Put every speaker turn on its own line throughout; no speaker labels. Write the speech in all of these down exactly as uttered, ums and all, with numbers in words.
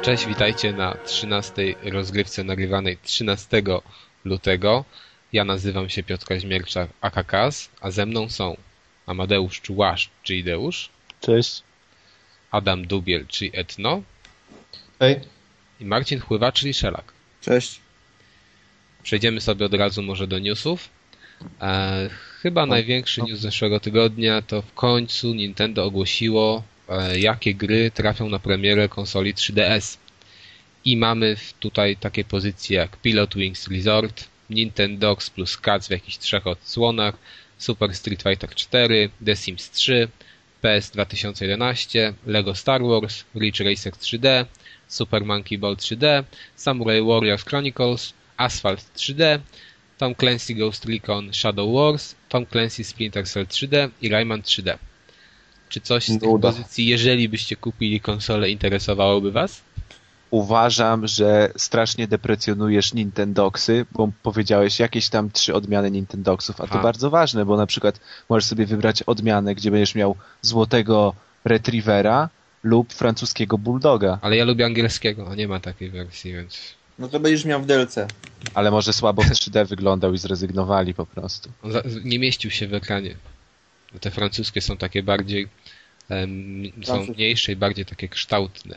Cześć, witajcie na trzynastej rozgrywce nagrywanej trzynastego lutego. Ja nazywam się Piotr Kaźmierczak, aka Kaz, a ze mną są Amadeusz Czułasz, czyli Deusz.
Cześć.
Adam Dubiel, czyli Etno.
Hej.
I Marcin Chływa, czyli Szelak.
Cześć.
Przejdziemy sobie od razu może do newsów. E, chyba największy news zeszłego tygodnia to w końcu Nintendo ogłosiło, e, jakie gry trafią na premierę konsoli trzy D S. I mamy tutaj takie pozycje jak Pilot Wings Resort, Nintendogs plus Cats w jakichś trzech odsłonach, Super Street Fighter cztery, The Sims trzy, P S dwa tysiące jedenaście, Lego Star Wars, Ridge Racer trzy D, Super Monkey Ball trzy D, Samurai Warriors Chronicles, Asphalt trzy D, Tom Clancy Ghost Recon Shadow Wars, Tom Clancy Splinter Cell trzy D i Rayman trzy D. Czy coś z tych
Nuda.
pozycji, jeżeli byście kupili konsolę, interesowałoby was?
Uważam, że strasznie deprecjonujesz Nintendogsy, bo powiedziałeś jakieś tam trzy odmiany Nintendogsów, a to
Aha.
bardzo ważne, bo na przykład możesz sobie wybrać odmianę, gdzie będziesz miał złotego Retrievera lub francuskiego Bulldoga,
Ale ja lubię angielskiego, a nie ma takiej wersji, więc...
No to będziesz miał w D L C.
ale może słabo w trzy D wyglądał i zrezygnowali po prostu.
On za- nie mieścił się w ekranie. Te francuskie są takie bardziej... em, są
Francuskie.
mniejsze i bardziej takie kształtne.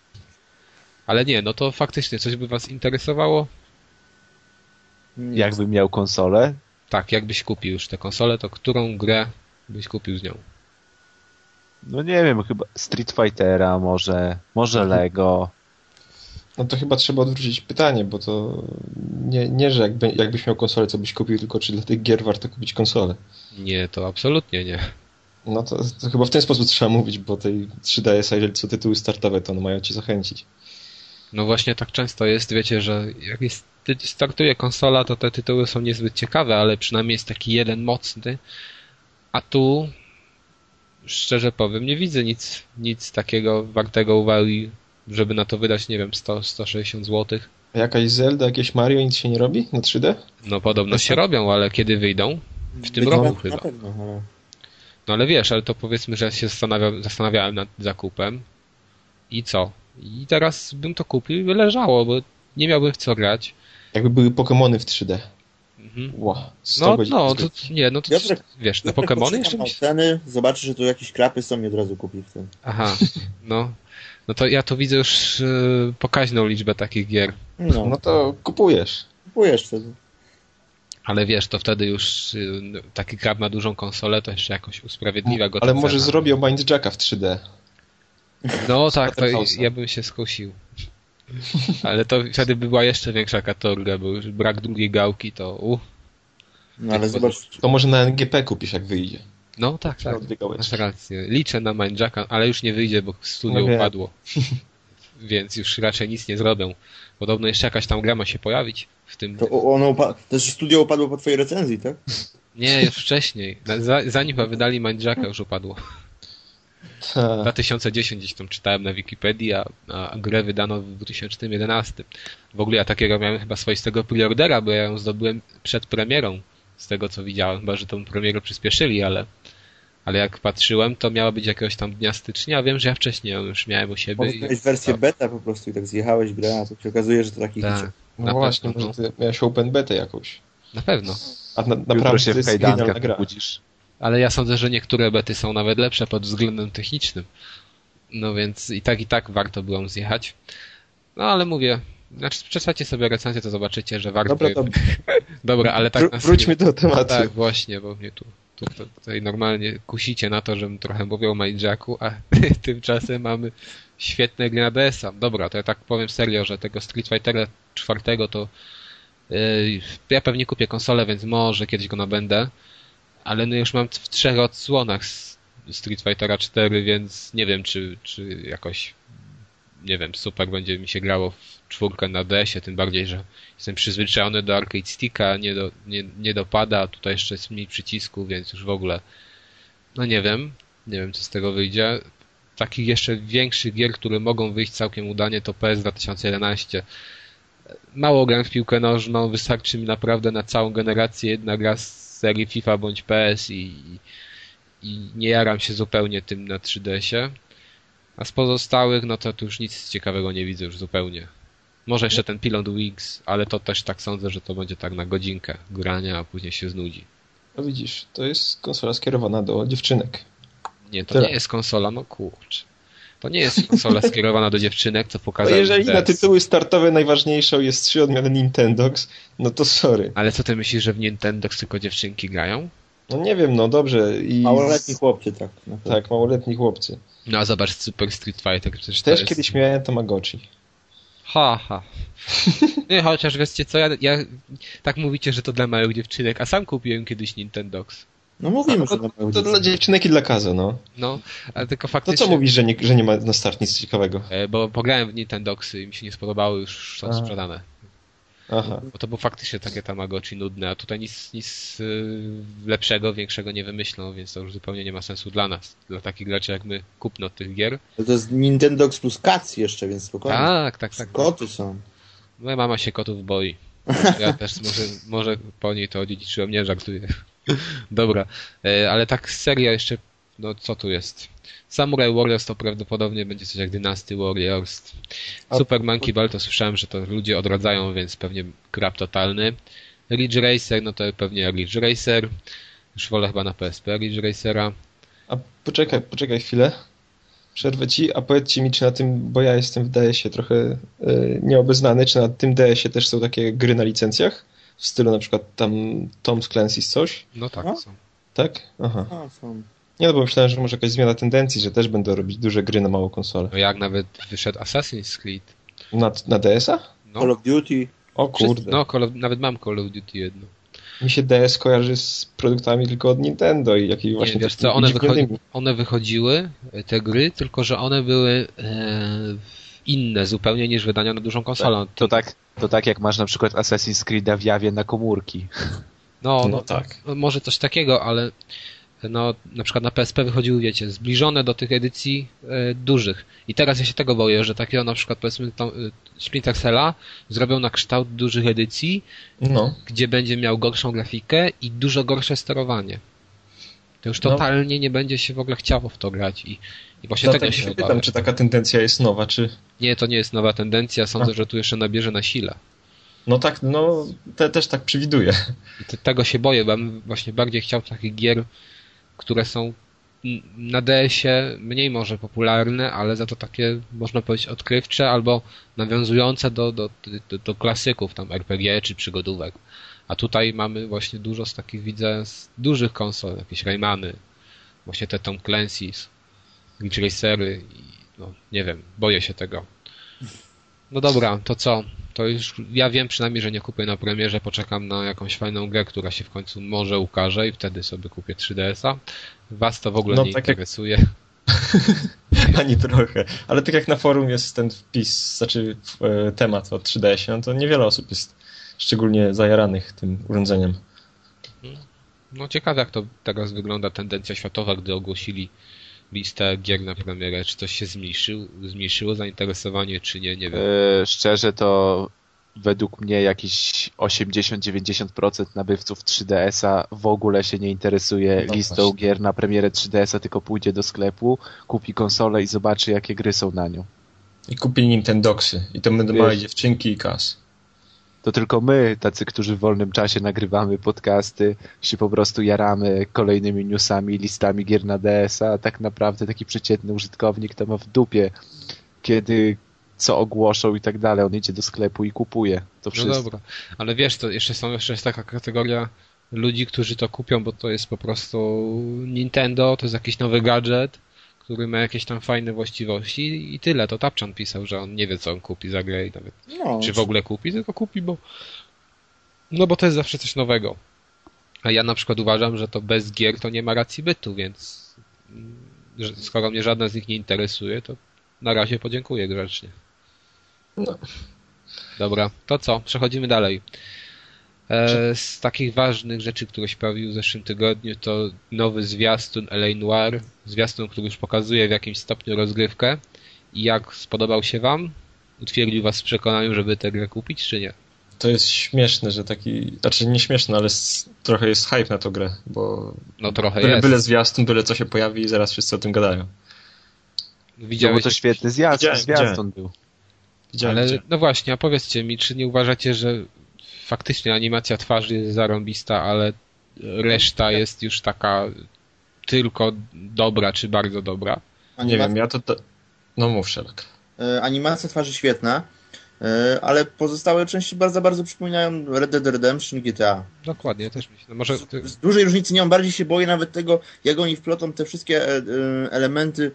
Ale nie, no to faktycznie coś by was interesowało?
Nie.
Jakbym miał konsolę,
Tak, jakbyś kupił już tę konsolę, to którą grę byś kupił z nią?
no nie wiem, chyba Street Fightera może, może Lego.
No to chyba trzeba odwrócić pytanie, bo to nie, nie że jakby, jakbyś miał konsolę, co byś kupił, tylko czy dla tych gier warto kupić konsolę.
Nie, to absolutnie nie.
No to, to chyba w ten sposób trzeba mówić, bo tej trzy D S, a jeżeli są tytuły startowe, to one mają cię zachęcić.
No właśnie tak często jest, wiecie, że jak jest, startuje konsola, to te tytuły są niezbyt ciekawe, ale przynajmniej jest taki jeden mocny. A tu, szczerze powiem, nie widzę nic, nic takiego wartego uwagi, żeby na to wydać, nie wiem, sto sto sześćdziesiąt złotych.
A jakaś Zelda, jakieś Mario, nic się nie robi na trzy D?
No podobno się robią, ale kiedy wyjdą? W tym
Będzie
roku
na-
chyba.
Na pewno, ale...
No ale wiesz, ale to powiedzmy, że ja się zastanawiam, zastanawiałem nad zakupem i co? I teraz bym to kupił i by leżało, bo nie miałbym w co grać.
Jakby były Pokemony w trzy D.
Mhm.
Ła, sto
No,
godzin
no,
zbyt.
to, nie, no to
Piotrek-
wiesz, na
Piotrek
Pokemony
poczyta
jeszcze
na
mi się...
ceny, zobaczy, że tu jakieś klapy są i od razu kupi w tym.
Aha, no. No to ja to widzę już yy, pokaźną liczbę takich gier.
No,
No to kupujesz.
kupujesz wtedy.
Ale wiesz, to wtedy już yy, taki krab na dużą konsolę to jeszcze jakoś usprawiedliwia go ta
Ale może
cena.
zrobią Mindjacka w trzy D.
No tak, to
House'a.
ja bym się skusił. Ale to wtedy by była jeszcze większa katorga, bo już brak drugiej gałki to... Uh.
No ale
Tych
zobacz,
To może na N G P kupisz, jak wyjdzie.
No tak, tak.
Od dwie gałeczki.
Masz rację. Liczę na Mindjacka, ale już nie wyjdzie, bo studio
No wiem.
upadło. Więc już raczej nic nie zrobią. Podobno jeszcze jakaś tam gra ma się pojawić w tym...
to o- ono upa- też studio upadło po twojej recenzji, tak?
Nie, już wcześniej. Na- za- Zanim chyba wydali Mindjacka już upadło.
Ta.
dwa tysiące dziesiąty gdzieś tam czytałem na Wikipedii, a, a grę wydano w dwa tysiące jedenastym. W ogóle ja takiego miałem chyba swoistego preordera, bo ja ją zdobyłem przed premierą, z tego co widziałem. Chyba, że tą premierę przyspieszyli, ale, ale jak patrzyłem, to miała być jakiegoś tam dnia stycznia. Wiem, że ja wcześniej ją już miałem u siebie.
Może
i-
miałeś wersję
to-
beta po prostu i tak zjechałeś grę, a to się okazuje, że to taki
Tak,
hicior.
No
na
właśnie,
pewno,
może ty miałeś open betę jakąś.
na pewno.
A na,
Jutro
naprawdę
się
to
w
jest genialna
kajdankach
gra.
budzisz.
Ale ja sądzę, że niektóre bety są nawet lepsze pod względem technicznym. No więc i tak, i tak warto było ją zjechać. No ale mówię, znaczy przeczytajcie sobie recenzję, to zobaczycie, że warto...
Dobra, to
Dobra, ale tak
wró-
na
wróćmy do tematu.
Tak, właśnie, bo mnie tu, tu tu- tutaj normalnie kusicie na to, żebym trochę mówił o Mindjacku, a tymczasem mamy świetne gry na D S a. Dobra, to ja tak powiem serio, że tego Street Fightera czwartego to yy, ja pewnie kupię konsolę, więc może kiedyś go nabędę, ale no już mam w trzech odsłonach z Street Fightera cztery, więc nie wiem, czy, czy jakoś nie wiem, super będzie mi się grało w czwórkę na D S ie, tym bardziej, że jestem przyzwyczajony do arcade sticka, nie, do, nie, nie dopada, a tutaj jeszcze jest mniej przycisku, więc już w ogóle no nie wiem, nie wiem co z tego wyjdzie. Takich jeszcze większych gier, które mogą wyjść całkiem udanie, to P S dwa tysiące jedenaście. Mało gram w piłkę nożną, wystarczy mi naprawdę na całą generację jedna gra z serii FIFA bądź P S i, i nie jaram się zupełnie tym na trzy D S ie. A z pozostałych, no to tu już nic ciekawego nie widzę już zupełnie. Może jeszcze ten Pilot Wings, ale to też tak sądzę, że to będzie tak na godzinkę grania, a później się znudzi.
No widzisz, to jest konsola skierowana do dziewczynek.
Nie, to
Tyle.
nie jest konsola, no kurczę. To nie jest konsola skierowana do dziewczynek, co
No
pokazał
jeżeli
D
na
S.
tytuły startowe najważniejszą jest trzy odmiany Nintendox, no to sorry.
Ale co ty myślisz, że w Nintendo tylko dziewczynki grają?
No nie wiem, no dobrze. I
Małoletni chłopcy, tak. na pewno.
Tak, małoletni chłopcy.
No a zobacz Super Street Fighter, przecież to
Też
jest...
kiedyś miałem Tamagotchi.
Ha, ha. Nie, chociaż wiecie co, ja, ja... Tak mówicie, że to dla małych dziewczynek, a sam kupiłem kiedyś Nintendox.
No mówimy,
A,
że
to,
to,
to dla dziewczynek i dla Kazo, no.
No, ale tylko
To
faktycznie...
co mówisz, że nie, że nie ma na start nic ciekawego?
E, Bo pograłem w Nintendoxy i mi się nie spodobały, już są
A.
sprzedane.
Aha.
Bo to było faktycznie takie Tamagotchi nudne, a tutaj nic, nic y, lepszego, większego nie wymyślą, więc to już zupełnie nie ma sensu dla nas. Dla takich graczy jak my, kupno tych gier.
to jest Nintendox plus Cats jeszcze, więc spokojnie.
Tak, tak, tak.
Koty są.
Moja mama się kotów boi. Ja też może, może po niej to odziedziczyłem, nie żartuję. Dobra, e, ale tak seria jeszcze, no co tu jest? Samurai Warriors to prawdopodobnie będzie coś jak Dynasty Warriors.
A-
Super Monkey Ball to słyszałem, że to ludzie odradzają, więc pewnie krap totalny. Ridge Racer, no to pewnie Ridge Racer. Już wolę chyba na P S P Ridge Racera.
A poczekaj, poczekaj chwilę. Przerwę ci, a powiedzcie mi, czy na tym, bo ja jestem w D S-ie trochę y, nieobeznany, czy na tym D S-ie też są takie gry na licencjach? W stylu na przykład tam Tom Clancy's coś?
No tak,
A?
są.
Tak? Aha.
A, są.
Nie, no bo myślałem, że może jakaś zmiana tendencji, że też będą robić duże gry na małą konsolę.
No jak nawet wyszedł Assassin's Creed.
Na, na D S-a?
No,
Call of Duty.
O kurde.
no Call of, nawet mam Call of Duty jedno.
Mi się D S kojarzy z produktami tylko od Nintendo i jakiej
Nie,
właśnie
wiesz
takimi
co, one,
dziwnymi.
wychodzi, one wychodziły, te gry, tylko że one były e, inne zupełnie niż wydania na dużą konsolę.
To tak, to tak jak masz na przykład Assassin's Creed'a w Jawie na komórki.
No, no,
No tak.
no, może coś takiego, ale no, na przykład na P S P wychodziły, wiecie, zbliżone do tych edycji e, dużych. I teraz ja się tego boję, że takiego na przykład powiedzmy tam, e, Splinter Cella zrobią na kształt dużych edycji,
No.
gdzie będzie miał gorszą grafikę i dużo gorsze sterowanie. To już
No.
totalnie nie będzie się w ogóle chciało w to grać i, i właśnie
Dlatego
tego się
się
obawiam.
pytam, czy taka tendencja jest nowa, czy...
Nie, to nie jest nowa tendencja, sądzę,
A.
że tu jeszcze nabierze na sile.
No tak, no te, też tak przewiduję.
I te, tego się boję, bo ja bym właśnie bardziej chciał takich gier, które są n- na D S-ie mniej może popularne, ale za to takie, można powiedzieć, odkrywcze albo nawiązujące do, do, do, do klasyków, tam R P G czy przygodówek. A tutaj mamy właśnie dużo z takich, widzę, z dużych konsol, jakieś Raymany, właśnie te Tom Clancy's, Ridge Racery i no, nie wiem, boję się tego. No dobra, to co? To już ja wiem przynajmniej, że nie kupię na premierze, poczekam na jakąś fajną grę, która się w końcu może ukaże i wtedy sobie kupię trzy D S a. Was to w ogóle
No,
nie
tak jak-
interesuje.
Ani trochę. Ale tak jak na forum jest ten wpis, znaczy e, temat o trzy D S-ie, no to niewiele osób jest szczególnie zajaranych tym urządzeniem.
No ciekawe jak to teraz wygląda tendencja światowa, gdy ogłosili listę gier na premierę. Czy coś się zmniejszyło, zmniejszyło zainteresowanie, czy nie, nie wiem.
E, szczerze to według mnie jakieś osiemdziesiąt do dziewięćdziesięciu procent nabywców trzy D S a w ogóle się nie interesuje
No
listą
właśnie.
gier na premierę trzy D S a, tylko pójdzie do sklepu, kupi konsolę i zobaczy jakie gry są na nią.
I kupili Nintendoxy. I to będą
Wiesz.
małe dziewczynki i kas.
To tylko my, tacy, którzy w wolnym czasie nagrywamy podcasty, się po prostu jaramy kolejnymi newsami, listami gier na D S a, a tak naprawdę taki przeciętny użytkownik to ma w dupie, kiedy co ogłoszą i tak dalej. On idzie do sklepu i kupuje. To
No
wszystko.
dobra, ale wiesz, to jeszcze są jeszcze jest taka kategoria ludzi, którzy to kupią, bo to jest po prostu Nintendo, to jest jakiś nowy gadżet, który ma jakieś tam fajne właściwości i tyle. To Tapczan pisał, że on nie wie, co on kupi za grę i nawet
No,
czy w ogóle kupi, tylko kupi, bo no bo to jest zawsze coś nowego. A ja na przykład uważam, że to bez gier to nie ma racji bytu, więc mm, że skoro mnie żadna z nich nie interesuje, to na razie podziękuję grzecznie.
No.
Dobra, to co? Przechodzimy dalej. E, z takich ważnych rzeczy, które się pojawiły w zeszłym tygodniu, to nowy zwiastun L A Noire. Zwiastun, który już pokazuje w jakimś stopniu rozgrywkę. I jak spodobał się wam? Utwierdził was w przekonaniu, żeby tę grę kupić, czy nie?
To jest śmieszne, że taki... Znaczy nie śmieszne, ale s- trochę jest hype na tą grę, bo
No trochę
byle,
jest.
byle zwiastun, byle co się pojawi i zaraz wszyscy o tym gadają.
No
Widziałeś?
bo to świetny zjazd,
Widziałem,
zwiastun
widziałem.
był.
Widziałem,
Ale
widziałem.
no właśnie, a powiedzcie mi, czy nie uważacie, że faktycznie animacja twarzy jest zarąbista, ale reszta jest już taka tylko dobra, czy bardzo dobra?
Nie wiem, ja to... to... No mów, Sherlock.
E, Animacja twarzy świetna, e, ale pozostałe części bardzo, bardzo przypominają Red Dead Redemption, G T A.
Dokładnie, też myślę. No może ty...
Z dużej różnicy nie mam, bardziej się boję nawet tego, jak oni wplotą te wszystkie e, e, elementy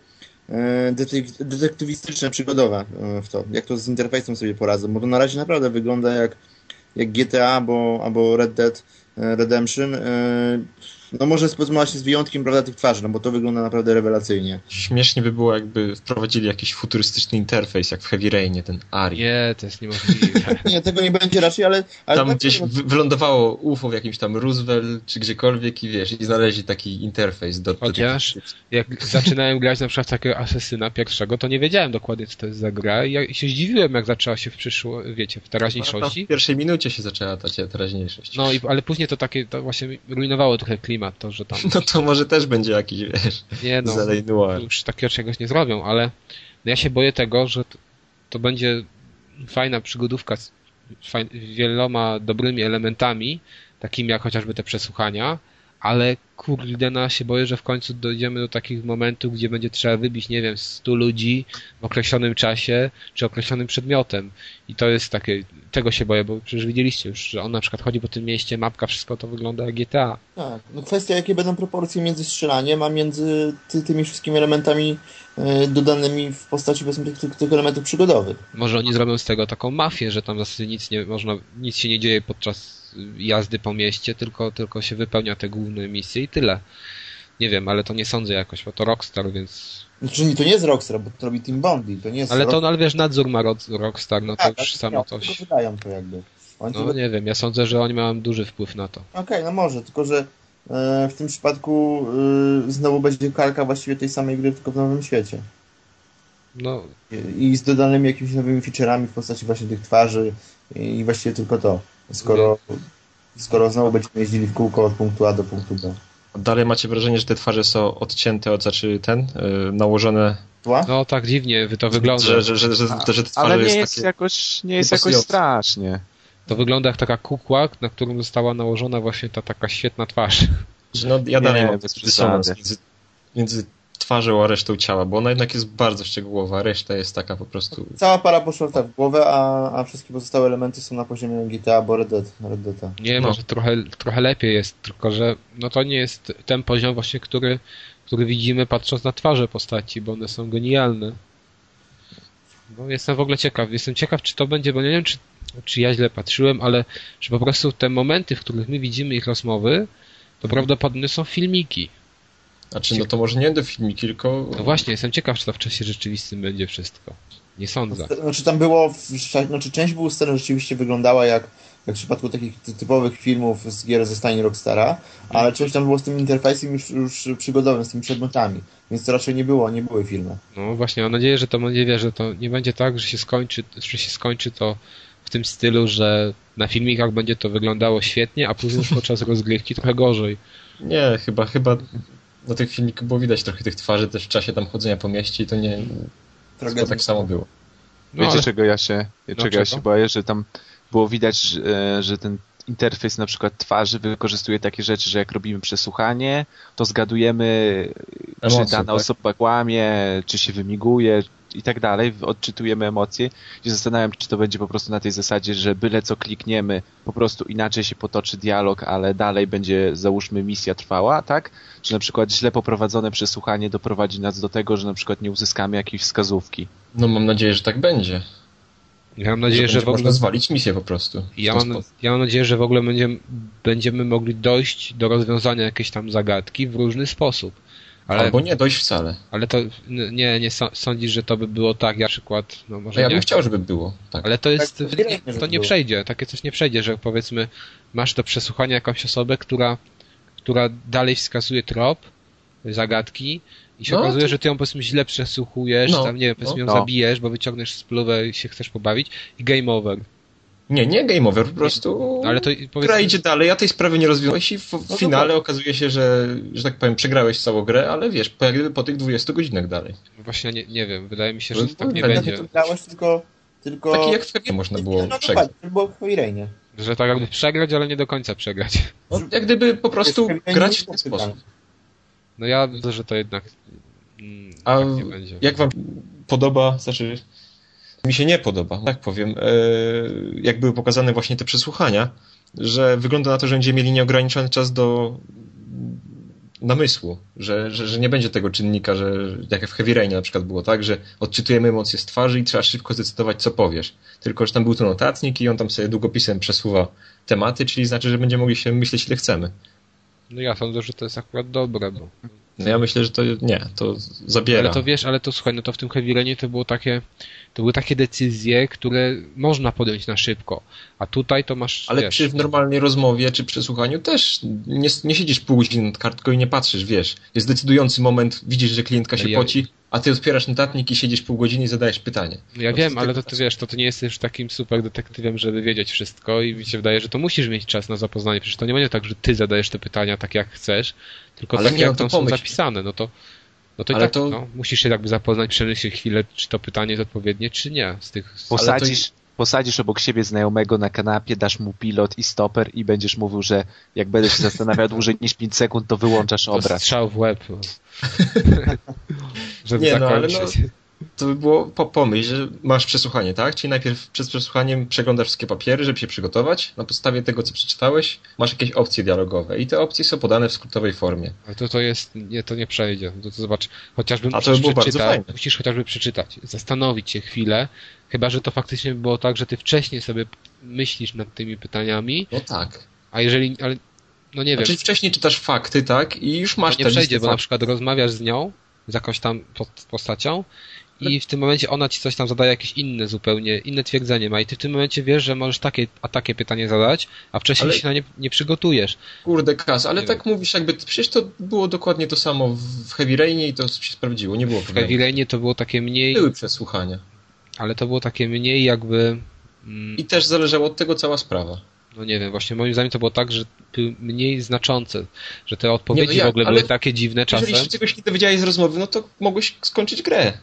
e, detek- detektywistyczne, przygodowe e, w to. Jak to z interfejsem sobie poradzą, bo to na razie naprawdę wygląda jak, jak G T A albo, albo Red Dead Redemption. E, no może z, właśnie z wyjątkiem, prawda, tych twarzy, no bo to wygląda naprawdę rewelacyjnie.
Śmiesznie by było, jakby wprowadzili jakiś futurystyczny interfejs, jak w Heavy Rainie, ten Ari.
Nie, to jest niemożliwe.
Nie, tego nie będzie raczej, ale... ale
Tam
tak,
gdzieś
no,
wy- wylądowało U F O w jakimś tam Roosevelt, czy gdziekolwiek i wiesz, i znaleźli taki interfejs do... do
Chociaż jak zaczynałem grać na przykład takiego asesyna pierwszego, to nie wiedziałem dokładnie, co to jest za gra i ja się zdziwiłem, jak zaczęła się w przyszło, wiecie, w
No, tam
teraźniejszości.
w pierwszej minucie się zaczęła ta teraźniejszość.
No, i, ale później to takie, to właśnie rujnowało trochę klimat, to, że tam...
No to może też będzie jakiś, wiesz,
Nie no,
Zalej Noir.
już takiego czegoś nie zrobią, ale no ja się boję tego, że to, to będzie fajna przygodówka z faj, wieloma dobrymi elementami, takimi jak chociażby te przesłuchania, ale kurde, no ja się boję, że w końcu dojdziemy do takich momentów, gdzie będzie trzeba wybić, nie wiem, stu ludzi w określonym czasie, czy określonym przedmiotem. I to jest takie, tego się boję, bo przecież widzieliście już, że on na przykład chodzi po tym mieście, mapka, wszystko to wygląda jak G T A.
tak. No kwestia, jakie będą proporcje między strzelaniem, a między ty, tymi wszystkimi elementami e, dodanymi w postaci, powiedzmy, tych, tych, tych elementów przygodowych.
Może oni zrobią z tego taką mafię, że tam w zasadzie nic nie można, nic się nie dzieje podczas jazdy po mieście, tylko, tylko się wypełnia te główne misje i tyle. Nie wiem, ale to nie sądzę jakoś, bo to Rockstar, więc...
Znaczy nie, to nie jest Rockstar, bo to robi Team Bondi, to nie jest
Ale to,
Rockstar.
no, ale wiesz, nadzór ma Ro- Rockstar, no to
Tak,
już
tak,
samo
nie,
to...
tylko wydają to jakby. Oni
No
tylko...
nie wiem, ja sądzę, że oni mają duży wpływ na to.
Okej, okay, no może, tylko że e, w tym przypadku e, znowu będzie kalka właściwie tej samej gry, tylko w nowym świecie.
No,
I, i z dodanymi jakimiś nowymi feature'ami w postaci właśnie tych twarzy i właściwie tylko to. Skoro, skoro znowu będziemy jeździli w kółko od punktu A do punktu B.
Dalej macie wrażenie, że te twarze są odcięte, od, znaczy ten, yy, nałożone,
Tła?
no tak dziwnie wy to wygląda.
że, że, że, że, że, że te twarze
Ale nie
jest,
jest
takie...
jakoś, nie jest jakoś
impasujące.
strasznie.
To wygląda jak taka kukła, na którą została nałożona właśnie ta taka świetna twarz.
Że no, ja dalej
Nie,
mam
bez
dysonans
przesady.
między, między twarzą a resztą ciała, bo ona jednak jest bardzo szczegółowa, a reszta jest taka po prostu...
Cała para poszła tak w głowę, a, a wszystkie pozostałe elementy są na poziomie G T A albo Red Dead. Red Dead.
Nie,
No.
może trochę, trochę lepiej jest, tylko że no to nie jest ten poziom właśnie, który, który widzimy patrząc na twarze postaci, bo one są genialne. Bo jestem w ogóle ciekaw, jestem ciekaw, czy to będzie, bo nie wiem, czy, czy ja źle patrzyłem, ale że po prostu te momenty, w których my widzimy ich rozmowy, to prawdopodobnie są filmiki.
Znaczy, no to może nie do filmiki, tylko...
No właśnie, jestem ciekaw, czy to w czasie rzeczywistym będzie wszystko. Nie sądzę.
Znaczy tam było, w, znaczy część było scen rzeczywiście wyglądała jak, jak w przypadku takich ty- typowych filmów z gier ze stajni Rockstara, ale część tam było z tym interfejsem już, już przygodowym, z tymi przedmiotami, więc to raczej nie było, nie były filmy.
No właśnie, mam nadzieję, że to będzie, wiesz, że to nie będzie tak, że się skończy, że się skończy to w tym stylu, że na filmikach będzie to wyglądało świetnie, a później podczas rozgrywki trochę gorzej.
Nie, chyba, chyba na tych filmikach było widać trochę tych twarzy też w czasie tam chodzenia po mieście i to nie... To tak samo było.
No,
Wiecie,
ale...
czego ja się,
No,
czego ja
czego?
się boję, że tam było widać, że, że ten interfejs na przykład twarzy wykorzystuje takie rzeczy, że jak robimy przesłuchanie, to zgadujemy,
Emocje,
czy dana
tak?
osoba kłamie, czy się wymiguje i tak dalej, odczytujemy emocje i zastanawiam się, czy to będzie po prostu na tej zasadzie, że byle co klikniemy, po prostu inaczej się potoczy dialog, ale dalej będzie, załóżmy, misja trwała, tak? Czy na przykład źle poprowadzone przesłuchanie doprowadzi nas do tego, że na przykład nie uzyskamy jakiejś wskazówki.
No mam nadzieję, że tak będzie.
Ja mam nadzieję, że,
będzie
w ogóle...
można zwalić misję po prostu.
Ja
W ten
mam,
sposób.
ja mam nadzieję, że w ogóle będziemy, będziemy mogli dojść do rozwiązania jakiejś tam zagadki w różny sposób. Ale,
Albo nie dojść wcale.
ale to n- nie, nie są- sądzisz, że to by było tak, ja na przykład, no może
Ja
nie.
bym chciał, żeby było. Tak.
Ale to jest,
Tak, to
nie,
wiernie,
to
żeby
nie
było.
przejdzie, takie coś nie przejdzie, że powiedzmy masz do przesłuchania jakąś osobę, która, która dalej wskazuje trop zagadki i się
No,
okazuje,
to-
że ty ją powiedzmy źle przesłuchujesz,
No,
tam nie wiem, powiedzmy ją
no.
zabijesz, bo wyciągniesz spluwę i się chcesz pobawić i game over.
Nie, nie game over, po prostu
Ale to powiedz...
gra idzie dalej, a tej sprawy nie rozwiązałeś i w, w
No
finale
dobra.
okazuje się, że, że tak powiem, przegrałeś całą grę, ale wiesz, po, jakby po tych dwudziestu godzinach dalej.
Właśnie nie, nie wiem, wydaje mi się, że
No,
to tak nie
ale
będzie.
To grałeś tylko... tylko...
Taki jak w Heavy można było
no,
przegrać.
dokładnie, to było w Heavy Rainie.
Że tak jakby przegrać, ale nie do końca przegrać.
No, jak gdyby po prostu
Heavy Rain
grać
nie
w ten
jest
sposób.
No ja widzę, że to jednak mm,
A
tak nie będzie.
jak wam podoba, znaczy mi się nie podoba, tak powiem, e, jak były pokazane właśnie te przesłuchania, że wygląda na to, że będziemy mieli nieograniczony czas do namysłu, że, że, że nie będzie tego czynnika, że jak w Heavy Rainie na przykład było tak, że odczytujemy emocje z twarzy i trzeba szybko zdecydować, co powiesz. Tylko, że tam był to notatnik i on tam sobie długopisem przesuwa tematy, czyli znaczy, że będziemy mogli się myśleć ile chcemy.
No ja sądzę, że to jest akurat dobre, bo...
No ja myślę, że to nie, to zabiera.
Ale to wiesz, ale to słuchaj, no to w tym Heavy Rainie to było takie, to były takie decyzje, które można podjąć na szybko, a tutaj to masz,
Ale
wiesz,
przy normalnej rozmowie czy przesłuchaniu też nie, nie siedzisz pół godziny nad kartką i nie patrzysz, wiesz. Jest decydujący moment, widzisz, że klientka się
ja-
poci, a ty otwierasz notatnik i siedzisz pół godziny i zadajesz pytanie.
no ja
No
wiem,
to
ale
tego
to ty wiesz, to ty nie jesteś już takim super detektywem, żeby wiedzieć wszystko i mi się wydaje, że to musisz mieć czas na zapoznanie, przecież to nie będzie tak, że ty zadajesz te pytania tak jak chcesz, tylko
Ale
tak
nie,
jak
no to
tam są
pomyśl.
zapisane, no to no to i
Ale
tak,
to-
no, musisz się jakby zapoznać, przemyśleć chwilę, czy to pytanie jest odpowiednie, czy nie, z tych... z-
Posadzisz, posadzisz obok siebie znajomego na kanapie, dasz mu pilot i stoper i będziesz mówił, że jak będziesz się zastanawiał dłużej niż pięć sekund, to wyłączasz
To
obraz.
strzał w łeb. No. Żeby
Nie, no, ale
zakończyć.
no- To by było po, pomyśl, że masz przesłuchanie, tak? Czyli najpierw przed przesłuchaniem przeglądasz wszystkie papiery, żeby się przygotować. Na podstawie tego, co przeczytałeś, masz jakieś opcje dialogowe i te opcje są podane w skrótowej formie.
Ale to, to jest, nie, to nie przejdzie. To, to zobacz, chociażby
A to
musisz
by było bardzo
przeczytać,
fajne.
musisz chociażby przeczytać, zastanowić się chwilę, chyba, że to faktycznie było tak, że ty wcześniej sobie myślisz nad tymi pytaniami,
No tak.
a jeżeli, ale, no nie
Znaczy
wiem,
wcześniej czytasz fakty, tak? I już masz
to nie
tę
przejdzie,
listę
bo na
faktów.
przykład rozmawiasz z nią, z jakąś tam po- postacią i w tym momencie ona ci coś tam zadaje, jakieś inne zupełnie, inne twierdzenie ma i ty w tym momencie wiesz, że możesz takie, a takie pytanie zadać, a wcześniej
Ale-
się na nie nie przygotujesz.
Kurde kas, ale
Nie
tak mówisz jakby, przecież to było dokładnie to samo w Heavy Rainie i to się sprawdziło, nie było
W
problemu.
Heavy Rainie to było takie mniej,
Były przesłuchania.
ale to było takie mniej jakby... Mm,
I też zależało od tego cała sprawa.
no nie wiem, właśnie moim zdaniem to było tak, że były mniej znaczące, że te odpowiedzi
Nie, no jak?
w ogóle
Ale
były takie dziwne czasem.
Jeżeli się czegoś nie dowiedziałeś z rozmowy, no to mogłeś skończyć grę.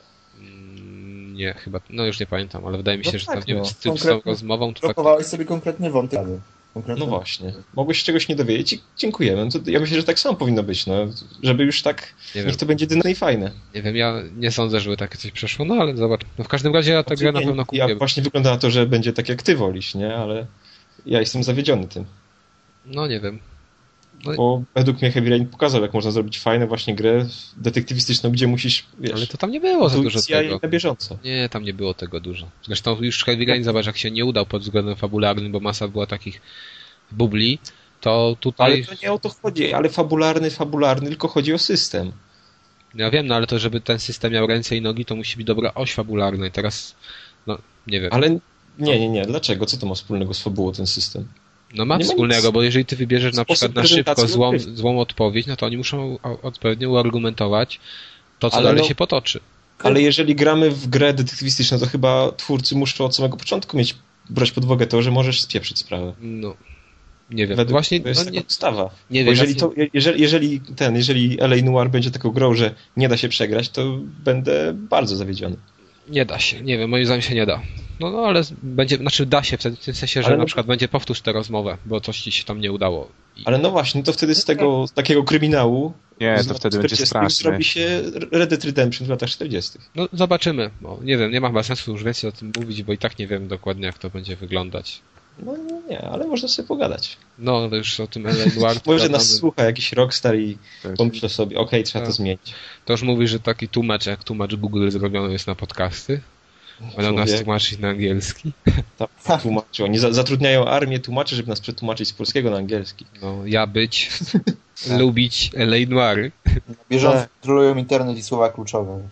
Mm, Nie, chyba, no już nie pamiętam, ale wydaje mi się,
No
że
tak,
tam, nie wiem,
no.
z, tym, z tą
Konkretnie
rozmową to tak...
Blokowałeś sobie konkretny wątek. Konkretny.
No właśnie. Mogłeś się czegoś nie dowiedzieć i dziękujemy. No to ja myślę, że tak samo powinno być, no. Żeby już tak,
Nie wiem,
niech to będzie dynamiczne i fajne.
nie wiem, ja nie sądzę, żeby takie coś przeszło, no ale zobacz. No w każdym razie ja tę grę na
Nie,
pewno kupię.
Ja właśnie wygląda na to, że będzie tak jak ty wolisz, nie? Ale ja jestem zawiedziony tym.
No nie wiem. No,
Bo według mnie Heavy Rain pokazał, jak można zrobić fajną właśnie grę detektywistyczną, gdzie musisz, wiesz,
ale to tam nie było za dużo
intuicja i
tego.
na bieżąco.
Nie, tam nie było tego dużo. Zresztą już Heavy Rain, zobacz, jak się nie udał pod względem fabularnym, bo masa była takich bubli, to tutaj...
Ale to nie o to chodzi, ale fabularny, fabularny, tylko chodzi o system.
Ja wiem, no ale to, żeby ten system miał ręce i nogi, to musi być dobra oś fabularna i teraz, no, nie wiem.
Ale nie, nie, nie. Dlaczego? Co to ma wspólnego z fabułą ten system?
No ma
nie ma
wspólnego,
nic.
bo jeżeli ty wybierzesz na
Sposób
przykład na szybko
prezentacji
złą,
odgrywa.
złą odpowiedź, no to oni muszą o- odpowiednio uargumentować to, co
Ale
dalej
no-
się potoczy.
Ale jeżeli gramy w grę detektywistyczną, to chyba twórcy muszą od samego początku mieć brać pod uwagę to, że możesz spieprzyć sprawę.
No, nie wiem.
Według
Właśnie,
to jest
no,
taka
nie,
podstawa.
nie
Bo
wiem.
jeżeli,
właśnie-
to, jeżeli, jeżeli ten, jeżeli L A Noir będzie taką grą, że nie da się przegrać, to będę bardzo zawiedziony.
Nie da się, nie wiem, moim zdaniem się nie da. No, no ale będzie, znaczy da się w tym sensie, że
Ale
na
no-
przykład będzie powtórz tę rozmowę, bo coś ci się tam nie udało. I,
Ale no właśnie, to wtedy z tego z takiego kryminału
Nie,
z
to
lat
wtedy będzie
czterdziestych
straszne.
zrobi się Red Dead Redemption w latach czterdziestych.
no zobaczymy. Bo, nie wiem, nie ma chyba sensu już więcej o tym mówić, bo i tak nie wiem dokładnie, jak to będzie wyglądać.
No nie, nie, ale można sobie pogadać.
No, to już o tym L A Noir. to
Może
gadamy.
nas słucha jakiś Rockstar i
Tak.
pomyślę sobie, okej, trzeba to
Tak.
zmienić.
To już mówi, że taki tłumacz jak tłumacz Google zrobiony jest na podcasty. Będą nas
Człowiek,
tłumaczyć na angielski.
tam tłumaczy. Oni za, zatrudniają armię tłumaczy, żeby nas przetłumaczyć z polskiego na angielski.
No, ja być, lubić L A Noiry.
Na bieżąco
Tak.
kontrolują internet i słowa kluczowe.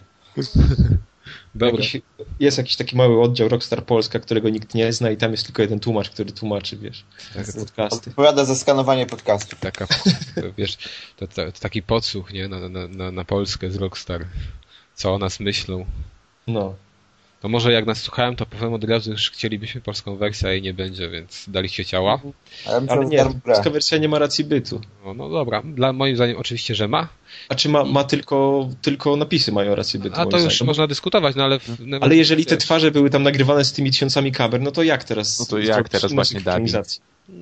Dobra.
Jakiś, jest jakiś taki mały oddział Rockstar Polska, którego nikt nie zna i tam jest tylko jeden tłumacz, który tłumaczy, wiesz,
Tak,
podcasty.
Odpowiada za skanowanie podcastu.
taka, to, wiesz, to, to, to taki podsłuch, nie? Na, na, na, na Polskę z Rockstar. Co o nas myślą.
No.
No może jak nas słuchałem, to powiem od razu, już chcielibyśmy polską wersję, a jej nie będzie, więc daliście ciała.
Ale, myślę,
Ale
że
nie,
darmo gra.
polska wersja nie ma racji bytu.
No, no dobra, dla moim zdaniem oczywiście, że ma.
A czy ma, ma tylko, tylko napisy mają rację bytu?
A to
moim
już
zdaniem.
można dyskutować, no ale... W, no,
Ale jeżeli te
wiesz,
twarze były tam nagrywane z tymi tysiącami kamer, no to jak teraz?
No to jak
zrobić
teraz
inną
właśnie dubbing?
synchronizację?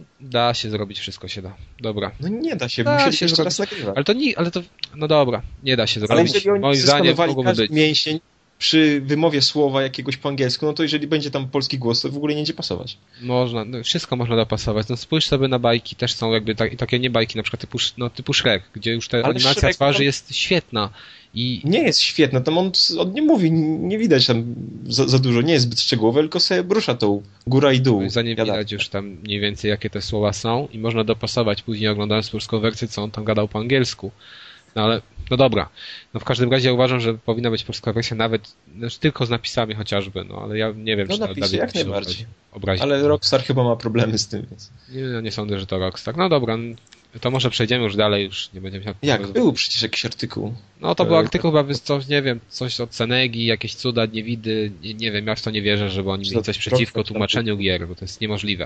Da się zrobić, wszystko się da. Dobra.
No nie da się,
Da
musieli
się
jeszcze
zrobić.
raz nagrywać.
Ale to nie, ale to... No dobra, nie da się
Ale
zrobić.
jeżeli oni
Moim zdaniem
zeskanowali
mogłoby
każdy
być.
mięsień przy wymowie słowa jakiegoś po angielsku, no to jeżeli będzie tam polski głos, to w ogóle nie będzie pasować.
Można, no wszystko można dopasować. No spójrz sobie na bajki, też są jakby tak, takie nie bajki, na przykład typu, no, typu Shrek, gdzie już ta
Ale
animacja
Shrek
twarzy
tam-
jest świetna. I
Nie jest świetne, tam on, on nie mówi, nie widać tam za, za dużo, nie jest zbyt szczegółowe, tylko sobie rusza tą góra i dół.
za nie
Gada.
widać już tam mniej więcej jakie te słowa są i można dopasować później oglądając polską wersję, co on tam gadał po angielsku. No ale, no dobra. No w każdym razie uważam, że powinna być polska wersja nawet, znaczy tylko z napisami chociażby, no ale ja nie wiem,
No
czy
napisy
Dawid
jak
się
najbardziej.
obrazi. obrazi.
Ale Rockstar chyba ma problemy z tym, więc...
Nie, no nie sądzę, że to Rockstar. No dobra, no, to może przejdziemy już dalej, już nie będziemy miał...
Jak? Był przecież jakiś artykuł.
No to był
E,
artykuł chyba, coś, nie wiem, coś od Cenegi, jakieś cuda, niewidy, nie, nie wiem, ja w to nie wierzę, żeby oni
Czy
mieli
to
coś przeciwko
Rockstar-
tłumaczeniu gier, bo to jest niemożliwe.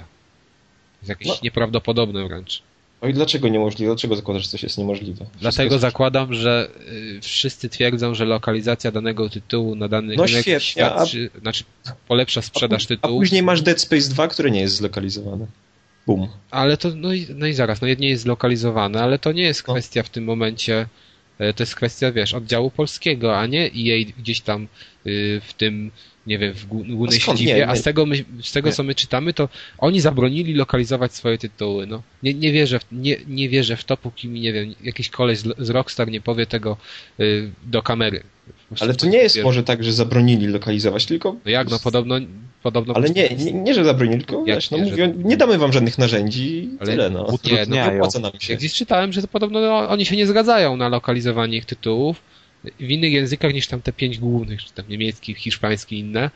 To jest jakieś
No.
nieprawdopodobne wręcz.
No i dlaczego niemożliwe? Dlaczego zakładasz, że coś jest niemożliwe?
Dlatego
Wszystko-
zakładam, że y, wszyscy twierdzą, że lokalizacja danego tytułu na dany
No
rynek
świetnie,
świadczy, znaczy polepsza sprzedaż
A
tytułu,
później masz Dead Space dwa, które nie jest zlokalizowane. Bum.
ale to, no i, no i zaraz, no nie jest zlokalizowane, ale to nie jest
No.
kwestia w tym momencie, e, to jest kwestia, wiesz, oddziału polskiego, a nie E A gdzieś tam y, w tym, nie wiem, w gó- głównej
A skąd?
siedzibie,
Nie,
a
nie.
z tego, my, z tego
Nie.
co my czytamy, to oni zabronili lokalizować swoje tytuły, no. Nie, nie wierzę, w, nie, nie wierzę w to, póki mi, nie wiem, jakiś koleś z, z Rockstar nie powie tego y, do kamery.
Ale to nie jest
Wierzę.
może tak, że zabronili lokalizować, tylko...
No jak, no podobno, podobno...
Ale nie, nie, nie, że zabronili, tylko
Jak
wiesz, no
nie, że-
mówią, nie damy wam żadnych narzędzi i
Ale
tyle, no.
nie, no,
Nie
Utrudniają.
opłaca nam się.
Jak gdzieś czytałem, że to podobno no, oni się nie zgadzają na lokalizowanie ich tytułów w innych językach niż tam te pięć głównych, czy tam niemiecki, hiszpański i inne.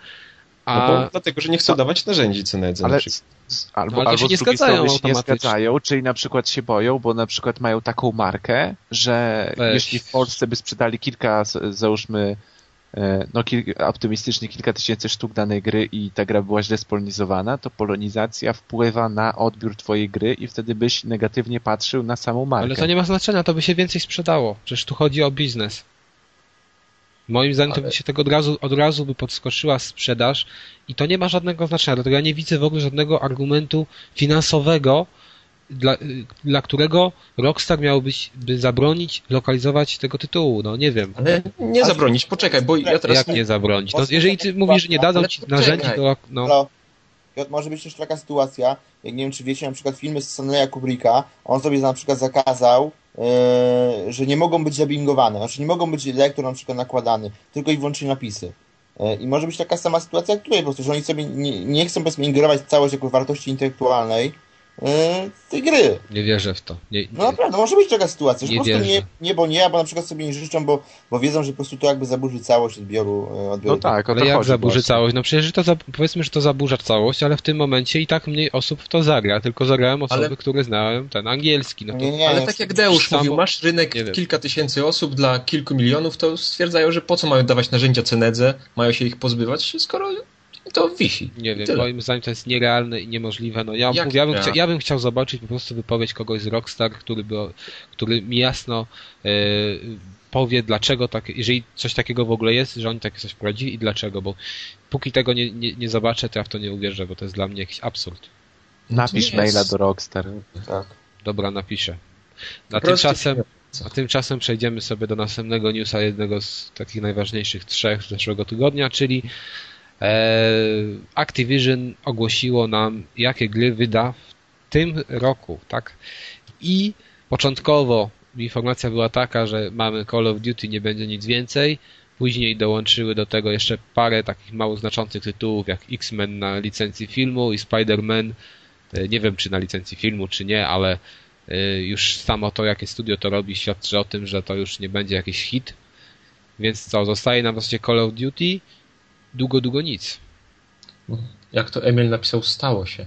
A
No bo dlatego, że nie chcą dawać narzędzi Cenedze na
Ale
przykład.
z- albo,
No, ale to
albo
się nie
z drugiej
zgadzają
strony się nie
automatycznie.
zgadzają, czyli na przykład się boją, bo na przykład mają taką markę, że
Weź.
jeśli w Polsce by sprzedali kilka, z- załóżmy, e, no kilka, optymistycznie kilka tysięcy sztuk danej gry i ta gra była źle spolonizowana, to polonizacja wpływa na odbiór twojej gry i wtedy byś negatywnie patrzył na samą markę.
ale to nie ma znaczenia, to by się więcej sprzedało. Przecież tu chodzi o biznes. Moim zdaniem to by się tego od razu, od razu by podskoczyła sprzedaż i to nie ma żadnego znaczenia. Dlatego ja nie widzę w ogóle żadnego argumentu finansowego, dla, dla którego Rockstar miałby by zabronić lokalizować tego tytułu. No nie wiem.
Ale nie zabronić, poczekaj, bo ja teraz...
Jak nie zabronić? No, jeżeli ty mówisz, że nie dadzą ci
Ale
narzędzi,
poczekaj.
to no,
Halo? Piotr, może być też taka sytuacja, jak nie wiem, czy wiecie, na przykład filmy z Stanleya Kubricka, on sobie na przykład zakazał, yy, że nie mogą być dubbingowane, znaczy nie mogą być lektor na przykład nakładany, tylko i wyłącznie napisy. Yy, I może być taka sama sytuacja jak tutaj, po prostu, że oni sobie nie, nie chcą powiedzmy ingerować w całość jako wartości intelektualnej yy, tej gry.
nie wierzę w to. Nie,
No naprawdę, może być taka sytuacja, że
Nie
po prostu
wierzę.
nie, nie, bo nie, albo na przykład sobie nie życzą, bo, bo wiedzą, że po prostu to jakby zaburzy całość odbioru. yy, odbioru
No tak, o to
Ale jak
chodzi
zaburzy
właśnie.
całość? No przecież to za, powiedzmy, że to zaburza całość, ale w tym momencie i tak mniej osób w to zagra, tylko zagrałem osoby,
Ale-
które znają ten angielski. No to
Nie, nie,
Ale
nie,
tak jak Deusz
samo-
mówił, masz rynek
nie wiem.
kilka tysięcy osób dla kilku milionów, to stwierdzają, że po co mają dawać narzędzia Cenedze, mają się ich pozbywać, skoro to wisi.
nie
I
wiem,
tyle.
moim zdaniem to jest nierealne i niemożliwe. No ja,
Jak
mówię, ja, bym,
nierealne?
chcia, ja bym chciał zobaczyć po prostu wypowiedź kogoś z Rockstar, który, by, który mi jasno e, powie, dlaczego tak, jeżeli coś takiego w ogóle jest, że oni takie coś wprowadzili i dlaczego, bo póki tego nie, nie, nie zobaczę, to ja w to nie uwierzę, bo to jest dla mnie jakiś absurd.
Napisz
nie
maila
jest.
do Rockstar.
tak.
Dobra, napiszę. A
Po prostu
tymczasem,
pieniądze.
a tymczasem przejdziemy sobie do następnego newsa, jednego z takich najważniejszych trzech z zeszłego tygodnia, czyli e, Activision ogłosiło nam, jakie gry wyda w tym roku, tak? I początkowo informacja była taka, że mamy Call of Duty, nie będzie nic więcej. Później dołączyły do tego jeszcze parę takich mało znaczących tytułów, jak X-Men na licencji filmu i Spider-Man, e, nie wiem czy na licencji filmu, czy nie, ale e, już samo to, jakie studio to robi, świadczy o tym, że to już nie będzie jakiś hit. Więc co, zostaje nam w zasadzie Call of Duty, długo, długo nic.
Jak to Emil napisał, stało się.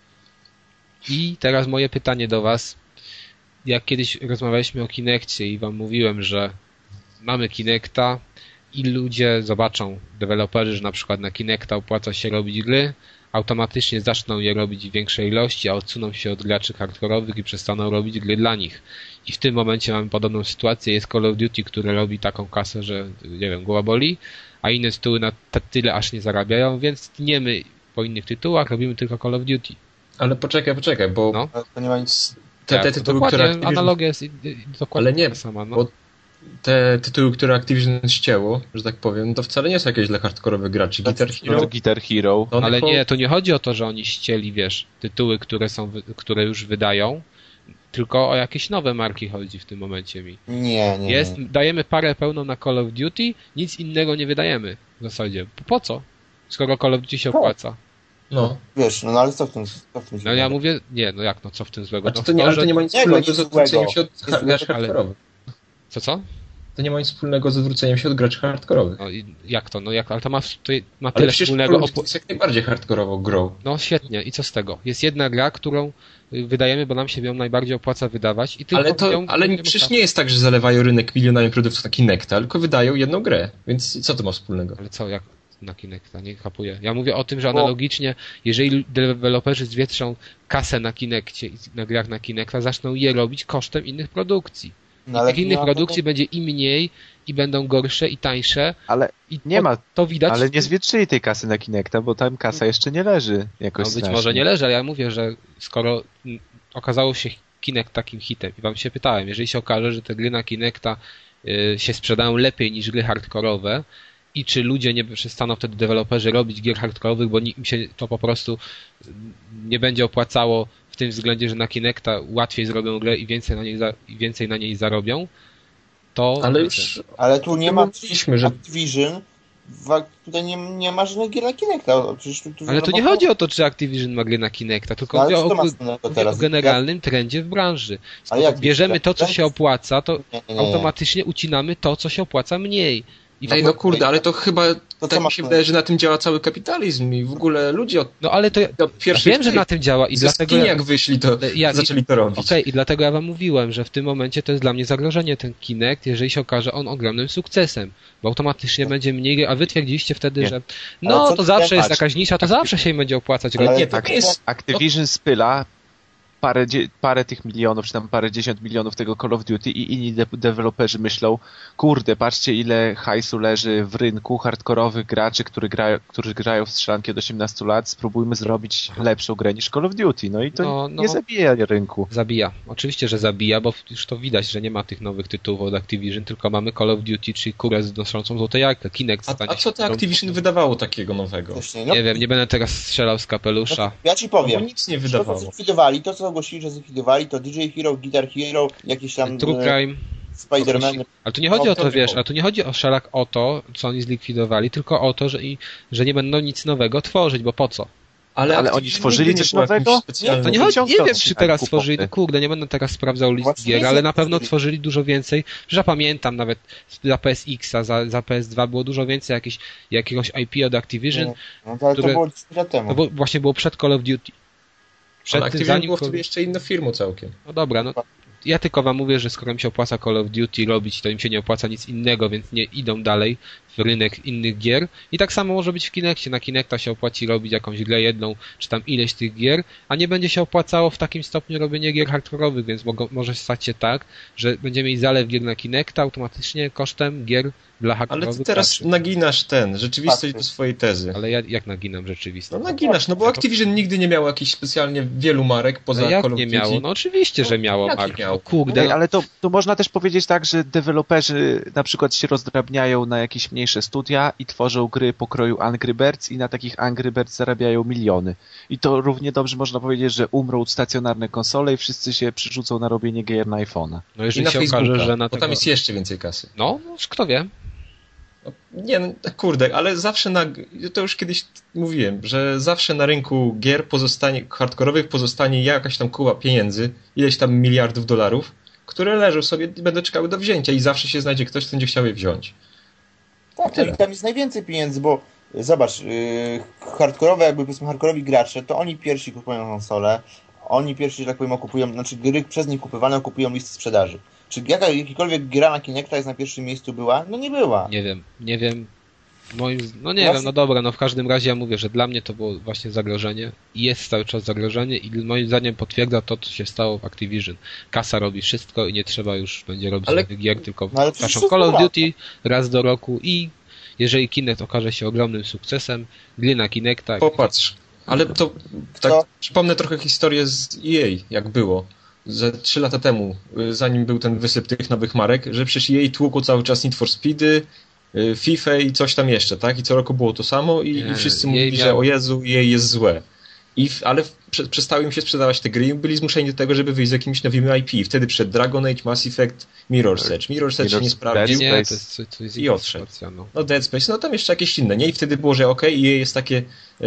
I teraz moje pytanie do was. Jak kiedyś rozmawialiśmy o Kinekcie i wam mówiłem, że mamy Kinecta, i ludzie zobaczą, deweloperzy, że na przykład na Kinecta opłaca się robić gry, automatycznie zaczną je robić w większej ilości, a odsuną się od graczy hardkorowych i przestaną robić gry dla nich. I w tym momencie mamy podobną sytuację. Jest Call of Duty, które robi taką kasę, że nie wiem, głowa boli, a inne tytuły na t- tyle aż nie zarabiają, więc tniemy po innych tytułach, robimy tylko Call of Duty.
Ale poczekaj, poczekaj, bo
No.
To nie ma nic...
te, te
Tak,
tytuły,
dokładnie,
które Activision...
analogia jest i- i- dokładnie
Ale nie,
ta sama. No.
bo te tytuły, które Activision ścięło, że tak powiem, to wcale nie są jakieś dla hardkorowych graczy. Guitar
No
Hero...
to Guitar Hero.
to one
Ale
po-
nie, to nie chodzi o to, że oni ścięli, wiesz, tytuły, które są, wy- które już wydają, tylko o jakieś nowe marki chodzi w tym momencie mi.
Nie, nie.
Jest,
nie.
dajemy parę pełną na Call of Duty, nic innego nie wydajemy w zasadzie. Po, po co? Skoro Call of Duty się opłaca.
No.
Wiesz, no, no ale co w tym, co w tym
No ja mówię, nie, no jak, no co w tym złego?
A to,
No
to, nie,
to,
ale to
że-
nie ma nic
Nie,
wspólnego
nic
z odwróceniem
złego.
się od
Nic
ha- graczy
złego, ale-
hardkorowych.
Co, co?
To nie ma nic wspólnego z odwróceniem się od graczy hardkorowych.
No i jak to? No jak, ale to ma, to ma
Ale
tyle
przecież
wspólnego.
Call of Duty
Opł-
jest jak najbardziej hardkorową grą.
no świetnie, i co z tego? Jest jedna gra, którą y, wydajemy, bo nam się ją najbardziej opłaca wydawać i tylko
Ale to,
ją
ale
będziemy
przecież
stać.
nie jest tak, że zalewają rynek milionami produktów na Kinecta, tylko wydają jedną grę. Więc co to ma wspólnego?
Ale co, jak na Kinecta? Nie kapuję. Ja mówię o tym, że
Bo-
analogicznie, jeżeli deweloperzy zwietrzą kasę na Kinectie i na grach na Kinecta, zaczną je robić kosztem innych produkcji.
No,
I
ale
tych innych
nie ma
produkcji
tego-
będzie i mniej, i będą gorsze, i tańsze.
Ale
I
nie
to,
ma,
to widać.
ale nie zwietrzyli tej kasy na Kinecta, bo tam kasa jeszcze nie leży jakoś
No być
strasznie.
może nie leży, ale ja mówię, że skoro mm, okazało się Kinect takim hitem i wam się pytałem, jeżeli się okaże, że te gry na Kinecta y, się sprzedają lepiej niż gry hardkorowe i czy ludzie nie przestaną wtedy deweloperzy robić gier hardkorowych, bo im się to po prostu y, nie będzie opłacało w tym względzie, że na Kinecta łatwiej zrobią grę i więcej na niej, za, i więcej na niej zarobią, to
Ale
wiecie,
już
Ale tu nie ma
mówiliśmy, że
Activision, wa- tutaj nie, nie ma żadnych gier na Kinecta. Przecież tu, tu
ale tu nie
no,
chodzi o to, czy Activision ma gry na Kinecta, tylko
No, ale
mówię
co to
o,
ma wspólnego
mówię
teraz?
o generalnym trendzie w branży.
Ale jak-
Bierzemy to, co się opłaca, to
Nie, nie, nie, nie.
automatycznie ucinamy to, co się opłaca mniej. I
Ej, no kurde, ale to chyba
co
tak
ma
mi się
to?
wydaje, że na tym działa cały kapitalizm i w ogóle ludzie od,
no ale to ja,
od
ja
pierwszej
wiem, że na tym działa i
ze
dlatego
skini
ja,
jak wyszli, to
ja,
zaczęli to robić.
okej, i dlatego ja wam mówiłem, że w tym momencie to jest dla mnie zagrożenie ten Kinect, jeżeli się okaże on ogromnym sukcesem, bo automatycznie będzie mniej gier, a wy twierdziliście wtedy,
Nie.
że
Ale
no
co
to
ty
zawsze jest
patrz.
jakaś nisza, to zawsze się im będzie opłacać
Ale
robić.
Nie, to
tak,
nie jest...
Activision spyla parę, dzie- parę tych milionów, czy tam parę dziesiąt milionów tego Call of Duty i inni de- deweloperzy myślą, kurde, patrzcie ile hajsu leży w rynku hardkorowych graczy, który grają, którzy grają w strzelanki od osiemnastu lat, spróbujmy zrobić lepszą grę niż Call of Duty. No i to
No, no.
nie zabija rynku.
Zabija. Oczywiście, że zabija, bo już to widać, że nie ma tych nowych tytułów od Activision, tylko mamy Call of Duty, czyli kurę znoszącą złote jajka. Kinect
A,
stanie
a co
się
to Activision wydawało takiego nowego?
Wcześniej, no,
Nie wiem, nie będę teraz strzelał z kapelusza.
ja ci
Bo
powiem.
nic nie
To, co
wydawało.
zlikwidowali, to co ogłosili, że zlikwidowali, to D J Hero, Guitar Hero, jakieś tam
True
e,
Crime.
Spider-Man.
Ale tu nie chodzi
No,
o to,
to
wiesz,
było.
a tu nie chodzi o szereg o to, co oni zlikwidowali, tylko o to, że, i, że nie będą nic nowego tworzyć, bo po co?
Ale oni
Activision
stworzyli
nigdy nie
coś
było jakimś
nowego?
specjalnym-
To nie
No,
chodzi,
ciągle
nie wiem, czy
odcinać
teraz
kupoty.
stworzyli, no kurde, nie będę teraz sprawdzał list
Właśnie
gier,
nie
ale
wiem,
na pewno
stworzyli.
tworzyli dużo więcej, że ja pamiętam nawet za P S X a, za, za P S dwa było dużo więcej jakieś, jakiegoś I P od Activision,
No to, ale
które-
to było dziesięć lat temu.
no bo właśnie było przed Call of Duty. Przed
Ale
tym,
Activision
zanim
było
Call-
wtedy jeszcze inną firmą całkiem.
No dobra, no ja tylko wam mówię, że skoro im się opłaca Call of Duty robić, to im się nie opłaca nic innego, więc nie idą dalej w rynek innych gier. I tak samo może być w Kinectie. Na Kinecta się opłaci robić jakąś grę jedną, czy tam ileś tych gier, a nie będzie się opłacało w takim stopniu robienie gier hardkorowych, więc mogą, może stać się tak, że będziemy mieć zalew gier na Kinecta automatycznie kosztem gier dla
Ale
hardkorowych
ty teraz
graczy.
naginasz ten, rzeczywistość
Tak.
do swojej tezy.
Ale ja jak naginam rzeczywistość?
No naginasz, no bo Activision nigdy nie miało jakichś specjalnie wielu marek poza
No jak
Call of
nie
Duty.
miało? No oczywiście, że
No,
miało,
jaki
Mark.
miał?
No kurde,
Ej,
no,
ale to, to można też powiedzieć tak, że deweloperzy na przykład się rozdrabniają na jakieś mniejsze studia i tworzą gry pokroju Angry Birds i na takich Angry Birds zarabiają miliony. I to równie dobrze można powiedzieć, że umrą stacjonarne konsole i wszyscy się przerzucą na robienie gier na iPhone'a.
no
I
jeżeli
na
się
Facebooka,
okaże, że na
bo
tego...
tam jest jeszcze więcej kasy.
No, no, kto wie.
No, nie, no, kurde, ale zawsze na... To już kiedyś mówiłem, że zawsze na rynku gier pozostanie, hardkorowych pozostanie jakaś tam kupa pieniędzy, ileś tam miliardów dolarów, które leżą sobie i będą czekały do wzięcia i zawsze się znajdzie ktoś, kto będzie chciał je wziąć.
Tak,
Tyle.
i tam jest najwięcej pieniędzy, bo zobacz, yy, hardkorowe, jakby powiedzmy hardkorowi gracze, to oni pierwsi kupują konsolę, oni pierwsi, że tak powiem, okupują, znaczy gry przez nich kupowane okupują listy sprzedaży. Czy jaka, jakikolwiek gra na Kinecta jest na pierwszym miejscu była? No nie była.
Nie wiem, nie wiem. Moim, no nie
Właśnie-
wiem, no dobra, no w każdym razie ja mówię, że dla mnie to było właśnie zagrożenie i jest cały czas zagrożenie i moim zdaniem potwierdza to, co się stało w Activision. Kasa robi wszystko i nie trzeba już będzie robić
Ale-
nowych gier, tylko
No ale przecież
wskaczą
to
Call of
jest
Duty raz do roku i jeżeli Kinect okaże się ogromnym sukcesem, gry na Kinecta...
Popatrz, ale to tak
Co?
przypomnę trochę historię z E A, jak było. Ze trzy lata temu, y, zanim był ten wysyp tych nowych marek, że przecież E A tłukło cały czas Need for Speedy, y, FIFA i coś tam jeszcze, tak? I co roku było to samo i,
Nie,
i wszyscy
E A
mówili,
miał-
że o Jezu, E A jest złe. I w, ale w, prze, przestały im się sprzedawać te gry i byli zmuszeni do tego, żeby wyjść z jakimiś nowymi I P. Wtedy przyszedł Dragon Age, Mass Effect, Mirror's Edge. Mirror's Edge się nie
Mirror's
sprawdził.
Nie,
Dead
to jest, to jest
I
inna
odszedł.
sytuacja, no.
No Dead Space, no tam jeszcze jakieś inne, nie? I wtedy było, że okej, E A jest takie,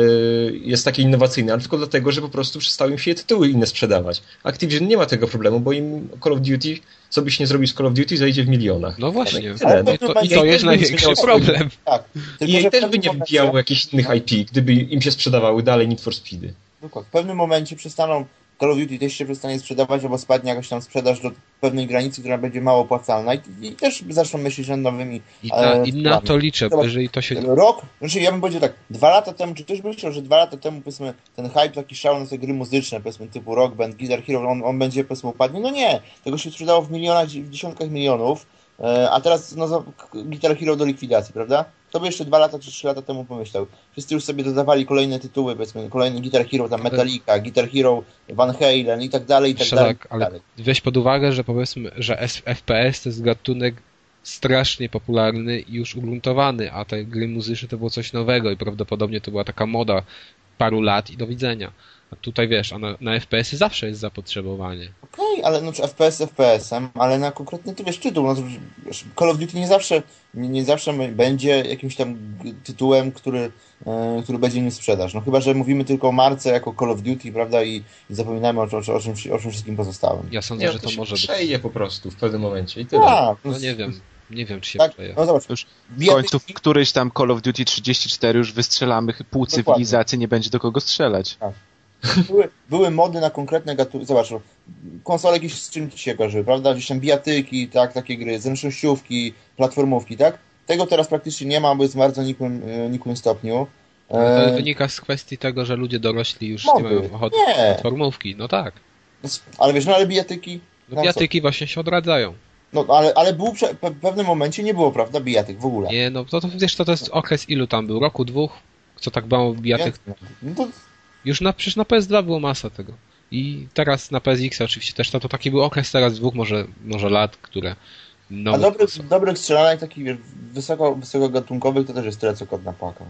yy, jest takie innowacyjne, ale tylko dlatego, że po prostu przestały im się tytuły inne sprzedawać. Activision nie ma tego problemu, bo im Call of Duty, co byś nie zrobił z Call of Duty, zajdzie w milionach.
No właśnie,
Ale
no
tyle, no.
i to, i
Ale
to jest
też by
największy
zmieniało
problem.
Tak. Tylko,
I
że w
też by
pewnym
nie
momencie-
wbijało jakichś innych I P, gdyby im się sprzedawały dalej Need for Speedy.
Dokładnie. W pewnym momencie przestaną, Call of Duty też się przestanie sprzedawać, albo spadnie jakaś tam sprzedaż do pewnej granicy, która będzie mało opłacalna i, i też zaczną myśleć nad nowymi.
I na,
e,
i na
planami.
to liczę, bo
Zobacz,
jeżeli to się...
Rok, znaczy ja bym powiedział tak, dwa lata temu, czy ktoś by myślał, że dwa lata temu, powiedzmy, ten hype, taki szał na te gry muzyczne, powiedzmy, typu Rock Band, Guitar Hero, on, on będzie, powiedzmy, upadnie? No nie, tego się sprzedało w milionach, w dziesiątkach milionów, e, a teraz, no, za- Guitar Hero do likwidacji, prawda? To by jeszcze dwa lata czy trzy lata temu pomyślał. Wszyscy już sobie dodawali kolejne tytuły, powiedzmy, kolejny Guitar Hero, tam Metallica, Guitar Hero, Van Halen i tak dalej, i tak
Jeszcze
dalej.
tak,
i tak
ale
dalej.
weź pod uwagę, że powiedzmy, że S- F P S to jest gatunek strasznie popularny i już ugruntowany, a te gry muzyczne to było coś nowego i prawdopodobnie to była taka moda paru lat i do widzenia. A tutaj wiesz, a na, na F P S-y zawsze jest zapotrzebowanie.
Okej, ale no, czy F P S F P S-em, ale na konkretny ty wiesz, tytuł. No, to wiesz, Call of Duty nie zawsze, nie, nie zawsze będzie jakimś tam g- tytułem, który, e, który będzie nim sprzedaż. No chyba, że mówimy tylko o marce jako Call of Duty, prawda, i, i zapominamy o, o, o, czym, o czym wszystkim pozostałym.
Ja sądzę,
Nie,
że to
się
może być.
przeje po prostu w pewnym momencie i tyle.
Tak,
No nie wiem, nie wiem czy się
tak,
przeje.
no zobacz,
Już W
bijatyki-
końcu w któryś tam Call of Duty trzydzieści cztery już wystrzelamy pół
Dokładnie.
cywilizacji, nie będzie do kogo strzelać.
były, były mody na konkretne gatunki. Zobacz, no, konsole jakieś z czym ci się kojarzyły, prawda? Gdzieś tam bijatyki, tak, takie gry, zręcznościówki, platformówki, tak? Tego teraz praktycznie nie ma, bo jest w bardzo nikłym, e, nikłym stopniu.
Ale to
E,
wynika z kwestii tego, że ludzie dorośli już
Mody.
nie mają ochoty
Nie.
na platformówki. No tak.
ale wiesz, no ale bijatyki,
No
No
bijatyki właśnie się odradzają.
no ale, ale był prze, pe, w pewnym momencie nie było, prawda, bijatyk w ogóle.
Nie, no to, to wiesz, to, to jest okres ilu tam był? Roku, dwóch? Co tak mało bijatyk?
No to,
Już na, przecież na P S dwa było masa tego. I teraz na P S X oczywiście też to, to taki był okres teraz dwóch może, może lat, które... No,
a dobrych, dobrych strzelanek, takich wiesz, wysoko, wysokogatunkowych, to też jest tyle, co kot napłakał.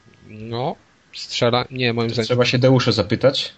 no strzela... Nie, moim
To
zdaniem...
trzeba się Deusza zapytać.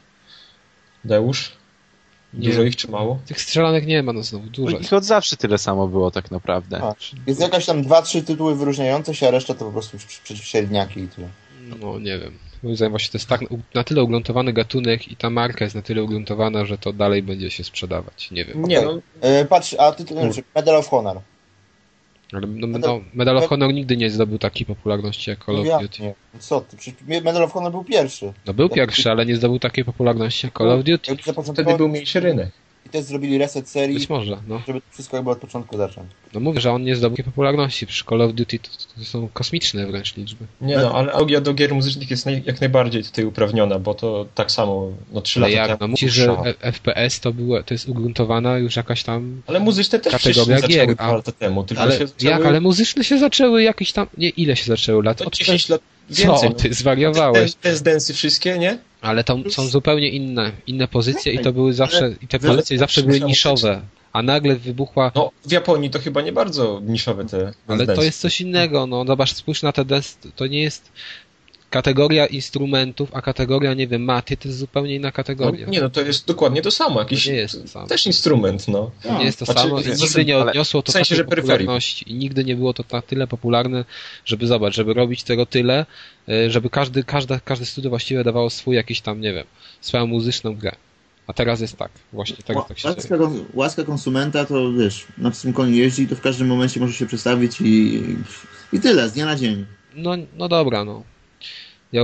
Deusz?
Nie.
Dużo ich czy mało?
Tych strzelanek nie ma, no znowu
Bo
dużo.
ich od zawsze tyle samo było tak naprawdę.
A, jest jakaś tam dwa, trzy tytuły wyróżniające się, a reszta to po prostu już przeciw średniaki i tyle.
No nie wiem. Moim zdaniem właśnie to jest tak na tyle ugruntowany gatunek i ta marka jest na tyle ugruntowana, że to dalej będzie się sprzedawać. Nie wiem.
Nie
Okej.
no,
E, patrz, a tytuł, znaczy Medal of Honor.
Ale no, no, Medal of Honor nigdy nie zdobył takiej popularności jak Call
No
of
jak
Duty.
nie? Co ty? Przecież Medal of Honor był pierwszy.
No był pierwszy, ale nie zdobył takiej popularności jak Call of Duty.
Jak
wtedy
zapoczątkowali-
był mniejszy rynek.
I też zrobili reset serii,
Być może, no.
żeby to wszystko jakby od początku zacząć.
No mówię, że on nie zdobył takiej popularności. Przy Call of Duty to, to są kosmiczne wręcz liczby.
Nie no, ale augia do gier muzycznych jest naj, jak najbardziej tutaj uprawniona, bo to tak samo, no trzy
Ale
lata
jak, no
temu.
mówisz, że
szał.
F- FPS to, było, to jest ugruntowana już jakaś tam...
Ale muzyczne też
kategoria
wcześniej zaczęły
gier,
dwa
a-
lata temu, tylko
Ale
się zaczęły...
jak? Ale muzyczne się zaczęły jakieś tam... Nie, ile się zaczęły lat?
To
Od
dziesięć lat
Co
więcej.
ty, zwariowałeś?
Te densy wszystkie, nie?
Ale to są zupełnie inne, inne pozycje i to były zawsze, i te
ale-
pozycje zawsze były niszowe. A nagle wybuchła,
No, w Japonii to chyba nie bardzo niszowe te
ale to
densy.
jest coś innego, no zobacz, spójrz na te dance, to nie jest kategoria instrumentów, a kategoria, nie wiem, maty, to jest zupełnie inna
No,
kategoria.
nie, no to jest dokładnie to samo. Jakiś
To nie jest to samo.
też instrument, no.
To nie jest to
Znaczy,
samo i
w
nigdy nie
ale-
odniosło to
w sensie,
takiej
że peryferii.
popularności i nigdy nie było to na tyle popularne, żeby zobacz, żeby robić tego tyle, y, żeby każdy, każde, każde studio właściwie dawało swój jakiś tam, nie wiem, swoją muzyczną grę. A teraz jest tak, właśnie teraz tak się dzieje.
Łaska, łaska konsumenta to wiesz, na psym koniu jeździ, to w każdym momencie może się przestawić i, i tyle, z dnia na dzień.
No, no dobra, no. Ja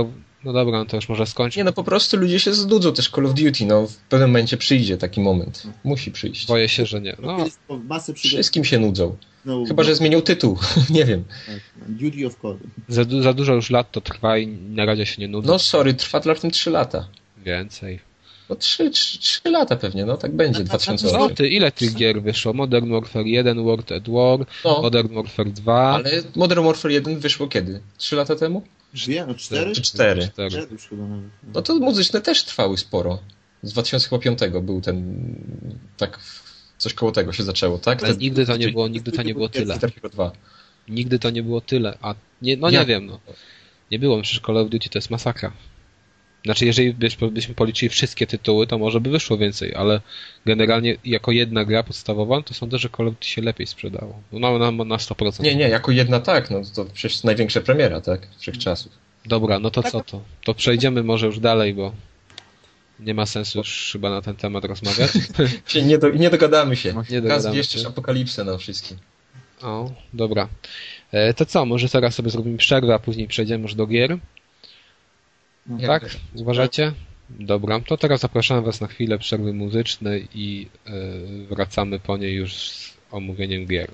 No dobra, no to już może skończyć.
Nie, no po prostu ludzie się znudzą też Call of Duty, no w pewnym momencie przyjdzie taki moment. Musi przyjść.
Boję się, że nie. No,
Jest to masę przygód.
Wszystkim się nudzą.
No,
Chyba, że zmienił tytuł. Nie wiem.
tak, Duty of Code.
za, du- za dużo już lat to trwa i na razie się nie nudzę.
No sorry, trwa dla w tym trzy lata.
Więcej.
No trzy, trzy, trzy lata pewnie, no tak będzie, dwa tysiące
Co
osiem.
ty, ile tych gier wyszło? Modern Warfare jeden, World at War,
No,
Modern Warfare dwa.
ale Modern Warfare jeden wyszło kiedy? Trzy lata temu?
Dwie? No cztery?
Czy cztery?
Cztery.
Cztery już chyba nawet.
No to muzyczne też trwały sporo. Z dwa tysiące piątego był ten, tak, coś koło tego się zaczęło, tak?
Ale
Ten-
nigdy to nie było, nigdy to nie było tyle.
Guitar Hero dwa.
Nigdy to nie było tyle. A nie, no nie
Jak?
wiem, no. Nie było, przecież Call of Duty to jest masakra. Znaczy, jeżeli byśmy, byśmy policzyli wszystkie tytuły, to może by wyszło więcej, ale generalnie jako jedna gra podstawowa, to sądzę, że Call of Duty się lepiej sprzedało. No na, na sto procent.
Nie, nie, jako jedna tak, no to przecież największa premiera, tak? Wszechczasów.
Dobra, no to co to? To przejdziemy może już dalej, bo nie ma sensu już chyba na ten temat rozmawiać.
Się nie, do, nie dogadamy się.
Nie
Raz
dogadamy
wieszczysz
się.
apokalipsę na wszystkim.
O, dobra. E, to co, może teraz sobie zrobimy przerwę, a później przejdziemy już do gier?
Jak
Tak?
też.
Uważacie? Dobra, to teraz zapraszam Was na chwilę przerwy muzycznej i e, wracamy po niej już z omówieniem gier.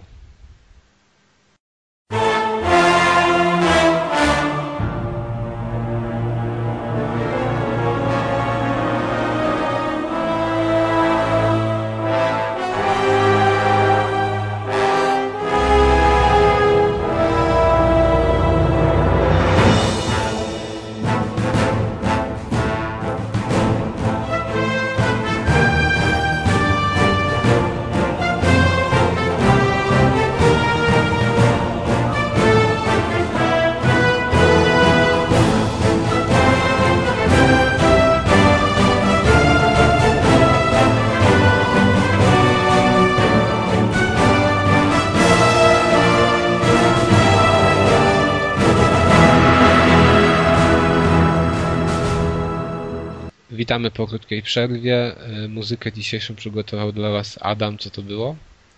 Witamy po krótkiej przerwie. E, Muzykę dzisiejszą przygotował dla Was Adam. Co to było?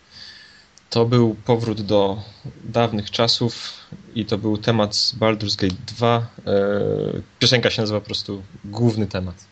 To był powrót do dawnych czasów i to był temat z Baldur's Gate dwa. Eee, Piosenka się nazywa po prostu Główny temat.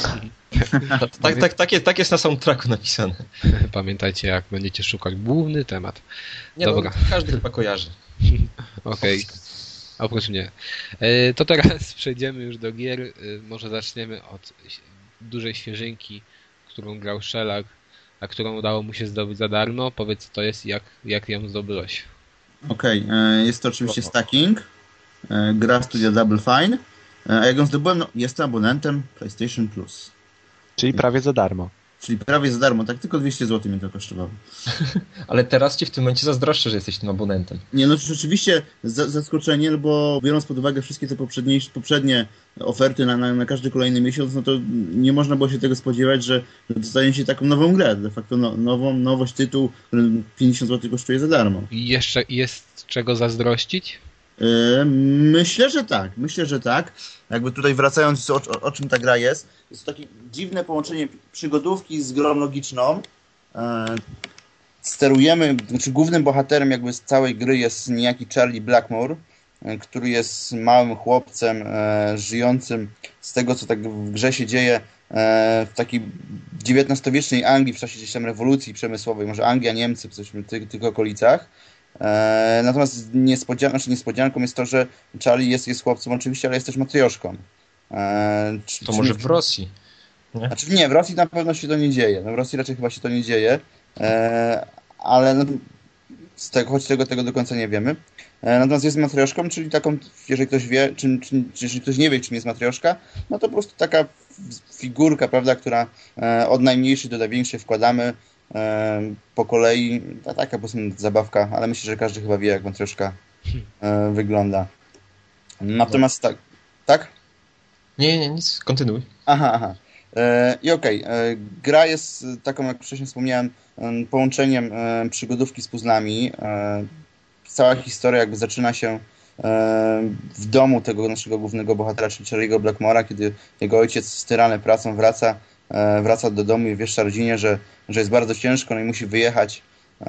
Tak, tak, tak, tak, jest, tak jest na soundtracku napisane.
Pamiętajcie, jak będziecie szukać główny temat.
Nie,
Dobra.
No, każdy chyba kojarzy.
Okej. Oprócz mnie. E, To teraz przejdziemy już do gier. E, Może zaczniemy od ś- dużej świeżynki, którą grał Shellac, a którą udało mu się zdobyć za darmo. Powiedz, co to jest i jak, jak ją zdobyłeś.
Okej, e, jest to oczywiście Stacking, e, gra studia Double Fine. E, A jak ją zdobyłem, no jestem abonentem PlayStation Plus.
Czyli prawie za darmo.
Czyli prawie za darmo, tak tylko dwieście złotych mnie to kosztowało.
Ale teraz ci w tym momencie zazdroszczę, że jesteś tym abonentem.
Nie, no rzeczywiście za- zaskoczenie, no bo biorąc pod uwagę wszystkie te poprzedniejsze, poprzednie oferty na, na, na każdy kolejny miesiąc, no to nie można było się tego spodziewać, że, że dostanie się taką nową grę. De facto no, nową, nowość, tytuł, który pięćdziesiąt złotych kosztuje za darmo.
I jeszcze jest czego zazdrościć?
Yy, Myślę, że tak. Myślę, że tak. Jakby tutaj wracając, o, o, o czym ta gra jest. Jest to takie dziwne połączenie przygodówki z grą logiczną. Yy, Sterujemy, znaczy głównym bohaterem jakby z całej gry jest niejaki Charlie Blackmore, yy, który jest małym chłopcem yy, żyjącym z tego, co tak w grze się dzieje yy, w takiej dziewiętnastowiecznej Anglii w czasie gdzieś tam rewolucji przemysłowej, może Anglia, Niemcy, coś w tych, tych okolicach. E, natomiast niespodzian- znaczy niespodzianką jest to, że Charlie jest, jest chłopcem oczywiście, ale jest też matrioszką. E, czy,
To
czy
może
nie,
w Rosji.
Znaczy nie, w Rosji na pewno się to nie dzieje. No, w Rosji raczej chyba się to nie dzieje, e, ale no, z tego, choć tego, tego do końca nie wiemy. E, natomiast jest matrioszką, czyli taką, jeżeli ktoś wie, czy, czy, czy jeżeli ktoś nie wie, czym jest matrioszka, no to po prostu taka figurka, prawda, która e, od najmniejszej do największej wkładamy e, po kolei. Ta taka po prostu zabawka, ale myślę, że każdy chyba wie, jak matrioszka e, wygląda. Natomiast tak, tak?
Nie, nie, nic, kontynuuj.
Aha, aha. E, I okej, okay. Gra jest taką, jak wcześniej wspomniałem, e, połączeniem e, przygodówki z puzzlami. E, cała historia jakby zaczyna się e, w domu tego naszego głównego bohatera, czyli Charlie'ego Blackmora, kiedy jego ojciec styrany pracą wraca, e, wraca do domu i wieszcza rodzinie, że, że jest bardzo ciężko, no i musi wyjechać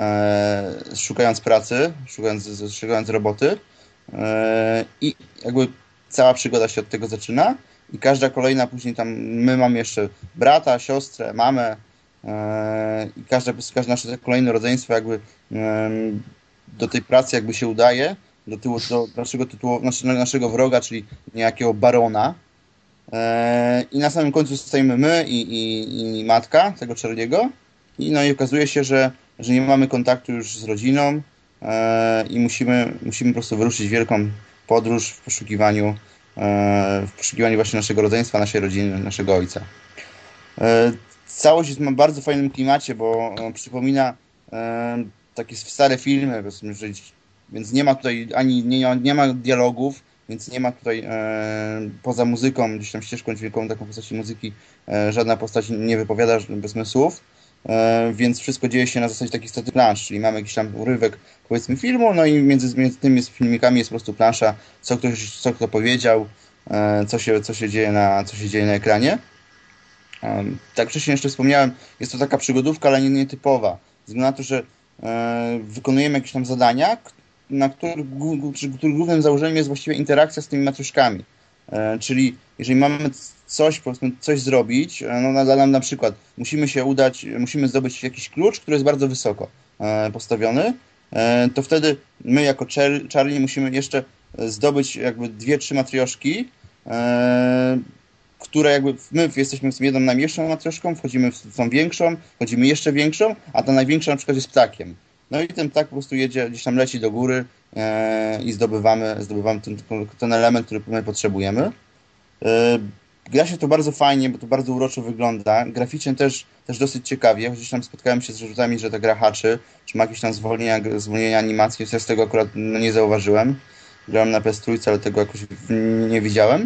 e, szukając pracy, szukając, szukając roboty. E, I jakby cała przygoda się od tego zaczyna i każda kolejna później tam, my mamy jeszcze brata, siostrę, mamę e, i każde, każde nasze kolejne rodzeństwo jakby e, do tej pracy jakby się udaje, do, tyłu, do naszego, tytułu, naszego, naszego wroga, czyli niejakiego barona. E, I na samym końcu stajemy my i, i, i matka tego Charlie'ego i no i okazuje się, że, że nie mamy kontaktu już z rodziną e, i musimy, musimy po prostu wyruszyć w wielką podróż w poszukiwaniu e, w poszukiwaniu właśnie naszego rodzeństwa, naszej rodziny, naszego ojca. E, całość jest w bardzo fajnym klimacie, bo e, przypomina e, takie stare filmy, więc nie ma tutaj ani nie, nie ma dialogów, więc nie ma tutaj e, poza muzyką, gdzieś tam ścieżką dźwiękową, taką postaci muzyki, e, żadna postać nie wypowiada bez słów, e, więc wszystko dzieje się na zasadzie takich staty plansz, czyli mamy jakiś tam urywek, powiedzmy, filmu, no i między, między tymi filmikami jest po prostu plansza, co ktoś, co kto powiedział, e, co się, co się dzieje na, co się dzieje na ekranie. E, tak wcześniej jeszcze wspomniałem, jest to taka przygodówka, ale nie nietypowa, ze względu na to, że e, wykonujemy jakieś tam zadania, na których, których głównym założeniem jest właściwie interakcja z tymi matrioszkami. E, czyli jeżeli mamy coś, powiedzmy, coś zrobić, no na, na, na przykład musimy się udać, musimy zdobyć jakiś klucz, który jest bardzo wysoko e, postawiony, e, to wtedy my jako Charlie musimy jeszcze zdobyć jakby dwie, trzy matrioszki, e, które jakby my jesteśmy z jedną najmniejszą matrioszką, wchodzimy w tą większą, wchodzimy jeszcze większą, a ta największa na przykład jest ptakiem. No i ten ptak po prostu jedzie, gdzieś tam leci do góry e, i zdobywamy, zdobywamy ten, ten element, który my potrzebujemy. E, gra się to bardzo fajnie, bo to bardzo uroczo wygląda. Graficznie też, też dosyć ciekawie, chociaż tam spotkałem się z zarzutami, że ta gra haczy, czy ma jakieś tam zwolnienia, zwolnienia animacji, ja z tego akurat no, nie zauważyłem. Grałem na P S trzy, ale tego jakoś nie widziałem.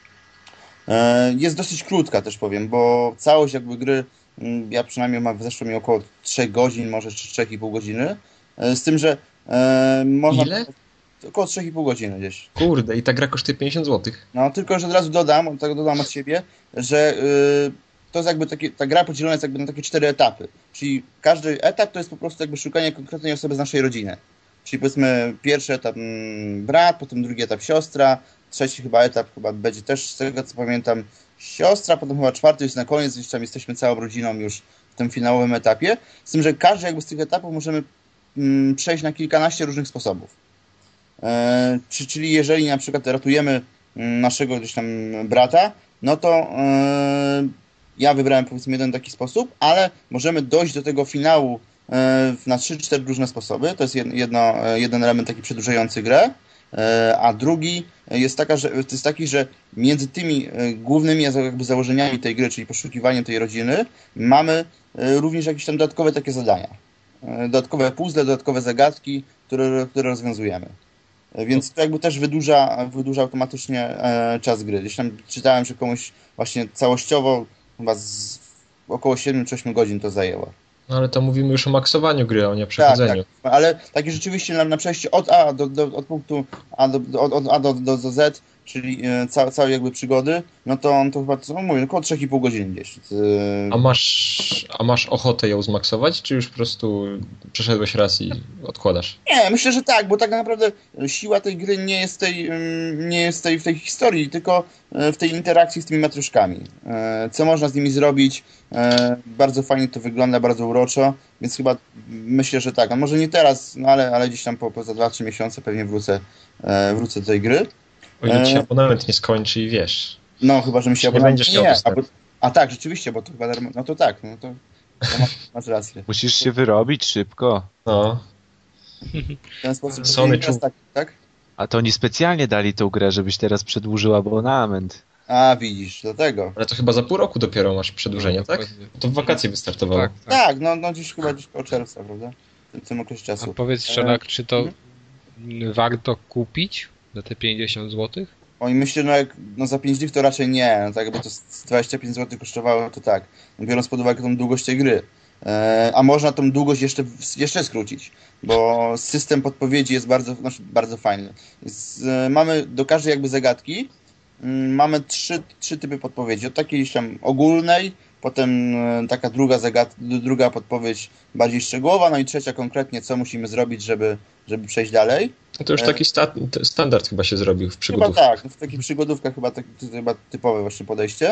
E, jest dosyć krótka też powiem, bo całość jakby gry ja przynajmniej mam, zeszło mi około trzech godzin, może trzy i pół godziny. Z tym, że e, można...
Ile?
Około trzy i pół godziny gdzieś.
Kurde, i ta gra kosztuje pięćdziesiąt złotych.
No, tylko że od razu dodam, tak dodam od siebie, że y, to jest jakby takie, ta gra podzielona jest jakby na takie cztery etapy. Czyli każdy etap to jest po prostu jakby szukanie konkretnej osoby z naszej rodziny. Czyli powiedzmy pierwszy etap mm, brat, potem drugi etap siostra, trzeci chyba etap chyba będzie też, z tego co pamiętam, siostra, potem chyba czwarty jest na koniec, gdzieś tam jesteśmy całą rodziną już w tym finałowym etapie. Z tym, że każdy jakby z tych etapów możemy mm, przejść na kilkanaście różnych sposobów. E, czy, czyli jeżeli na przykład ratujemy mm, naszego gdzieś tam brata, no to e, ja wybrałem powiedzmy jeden taki sposób, ale możemy dojść do tego finału e, na trzy cztery różne sposoby. To jest jedno, jeden element taki przedłużający grę. A drugi jest, taka, że, jest taki, że między tymi głównymi jakby założeniami tej gry, czyli poszukiwaniem tej rodziny, mamy również jakieś tam dodatkowe takie zadania. Dodatkowe puzzle, dodatkowe zagadki, które, które rozwiązujemy. Więc to jakby też wydłuża, wydłuża automatycznie czas gry. Gdzieś tam czytałem, że komuś właśnie całościowo chyba z około siedem czy osiem godzin to zajęło.
No ale to mówimy już o maksowaniu gry, a nie o przechodzeniu.
Tak, tak. Ale takie rzeczywiście na, na przejście od A do, do, od punktu A do, od, od A do, do, do Z, czyli e, ca, całej jakby przygody, no to on to chyba, co mówię, około trzy i pół godziny gdzieś. E...
A masz, a masz ochotę ją zmaksować, czy już po prostu przeszedłeś raz i odkładasz?
Nie, myślę, że tak, bo tak naprawdę siła tej gry nie jest, tej, nie jest tej, w tej historii, tylko w tej interakcji z tymi matrioszkami. Co można z nimi zrobić, bardzo fajnie to wygląda, bardzo uroczo, więc chyba myślę, że tak. A może nie teraz, no ale, ale gdzieś tam po, po za dwa trzy miesiące pewnie wrócę, wrócę do tej gry.
O ile ci abonament nie skończy i wiesz.
No, chyba, że mi się
nie
abonament...
będziesz miał
nie,
dostępu.
a, a tak, rzeczywiście, bo to chyba darmo... No to tak, no to, to masz, masz rację.
Musisz się wyrobić szybko.
No.
W ten sposób...
Sony
to jest tak, tak?
A to oni specjalnie dali tą grę, żebyś teraz przedłużył abonament.
A, widzisz, do tego.
Ale to chyba za pół roku dopiero masz przedłużenie, tak? To w wakacje wystartowało.
Tak, tak.
Tak, no, no gdzieś chyba gdzieś koło czerwca, prawda? W tym, tym okresie
A
czasu.
powiedz Szanak, czy to warto kupić za te pięćdziesiąt złotych?
Oj, myślę, no, jak, no za pięć dych to raczej nie. No, tak jakby to z dwadzieścia pięć złotych kosztowało, to tak. No, biorąc pod uwagę tą długość tej gry. E, a można tą długość jeszcze, jeszcze skrócić, bo system podpowiedzi jest bardzo, znaczy bardzo fajny. Jest, e, mamy do każdej jakby zagadki m, mamy trzy, trzy typy podpowiedzi. Od takiej tam ogólnej, potem e, taka druga, zagad, druga podpowiedź bardziej szczegółowa, no i trzecia konkretnie, co musimy zrobić, żeby, żeby przejść dalej.
No to już taki sta- standard chyba się zrobił w przygodówce.
Chyba tak, w takich przygodówkach chyba, tak, to chyba typowe właśnie podejście.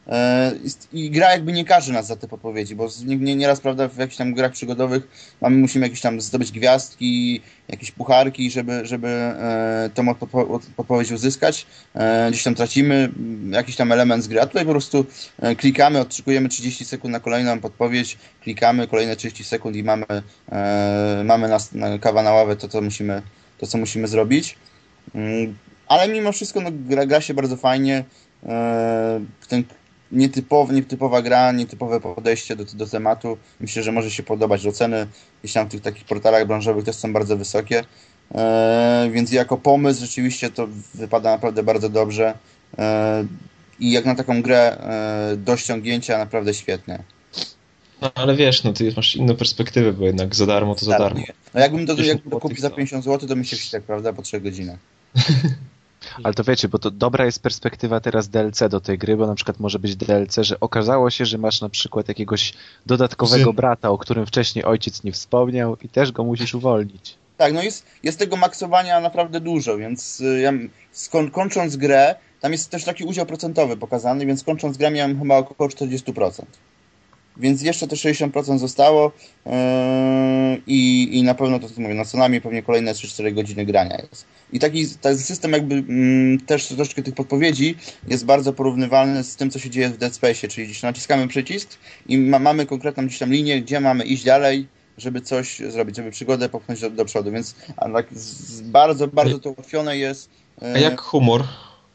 I gra jakby nie każe nas za te podpowiedzi, bo nie, nieraz, prawda, w jakichś tam grach przygodowych mamy, musimy jakieś tam zdobyć gwiazdki, jakieś pucharki, żeby, żeby e, tą podpo- podpowiedź uzyskać. E, gdzieś tam tracimy jakiś tam element z gry, a tutaj po prostu e, klikamy, odczekujemy trzydzieści sekund na kolejną podpowiedź, klikamy kolejne trzydzieści sekund i mamy, e, mamy nas, na, kawa na ławę to, co musimy, to, co musimy zrobić. Mm, ale mimo wszystko no, gra, gra się bardzo fajnie. E, ten Nietypowa, nietypowa gra, nietypowe podejście do, do tematu. Myślę, że może się podobać. Oceny gdzieś tam w tych takich portalach branżowych też są bardzo wysokie. E, więc jako pomysł rzeczywiście to wypada naprawdę bardzo dobrze. E, I jak na taką grę e, do ściągnięcia naprawdę świetnie.
No ale wiesz, no ty masz inną perspektywę, bo jednak za darmo to za darmo.
No jakbym to, jakbym to kupił za pięćdziesiąt złotych, to mi się wściekł, prawda, po trzech godzinach.
Ale to wiecie, bo to dobra jest perspektywa teraz D L C do tej gry, bo na przykład może być D L C, że okazało się, że masz na przykład jakiegoś dodatkowego
Zyn.
brata, o którym wcześniej ojciec nie wspomniał i też go musisz uwolnić.
Tak, no jest, jest tego maksowania naprawdę dużo, więc y, ja skoń, kończąc grę, tam jest też taki udział procentowy pokazany, więc kończąc grę miałem chyba około czterdzieści procent. Więc jeszcze te sześćdziesiąt procent zostało yy, i, i na pewno to, co mówię, no co najmniej pewnie kolejne trzy cztery godziny grania jest. I taki, taki system jakby mm, też troszeczkę tych podpowiedzi jest bardzo porównywalny z tym, co się dzieje w Dead Space, czyli gdzieś naciskamy przycisk i ma, mamy konkretną gdzieś tam linię, gdzie mamy iść dalej, żeby coś zrobić, żeby przygodę popchnąć do, do przodu, więc a, tak, z, bardzo, bardzo to ułatwione jest. Yy,
A jak humor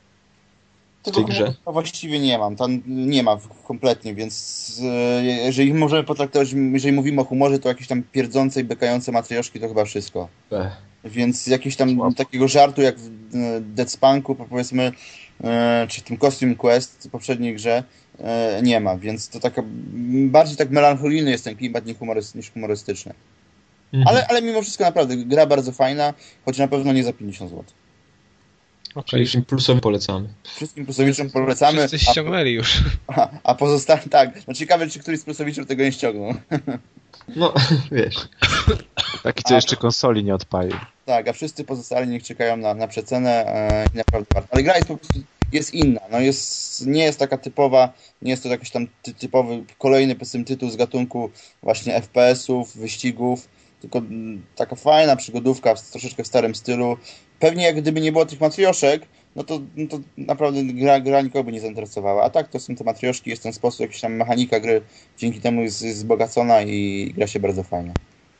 w tej grze?
To właściwie nie mam, tam nie ma kompletnie, więc e, jeżeli możemy potraktować, jeżeli mówimy o humorze, to jakieś tam pierdzące i bekające matrioszki to chyba wszystko.
Be.
Więc jakiegoś tam takiego żartu jak w Dead Spunku, powiedzmy, e, czy w tym Costume Quest w poprzedniej grze e, nie ma, więc to taka bardziej tak melancholijny jest ten klimat niż, humoryst, niż humorystyczny.
Mhm.
Ale, ale mimo wszystko naprawdę gra bardzo fajna, choć na pewno nie za pięćdziesiąt złotych.
Okay.
Czyli wszystkim plusowi polecamy.
Wszystkim plusowiczom polecamy.
Wszyscy ściągnęli już.
A, a pozostałe, tak. No ciekawe, czy któryś z plusowiczów tego nie ściągnął.
No, wiesz.
Taki, co jeszcze konsoli nie odpalił.
Tak, a wszyscy pozostali niech czekają na, na przecenę e, i naprawdę warto. Ale gra jest po prostu jest inna. No jest, nie jest taka typowa, nie jest to jakiś tam ty, typowy, kolejny powiedzmy tytuł z gatunku właśnie F P S-ów, wyścigów, tylko m, taka fajna przygodówka w, troszeczkę w starym stylu. Pewnie jak gdyby nie było tych matrioszek, no to, no to naprawdę gra, gra nikogo by nie zainteresowała. A tak to są te matrioszki, jest ten sposób, jakaś tam mechanika gry dzięki temu jest, jest wzbogacona i gra się bardzo fajnie.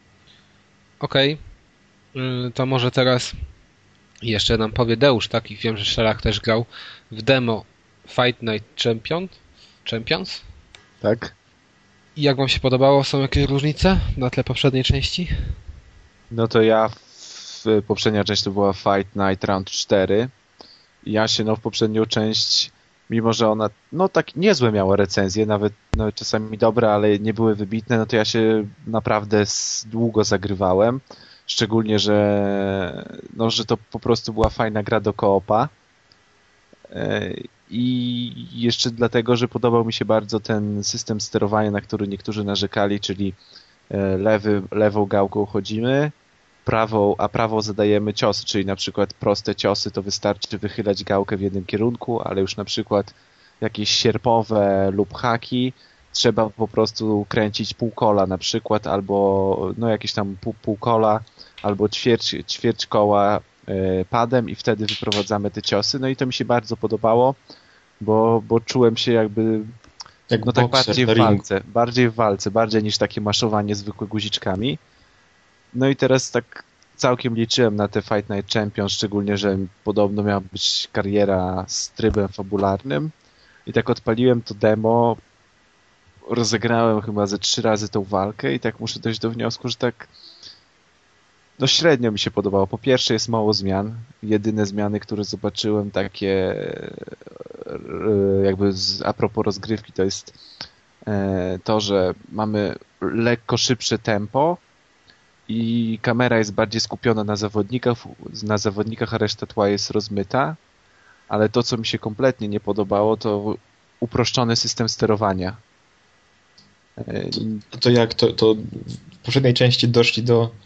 Okej, okay. To może teraz jeszcze nam powie Deusz, tak? I wiem, że Szelach też grał w demo Fight Night Champion, Champions.
Tak?
I jak wam się podobało? Są jakieś różnice na tle poprzedniej części?
No to ja w poprzednia część to była Fight Night Round cztery. Ja się no w poprzednią część, mimo że ona no tak niezłe miała recenzje, nawet no, czasami dobre, ale nie były wybitne, no to ja się naprawdę długo zagrywałem. Szczególnie, że no, że to po prostu była fajna gra do koopa. I jeszcze dlatego, że podobał mi się bardzo ten system sterowania, na który niektórzy narzekali, czyli lewy, lewą gałką chodzimy, prawą, a prawą zadajemy ciosy, czyli na przykład proste ciosy to wystarczy wychylać gałkę w jednym kierunku, ale już na przykład jakieś sierpowe lub haki trzeba po prostu kręcić półkola na przykład, albo no jakieś tam pół, półkola, albo ćwierć, ćwierć koła y, padem i wtedy wyprowadzamy te ciosy. No i to mi się bardzo podobało, bo, bo czułem się jakby
Jak
no tak
bokser
bardziej w
na ringu.
walce, bardziej w walce, bardziej niż takie maszowanie zwykłe guziczkami. No i teraz tak całkiem liczyłem na te Fight Night Champions, szczególnie, że podobno miała być kariera z trybem fabularnym. I tak odpaliłem to demo, rozegrałem chyba ze trzy razy tą walkę i tak muszę dojść do wniosku, że tak no średnio mi się podobało. Po pierwsze jest mało zmian. Jedyne zmiany, które zobaczyłem takie jakby z, a propos rozgrywki, to jest to, że mamy lekko szybsze tempo i kamera jest bardziej skupiona na zawodnikach, na zawodnikach, a reszta tła jest rozmyta. Ale to, co mi się kompletnie nie podobało, to uproszczony system sterowania.
To, to jak? To, to w poprzedniej części doszli do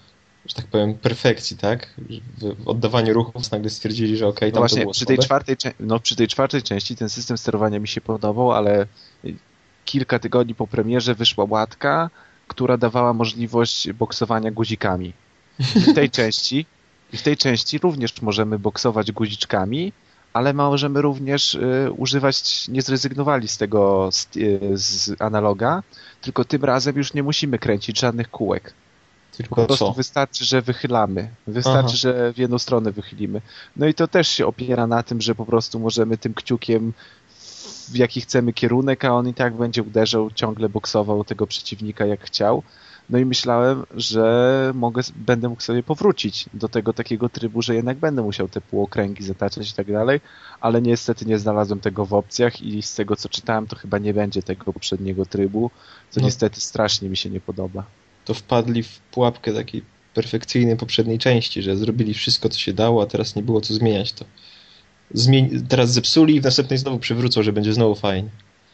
że tak powiem, perfekcji, tak? W oddawaniu ruchów nagle stwierdzili, że okej, okay,
no
tam
właśnie,
to było
przy tej,
słabe.
czwartej, no, przy tej czwartej części ten system sterowania mi się podobał, ale kilka tygodni po premierze wyszła łatka, która dawała możliwość boksowania guzikami. W tej części, w tej części również możemy boksować guziczkami, ale możemy również y, używać, nie zrezygnowali z tego z, y, z analoga, tylko tym razem już nie musimy kręcić żadnych kółek.
Tylko
Po prostu
co?
wystarczy, że wychylamy. Wystarczy,
Aha.
że w jedną stronę wychylimy. No i to też się opiera na tym, że po prostu możemy tym kciukiem w jaki chcemy kierunek, a on i tak będzie uderzał, ciągle boksował tego przeciwnika jak chciał. No i myślałem, że mogę, będę mógł sobie powrócić do tego takiego trybu, że jednak będę musiał te półokręgi zataczać i tak dalej, ale niestety nie znalazłem tego w opcjach i z tego co czytałem, to chyba nie będzie tego poprzedniego trybu, co
No.
niestety strasznie mi się nie podoba.
To wpadli w pułapkę takiej perfekcyjnej poprzedniej części, że zrobili wszystko, co się dało, a teraz nie było co zmieniać to. Zmieni- teraz zepsuli i w następnej znowu przywrócą, że będzie znowu fajnie.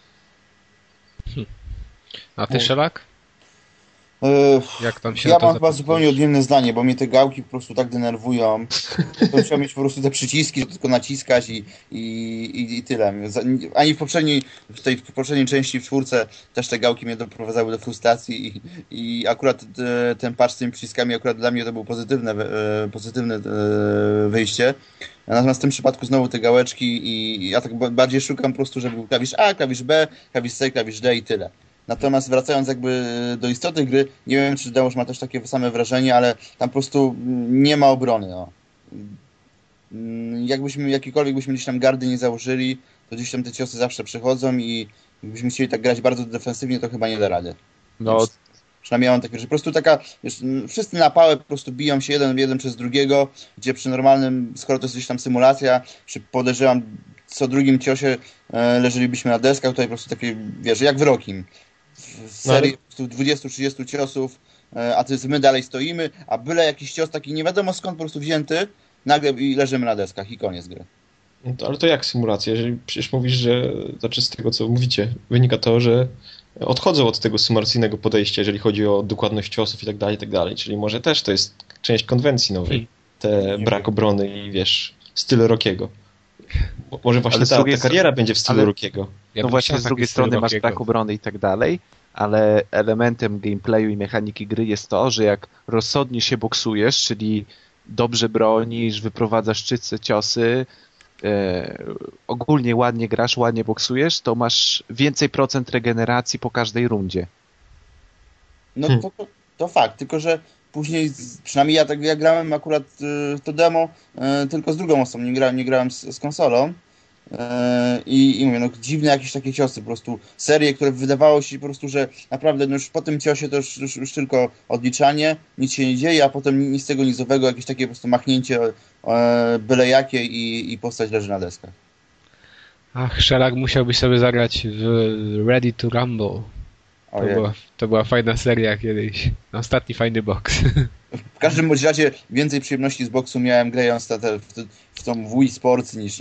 A ty, Szelak?
Yy,
Jak tam się
ja
na to
mam chyba
zapatrujesz?
zupełnie odmienne zdanie, bo mnie te gałki po prostu tak denerwują. To trzeba mieć po prostu te przyciski, żeby tylko naciskać i, i, i, i tyle. Za- Ani w poprzedniej, w tej w poprzedniej części w czwórce też te gałki mnie doprowadzały do frustracji i, i akurat e, ten patch z tymi przyciskami akurat dla mnie to był pozytywne, e, pozytywne e, wyjście. Natomiast w tym przypadku znowu te gałeczki i ja tak ba- bardziej szukam po prostu, żeby był klawisz A, klawisz B, klawisz C, klawisz D i tyle. Natomiast wracając jakby do istoty gry, nie wiem, czy Deusz ma też takie same wrażenie, ale tam po prostu nie ma obrony. No. Jakbyśmy, jakikolwiek byśmy gdzieś tam gardy nie założyli, to gdzieś tam te ciosy zawsze przychodzą i jakbyśmy chcieli tak grać bardzo defensywnie, to chyba nie da rady.
No,
Wiesz, przynajmniej ja mam takie, że po prostu taka, wiesz, wszyscy na pałę po prostu biją się jeden jeden przez drugiego, gdzie przy normalnym, skoro to jest gdzieś tam symulacja, przy podejrzewam co drugim ciosie e, leżelibyśmy na deskach, tutaj po prostu takie, wiesz, jak w Rokim. W serii po prostu dwudziestu trzydziestu ciosów, e, a to jest my dalej stoimy, a byle jakiś cios taki nie wiadomo skąd po prostu wzięty, nagle i leżymy na deskach i koniec gry.
No to, ale to jak symulacja? Jeżeli przecież mówisz, że znaczy z tego, co mówicie, wynika to, że odchodzą od tego symulacyjnego podejścia, jeżeli chodzi o dokładność ciosów i tak dalej, i tak dalej. Czyli może też to jest część konwencji nowej. Te
Nie
brak
wiem.
obrony i wiesz, styl Rockiego. Bo- Może właśnie
Ale z
ta,
drugiej
ta kariera będzie w stylu
ale-
Rockiego.
Ja
no
bym
właśnie
chciał
z
taki
drugiej
styl
strony masz
Rockiego.
brak obrony i tak dalej, ale elementem gameplayu i mechaniki gry jest to, że jak rozsądnie się boksujesz, czyli dobrze bronisz, wyprowadzasz szczytce, ciosy, e, ogólnie ładnie grasz, ładnie boksujesz, to masz więcej procent regeneracji po każdej rundzie.
No
Hmm.
to, to, to fakt, tylko że później, z- przynajmniej ja tak ja grałem akurat y, to demo y, tylko z drugą osobą, nie grałem, nie grałem z, z konsolą. y, I, I mówię, no dziwne jakieś takie ciosy, po prostu serie, które wydawało się po prostu, że naprawdę no już po tym ciosie to już, już, już tylko odliczanie, nic się nie dzieje, a potem nic z tego nizowego, jakieś takie po prostu machnięcie e, byle jakie i, i postać leży na deskach.
Ach, Szelak, musiałbyś sobie zagrać w Ready to Rumble. To
Ojej.
była, to była fajna seria kiedyś. Ostatni fajny boks.
W każdym bądź razie więcej przyjemności z boksu miałem grając ta, te, w, w tą Wii Sports niż...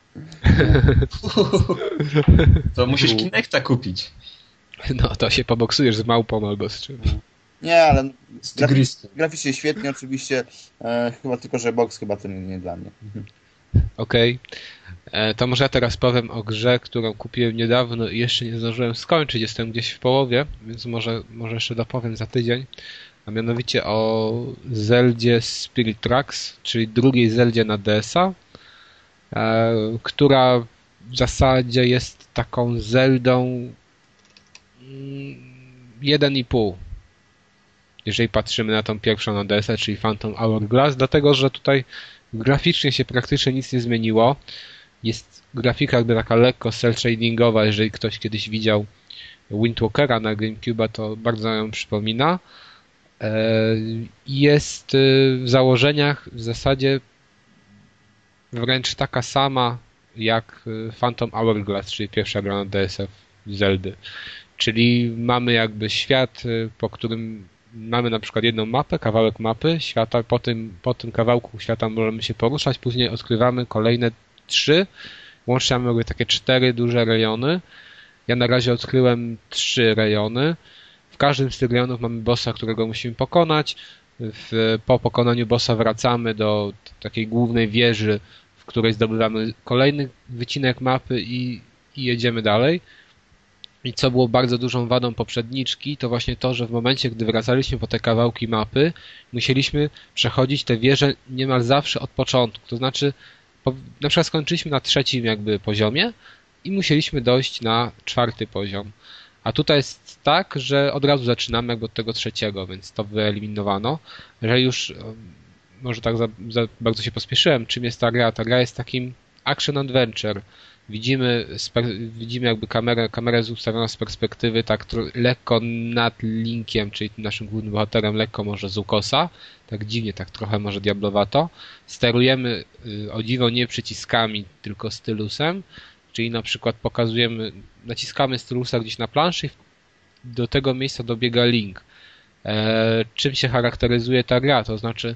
To musisz Kinecta kupić.
No, to się poboksujesz z małpą albo z czymś.
Nie, ale
Z
grafik,
tygrysem.
graficznie świetnie oczywiście, e, chyba tylko, że boks chyba to nie, nie dla mnie.
Okej. E, To może ja teraz powiem o grze, którą kupiłem niedawno i jeszcze nie zdążyłem skończyć. Jestem gdzieś w połowie, więc może, może jeszcze dopowiem za tydzień. A mianowicie o Zeldzie Spirit Tracks, czyli drugiej Zeldzie na D S a, e, która w zasadzie jest taką Zeldą mm, jeden i pół. Jeżeli patrzymy na tą pierwszą na D S a, czyli Phantom Hourglass, dlatego że tutaj graficznie się praktycznie nic nie zmieniło. Jest grafika jakby taka lekko cel-shadingowa, jeżeli ktoś kiedyś widział Windwalkera na GameCube'a, to bardzo ją przypomina. E, Jest y, w założeniach w zasadzie wręcz taka sama jak y, Phantom Hourglass, czyli pierwsza gra na D S a Zeldy. Czyli mamy jakby świat, y, po którym mamy na przykład jedną mapę, kawałek mapy świata, po tym, po tym kawałku świata możemy się poruszać, później odkrywamy kolejne trzy, łącznie mamy takie cztery duże rejony. Ja na razie odkryłem trzy rejony. W każdym z tych rejonów mamy bossa, którego musimy pokonać. w, po pokonaniu bossa wracamy do takiej głównej wieży, w której zdobywamy kolejny wycinek mapy i, i jedziemy dalej. I co było bardzo dużą wadą poprzedniczki, to właśnie to, że w momencie, gdy wracaliśmy po te kawałki mapy, musieliśmy przechodzić te wieże niemal zawsze od początku. To znaczy, po, na przykład skończyliśmy na trzecim jakby poziomie i musieliśmy dojść na czwarty poziom. A tutaj jest tak, że od razu zaczynamy jakby od tego trzeciego, więc to wyeliminowano, że już, może tak za, za bardzo się pospieszyłem, czym jest ta gra? Ta gra jest takim action adventure. Widzimy, widzimy jakby kamerę, kamerę jest ustawiona z perspektywy tak lekko nad Linkiem, czyli naszym głównym bohaterem, lekko może z ukosa, tak dziwnie, tak trochę może diablowato. Sterujemy o dziwo nie przyciskami, tylko stylusem, czyli na przykład pokazujemy, naciskamy stylusa gdzieś na planszy i do tego miejsca dobiega Link. E, czym się charakteryzuje ta gra? To znaczy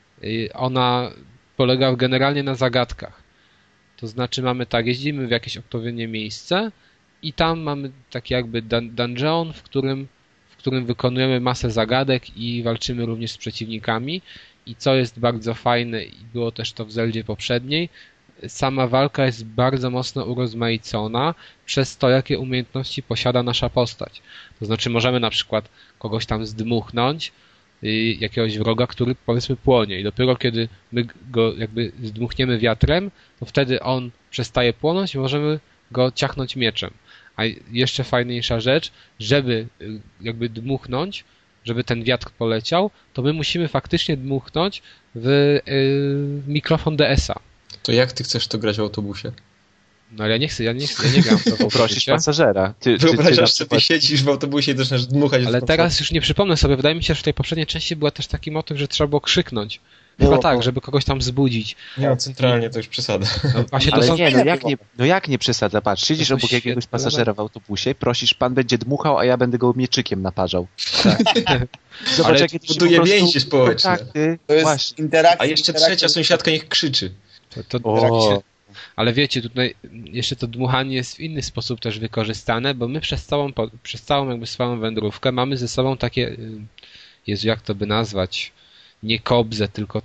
ona polega generalnie na zagadkach. To znaczy mamy tak, jeździmy w jakieś odpowiednie miejsce i tam mamy taki jakby dun- dungeon, w którym, w którym wykonujemy masę zagadek i walczymy również z przeciwnikami. I co jest bardzo fajne i było też to w Zeldzie poprzedniej, sama walka jest bardzo mocno urozmaicona przez to, jakie umiejętności posiada nasza postać. To znaczy możemy na przykład kogoś tam zdmuchnąć, jakiegoś wroga, który powiedzmy płonie i dopiero kiedy my go jakby zdmuchniemy wiatrem, to wtedy on przestaje płonąć i możemy go ciachnąć mieczem. A jeszcze fajniejsza rzecz, żeby jakby dmuchnąć, żeby ten wiatr poleciał, to my musimy faktycznie dmuchnąć w yy, mikrofon D S a.
To jak ty chcesz to grać w autobusie?
No ale ja nie chcę, ja nie chcę, ja nie gram to
poprosić pasażera. Ty,
Wyobrażasz sobie, przykład... siedzisz w autobusie i zaczynasz dmuchać.
Ale teraz już nie przypomnę sobie, wydaje mi się, że w tej poprzedniej części była też taki motyw, że trzeba było krzyknąć. Chyba no, tak, żeby kogoś tam wzbudzić.
Nie, centralnie to już przesada.
No, właśnie
ale
to są...
nie, no jak nie, no jak nie przesada? Patrz, siedzisz obok jakiegoś pasażera w autobusie, prosisz, pan będzie dmuchał, a ja będę go mieczykiem naparzał.
Tak.
Zobacz,
ale
jakie
buduje więzi społeczne.
Kontakty.
To jest
Właśnie.
interakcja.
A jeszcze trzecia sąsiadka niech krzyczy.
To, to
o.
Ale wiecie, tutaj jeszcze to dmuchanie jest w inny sposób też wykorzystane, bo my przez całą, przez całą jakby swoją wędrówkę mamy ze sobą takie, Jezu, jak to by nazwać, nie kobzę, tylko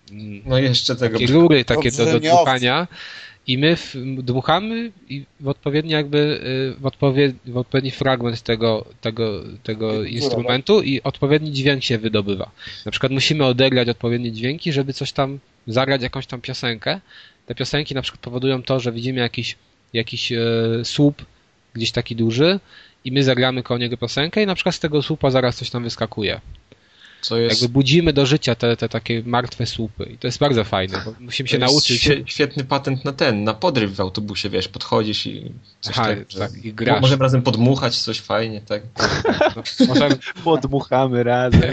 no jeszcze tego
takie rury takie do, do dmuchania i my w, dmuchamy i w odpowiedni jakby w, odpowied, w odpowiedni fragment tego, tego, tego instrumentu i odpowiedni dźwięk się wydobywa. Na przykład musimy odegrać odpowiednie dźwięki, żeby coś tam zagrać, jakąś tam piosenkę. Te piosenki na przykład powodują to, że widzimy jakiś, jakiś e, słup gdzieś taki duży i my zagramy koło niego piosenkę i na przykład z tego słupa zaraz coś tam wyskakuje. Co jest... Jakby budzimy do życia te, te takie martwe słupy i to jest bardzo fajne, bo musimy się
to
nauczyć.
Świe, świetny patent na ten, na podryw w autobusie, wiesz, podchodzisz i coś
Aha,
tak,
tak i grasz.
Możemy razem podmuchać coś fajnie, tak?
No, możemy... Podmuchamy razem.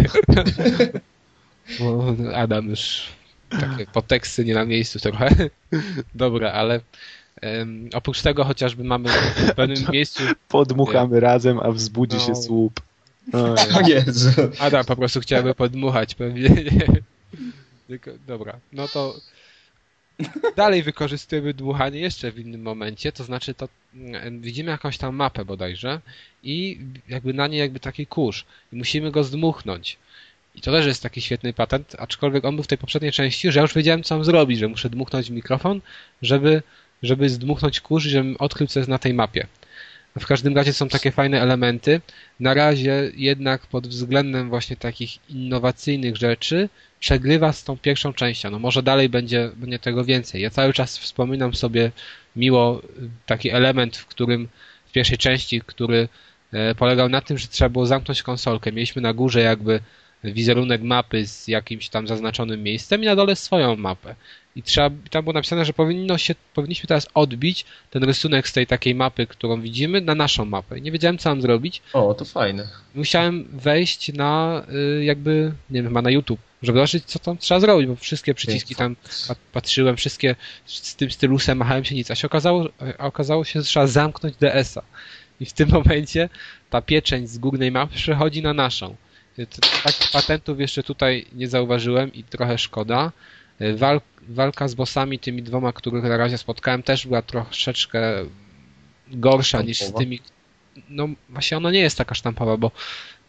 Bo Adam już takie podteksty nie na miejscu trochę. Dobra, ale um, oprócz tego chociażby mamy w pewnym miejscu...
Podmuchamy razem, a wzbudzi no. się słup.
O Jezu.
Adam po prostu chciałby podmuchać pewnie. Tylko, dobra, no to dalej wykorzystujemy dmuchanie jeszcze w innym momencie, to znaczy to widzimy jakąś tam mapę bodajże i jakby na niej jakby taki kurz i musimy go zdmuchnąć. I to też jest taki świetny patent, aczkolwiek on był w tej poprzedniej części, że ja już wiedziałem, co mam zrobić, że muszę dmuchnąć w mikrofon, żeby, żeby zdmuchnąć kurz i żebym odkrył, co jest na tej mapie. W każdym razie są takie fajne elementy. Na razie jednak pod względem właśnie takich innowacyjnych rzeczy przegrywa z tą pierwszą częścią. No może dalej będzie, będzie tego więcej. Ja cały czas wspominam sobie miło taki element, w którym w pierwszej części, który polegał na tym, że trzeba było zamknąć konsolkę. Mieliśmy na górze jakby wizerunek mapy z jakimś tam zaznaczonym miejscem i na dole swoją mapę. I trzeba, tam było napisane, że powinno się, powinniśmy teraz odbić ten rysunek z tej takiej mapy, którą widzimy, na naszą mapę. I nie wiedziałem, co mam zrobić.
O, to fajne.
Musiałem wejść na jakby, nie wiem, chyba na YouTube, żeby zobaczyć, co tam trzeba zrobić, bo wszystkie przyciski tam patrzyłem, wszystkie z tym stylusem machałem się nic, a się okazało, a okazało się, że trzeba zamknąć D S a. I w tym momencie ta pieczęć z górnej mapy przechodzi na naszą. Takich patentów jeszcze tutaj nie zauważyłem i trochę szkoda. Wal, walka z bossami, tymi dwoma, których na razie spotkałem, też była troszeczkę gorsza niż z tymi... No właśnie ona nie jest taka sztampowa, bo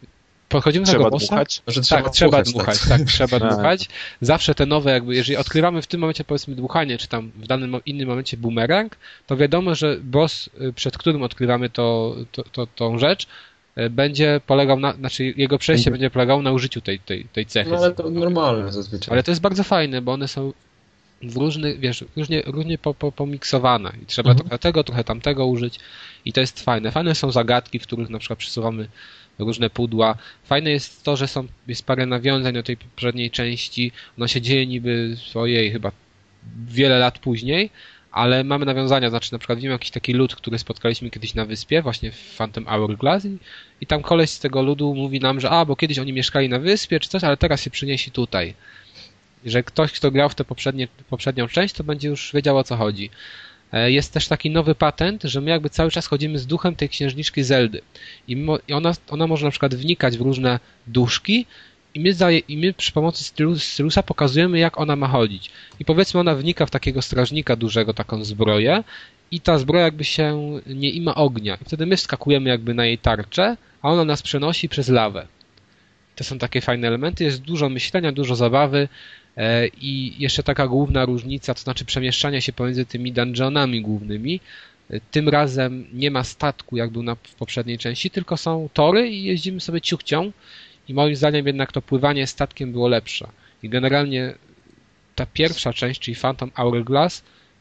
podchodzimy do
Trzeba
tego bossa.
dmuchać?
Że trzeba
Tak, trzeba
dmuchać,
dmuchać,
tak.
tak, trzeba
Tak.
dmuchać. Zawsze te nowe, jakby, jeżeli odkrywamy w tym momencie, powiedzmy, dmuchanie, czy tam w danym mo- innym momencie bumerang, to wiadomo, że boss, y, przed którym odkrywamy to, to, to, tą rzecz, y, będzie polegał na, znaczy jego przejście będzie polegało na użyciu tej, tej, tej cechy.
No ale to normalne zazwyczaj.
Ale to jest bardzo fajne, bo one są w różnych, wiesz, różnie, różnie po, po, pomiksowane i trzeba
Mhm.
trochę tego, trochę tamtego użyć i to jest fajne. Fajne są zagadki, w których na przykład przesuwamy różne pudła. Fajne jest to, że są, jest parę nawiązań do tej poprzedniej części. Ona się dzieje niby, ojej, chyba wiele lat później, ale mamy nawiązania, znaczy na przykład wiemy jakiś taki lud, który spotkaliśmy kiedyś na wyspie, właśnie w Phantom Hourglass i, i tam koleś z tego ludu mówi nam, że a, bo kiedyś oni mieszkali na wyspie czy coś, ale teraz się przynieśli tutaj. Że ktoś, kto grał w tę poprzednie, poprzednią część, to będzie już wiedział, o co chodzi. E, Jest też taki nowy patent, że my jakby cały czas chodzimy z duchem tej księżniczki Zeldy. I, mo, i ona, ona może na przykład wnikać w różne duszki i my, zaje, i my przy pomocy stylu, stylusa pokazujemy, jak ona ma chodzić. I powiedzmy, ona wnika w takiego strażnika dużego, taką zbroję i ta zbroja jakby się nie ima ognia. I wtedy my wskakujemy jakby na jej tarczę, a ona nas przenosi przez lawę. To są takie fajne elementy, jest dużo myślenia, dużo zabawy e, i jeszcze taka główna różnica, to znaczy przemieszczania się pomiędzy tymi dungeonami głównymi. E, Tym razem nie ma statku, jak był na, w poprzedniej części, tylko są tory i jeździmy sobie ciuchcią i moim zdaniem jednak to pływanie statkiem było lepsze. I generalnie ta pierwsza część, czyli Phantom Hourglass,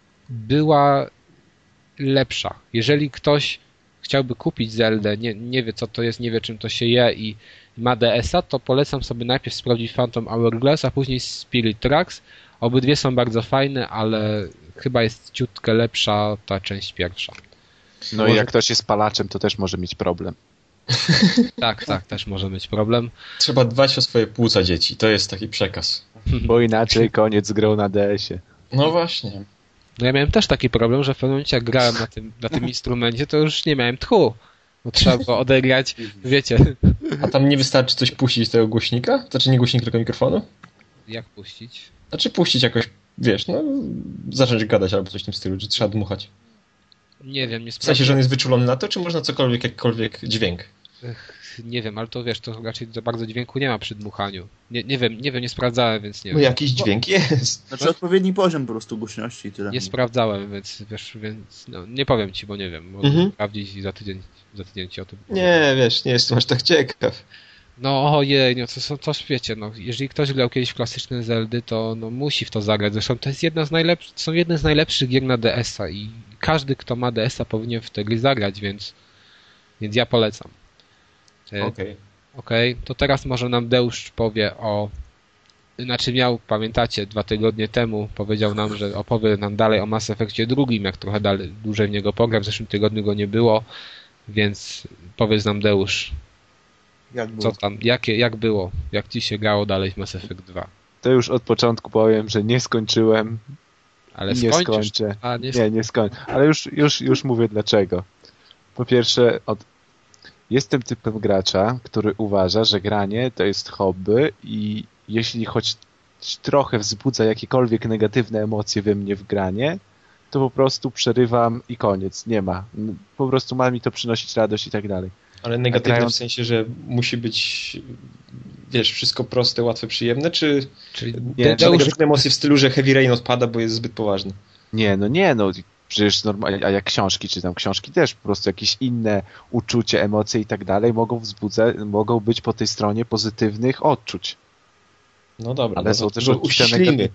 była lepsza. Jeżeli ktoś chciałby kupić Zeldę, nie, nie wie co to jest, nie wie czym to się je i ma D S a, to polecam sobie najpierw sprawdzić Phantom Hourglass, a później Spirit Tracks. Obydwie są bardzo fajne, ale chyba jest ciutkę lepsza ta część pierwsza.
No
Może-
i jak ktoś jest palaczem, to też może mieć problem.
Tak, tak, też może być problem.
Trzeba dbać o swoje płuca dzieci. To jest taki przekaz.
Bo inaczej koniec z grą na D S ie.
No właśnie.
No ja miałem też taki problem, że w pewnym momencie jak grałem na tym, na tym instrumencie, to już nie miałem tchu. Bo trzeba było odegrać, wiecie,
A tam nie wystarczy coś puścić z tego głośnika? Znaczy nie głośnika, tylko mikrofonu?
jak puścić.
Znaczy puścić jakoś, wiesz, no zacząć gadać albo coś w tym stylu, czy trzeba dmuchać.
Nie wiem, nie
W sensie,
sprawdzę.
że on jest wyczulony na to, czy można cokolwiek, jakkolwiek dźwięk?
Nie wiem, ale to wiesz, to raczej za bardzo dźwięku nie ma przy dmuchaniu. Nie, nie wiem, nie wiem, nie sprawdzałem, więc nie
No
wiem.
jakiś dźwięk jest.
Znaczy odpowiedni poziom po prostu głośności i tyle.
Nie sprawdzałem, więc wiesz, więc no, nie powiem ci, bo nie wiem. Mogę
Mhm.
sprawdzić i za tydzień, za tydzień ci o tym powiem.
Nie, wiesz, nie jestem aż tak ciekaw.
No ojej, no to są, to wiecie, no jeżeli ktoś grał kiedyś w klasyczne Zeldy, to no, musi w to zagrać. Zresztą to jest jedna z najlepszych, są jedne z najlepszych gier na D S a i każdy, kto ma D S a powinien w te gry zagrać, więc, więc ja polecam. E,
Okej.
Okej, to teraz może nam Deusz powie o... Znaczy miał, pamiętacie, dwa tygodnie temu powiedział nam, że opowie nam dalej o Mass Effectie drugim, jak trochę dalej, dłużej w niego pogram. W zeszłym tygodniu go nie było, więc powiedz nam Deusz,
Jak było?
co tam, jakie, jak było, jak ci się grało dalej w Mass Effect dwa.
To już od początku powiem, że nie skończyłem
Ale
i nie
skończysz.
skończę.
A, nie,
Nie, nie skończę. Ale już, już, już mówię dlaczego. Po pierwsze, od... jestem typem gracza, który uważa, że granie to jest hobby i jeśli choć trochę wzbudza jakiekolwiek negatywne emocje we mnie w granie, to po prostu przerywam i koniec. Nie ma. Po prostu ma mi to przynosić radość i tak dalej.
Ale negatywne
grając-
w sensie, że musi być, wiesz, wszystko proste, łatwe, przyjemne, czy
Czyli
Nie,
De-
czy
Deusz,
negatywne emocje w stylu, że Heavy Rain odpada, bo jest zbyt poważny?
Nie, no nie, no przecież normalnie, a jak książki czytam, książki też po prostu jakieś inne uczucie, emocje i tak dalej mogą wzbudzać, mogą być po tej stronie pozytywnych odczuć.
No dobra,
Ale
no
są
to
też
to
odczucia
uściślimy,
negatywne.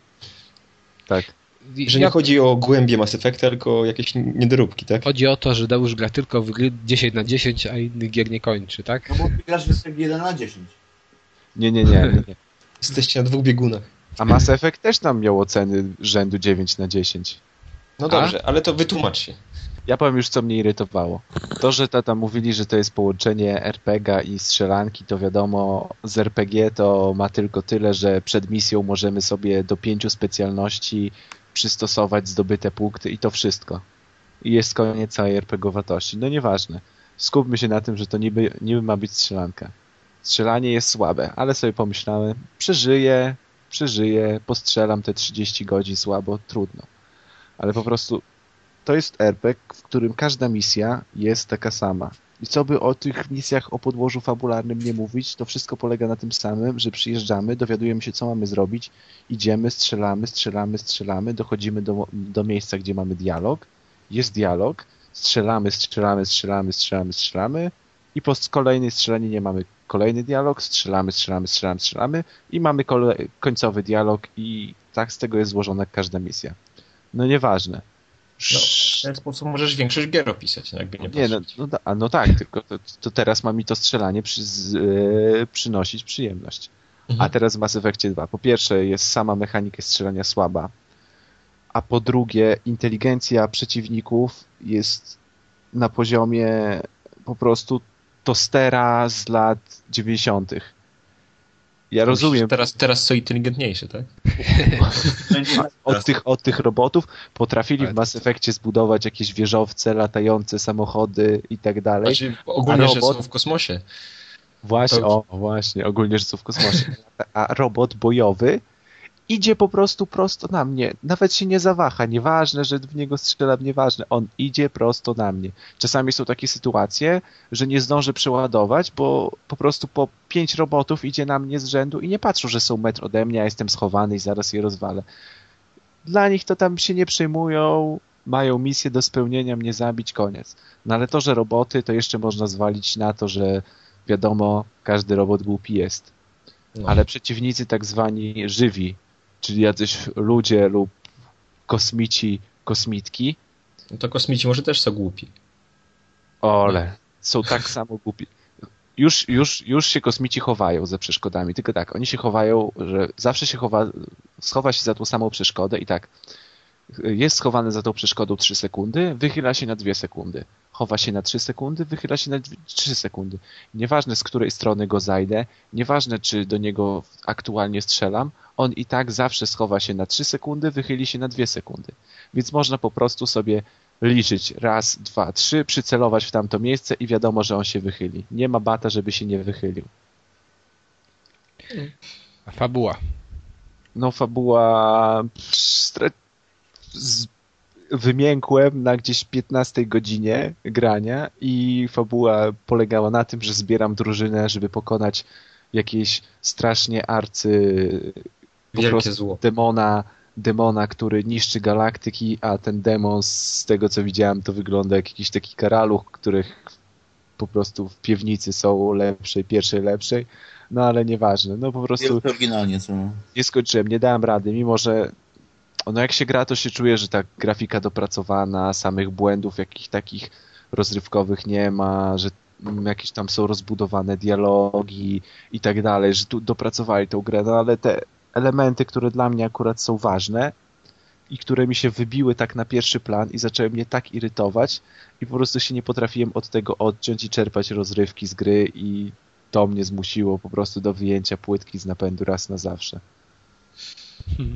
Tak.
że nie chodzi o głębie Mass Effecta, tylko o jakieś niedoróbki, tak?
Chodzi o to, że Deusz gra tylko w gry dziesięć na dziesięć, a innych gier nie kończy, tak?
No bo ty grasz w tak jeden na dziesięć.
Nie, nie, nie, nie, nie.
Jesteście na dwóch biegunach.
A Mass Effect też tam miał oceny rzędu dziewięć na dziesięć.
No
A?
dobrze, ale to wytłumacz się.
Ja powiem już, co mnie irytowało. To, że tata mówili, że to jest połączenie er pe gie a i strzelanki, to wiadomo, z er pe gie to ma tylko tyle, że przed misją możemy sobie do pięciu specjalności przystosować zdobyte punkty i to wszystko. I jest koniec całej er pe gie owatości. No nieważne. Skupmy się na tym, że to niby, niby ma być strzelanka. Strzelanie jest słabe, ale sobie pomyślałem, przeżyję, przeżyję, postrzelam te trzydzieści godzin słabo, trudno. Ale po prostu to to jest er pe gie, w którym każda misja jest taka sama. I co by o tych misjach o podłożu fabularnym nie mówić, to wszystko polega na tym samym, że przyjeżdżamy, dowiadujemy się, co mamy zrobić, idziemy, strzelamy, strzelamy, strzelamy, dochodzimy do, do miejsca, gdzie mamy dialog, jest dialog, strzelamy, strzelamy, strzelamy, strzelamy, strzelamy i po kolejnej strzelaninie mamy kolejny dialog, strzelamy, strzelamy, strzelamy, strzelamy i mamy kole- końcowy dialog i tak z tego jest złożona każda misja. No nieważne.
No, w ten sposób możesz większość gier opisać, no jakby nie
Nie, no, no, no, no tak, tylko to, to teraz ma mi to strzelanie przy, z, yy, przynosić przyjemność. Mhm. A teraz w Mass Effectie dwa. Po pierwsze jest sama mechanika strzelania słaba, a po drugie inteligencja przeciwników jest na poziomie po prostu tostera z lat dziewięćdziesiątych. Ja rozumiem.
Teraz, teraz są inteligentniejsze, tak?
Od tych, od tych robotów potrafili w Mass Effectie zbudować jakieś wieżowce, latające samochody i tak dalej.
Znaczy, ogólnie, robot... że są w kosmosie.
Właśnie, to... o, właśnie, ogólnie, że są w kosmosie. A robot bojowy idzie po prostu prosto na mnie. Nawet się nie zawaha. Nieważne, że w niego strzelam, nieważne. On idzie prosto na mnie. Czasami są takie sytuacje, że nie zdążę przeładować, bo po prostu po pięć robotów idzie na mnie z rzędu i nie patrzą, że są metr ode mnie, a jestem schowany i zaraz je rozwalę. Dla nich to tam się nie przejmują, mają misję do spełnienia, mnie zabić, koniec. No ale to, że roboty, to jeszcze można zwalić na to, że wiadomo, każdy robot głupi jest. No. Ale przeciwnicy tak zwani żywi, czyli jacyś ludzie lub kosmici, kosmitki.
No to kosmici może też są głupi.
Ole, są tak samo głupi. Już, już, już się kosmici chowają za przeszkodami, tylko tak, oni się chowają, że zawsze się chowa, schowa się za tą samą przeszkodę i tak, jest schowany za tą przeszkodą trzy sekundy, wychyla się na dwie sekundy. Chowa się na trzy sekundy, wychyla się na trzy sekundy. Nieważne, z której strony go zajdę, nieważne, czy do niego aktualnie strzelam, on i tak zawsze schowa się na trzy sekundy, wychyli się na dwie sekundy. Więc można po prostu sobie liczyć raz, dwa, trzy, przycelować w tamto miejsce i wiadomo, że on się wychyli. Nie ma bata, żeby się nie wychylił.
A fabuła?
No fabuła... Z... Wymiękłem na gdzieś piętnastej godzinie grania i fabuła polegała na tym, że zbieram drużynę, żeby pokonać jakieś strasznie arcy po
wielkie zło.
demona, demona, który niszczy galaktyki, a ten demon z tego co widziałem to wygląda jak jakiś taki karaluch, których po prostu w piwnicy są lepszej, pierwszej lepszej, no ale nieważne, no po prostu
jest oryginalnie co?
Nie skończyłem, nie dałem rady, mimo że no jak się gra, to się czuje, że ta grafika dopracowana, samych błędów jakichś takich rozrywkowych nie ma, że jakieś tam są rozbudowane dialogi i tak dalej, że tu dopracowali tą grę, no ale te elementy, które dla mnie akurat są ważne i które mi się wybiły tak na pierwszy plan i zaczęły mnie tak irytować i po prostu się nie potrafiłem od tego odciąć i czerpać rozrywki z gry i to mnie zmusiło po prostu do wyjęcia płytki z napędu raz na zawsze. Hmm.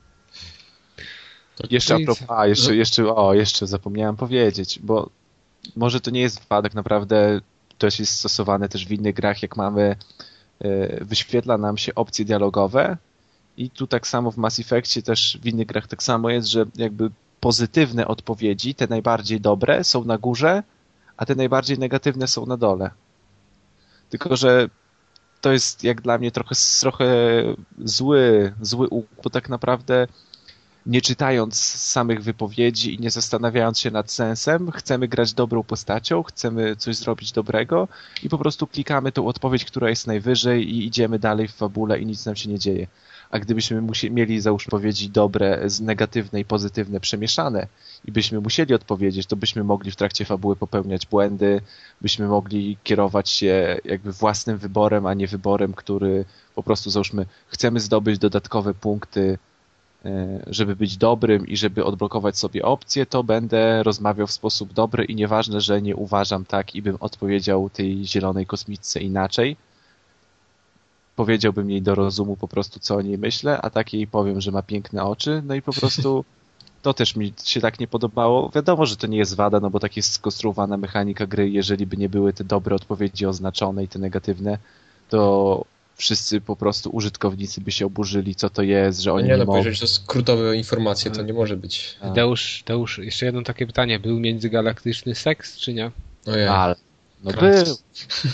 Jeszcze a propos, a jeszcze, jeszcze, o, jeszcze zapomniałem powiedzieć, bo może to nie jest wada, tak naprawdę to jest stosowane też w innych grach, jak mamy, wyświetla nam się opcje dialogowe i tu tak samo w Mass Effectie też w innych grach tak samo jest, że jakby pozytywne odpowiedzi, te najbardziej dobre są na górze, a te najbardziej negatywne są na dole. Tylko, że to jest jak dla mnie trochę, trochę zły, zły układ, bo tak naprawdę nie czytając samych wypowiedzi i nie zastanawiając się nad sensem, chcemy grać dobrą postacią, chcemy coś zrobić dobrego i po prostu klikamy tą odpowiedź, która jest najwyżej i idziemy dalej w fabule i nic nam się nie dzieje. A gdybyśmy musi, mieli załóżmy odpowiedzi dobre, negatywne i pozytywne przemieszane i byśmy musieli odpowiedzieć, to byśmy mogli w trakcie fabuły popełniać błędy, byśmy mogli kierować się jakby własnym wyborem, a nie wyborem, który po prostu załóżmy chcemy zdobyć dodatkowe punkty, żeby być dobrym i żeby odblokować sobie opcje, to będę rozmawiał w sposób dobry i nieważne, że nie uważam tak i bym odpowiedział tej zielonej kosmitce inaczej. Powiedziałbym jej do rozumu po prostu, co o niej myślę, a tak jej powiem, że ma piękne oczy, no i po prostu to też mi się tak nie podobało. Wiadomo, że to nie jest wada, no bo tak jest skonstruowana mechanika gry, jeżeli by nie były te dobre odpowiedzi oznaczone i te negatywne, to wszyscy po prostu użytkownicy by się oburzyli, co to jest, że oni
nie
nie,
no,
mogą.
powiedzieć, że skrótowe informacje to nie może być.
A.
Deusz, Deusz, jeszcze jedno takie pytanie. Był międzygalaktyczny seks, czy nie?
Ojej.
Ale, no
Krawc.
był.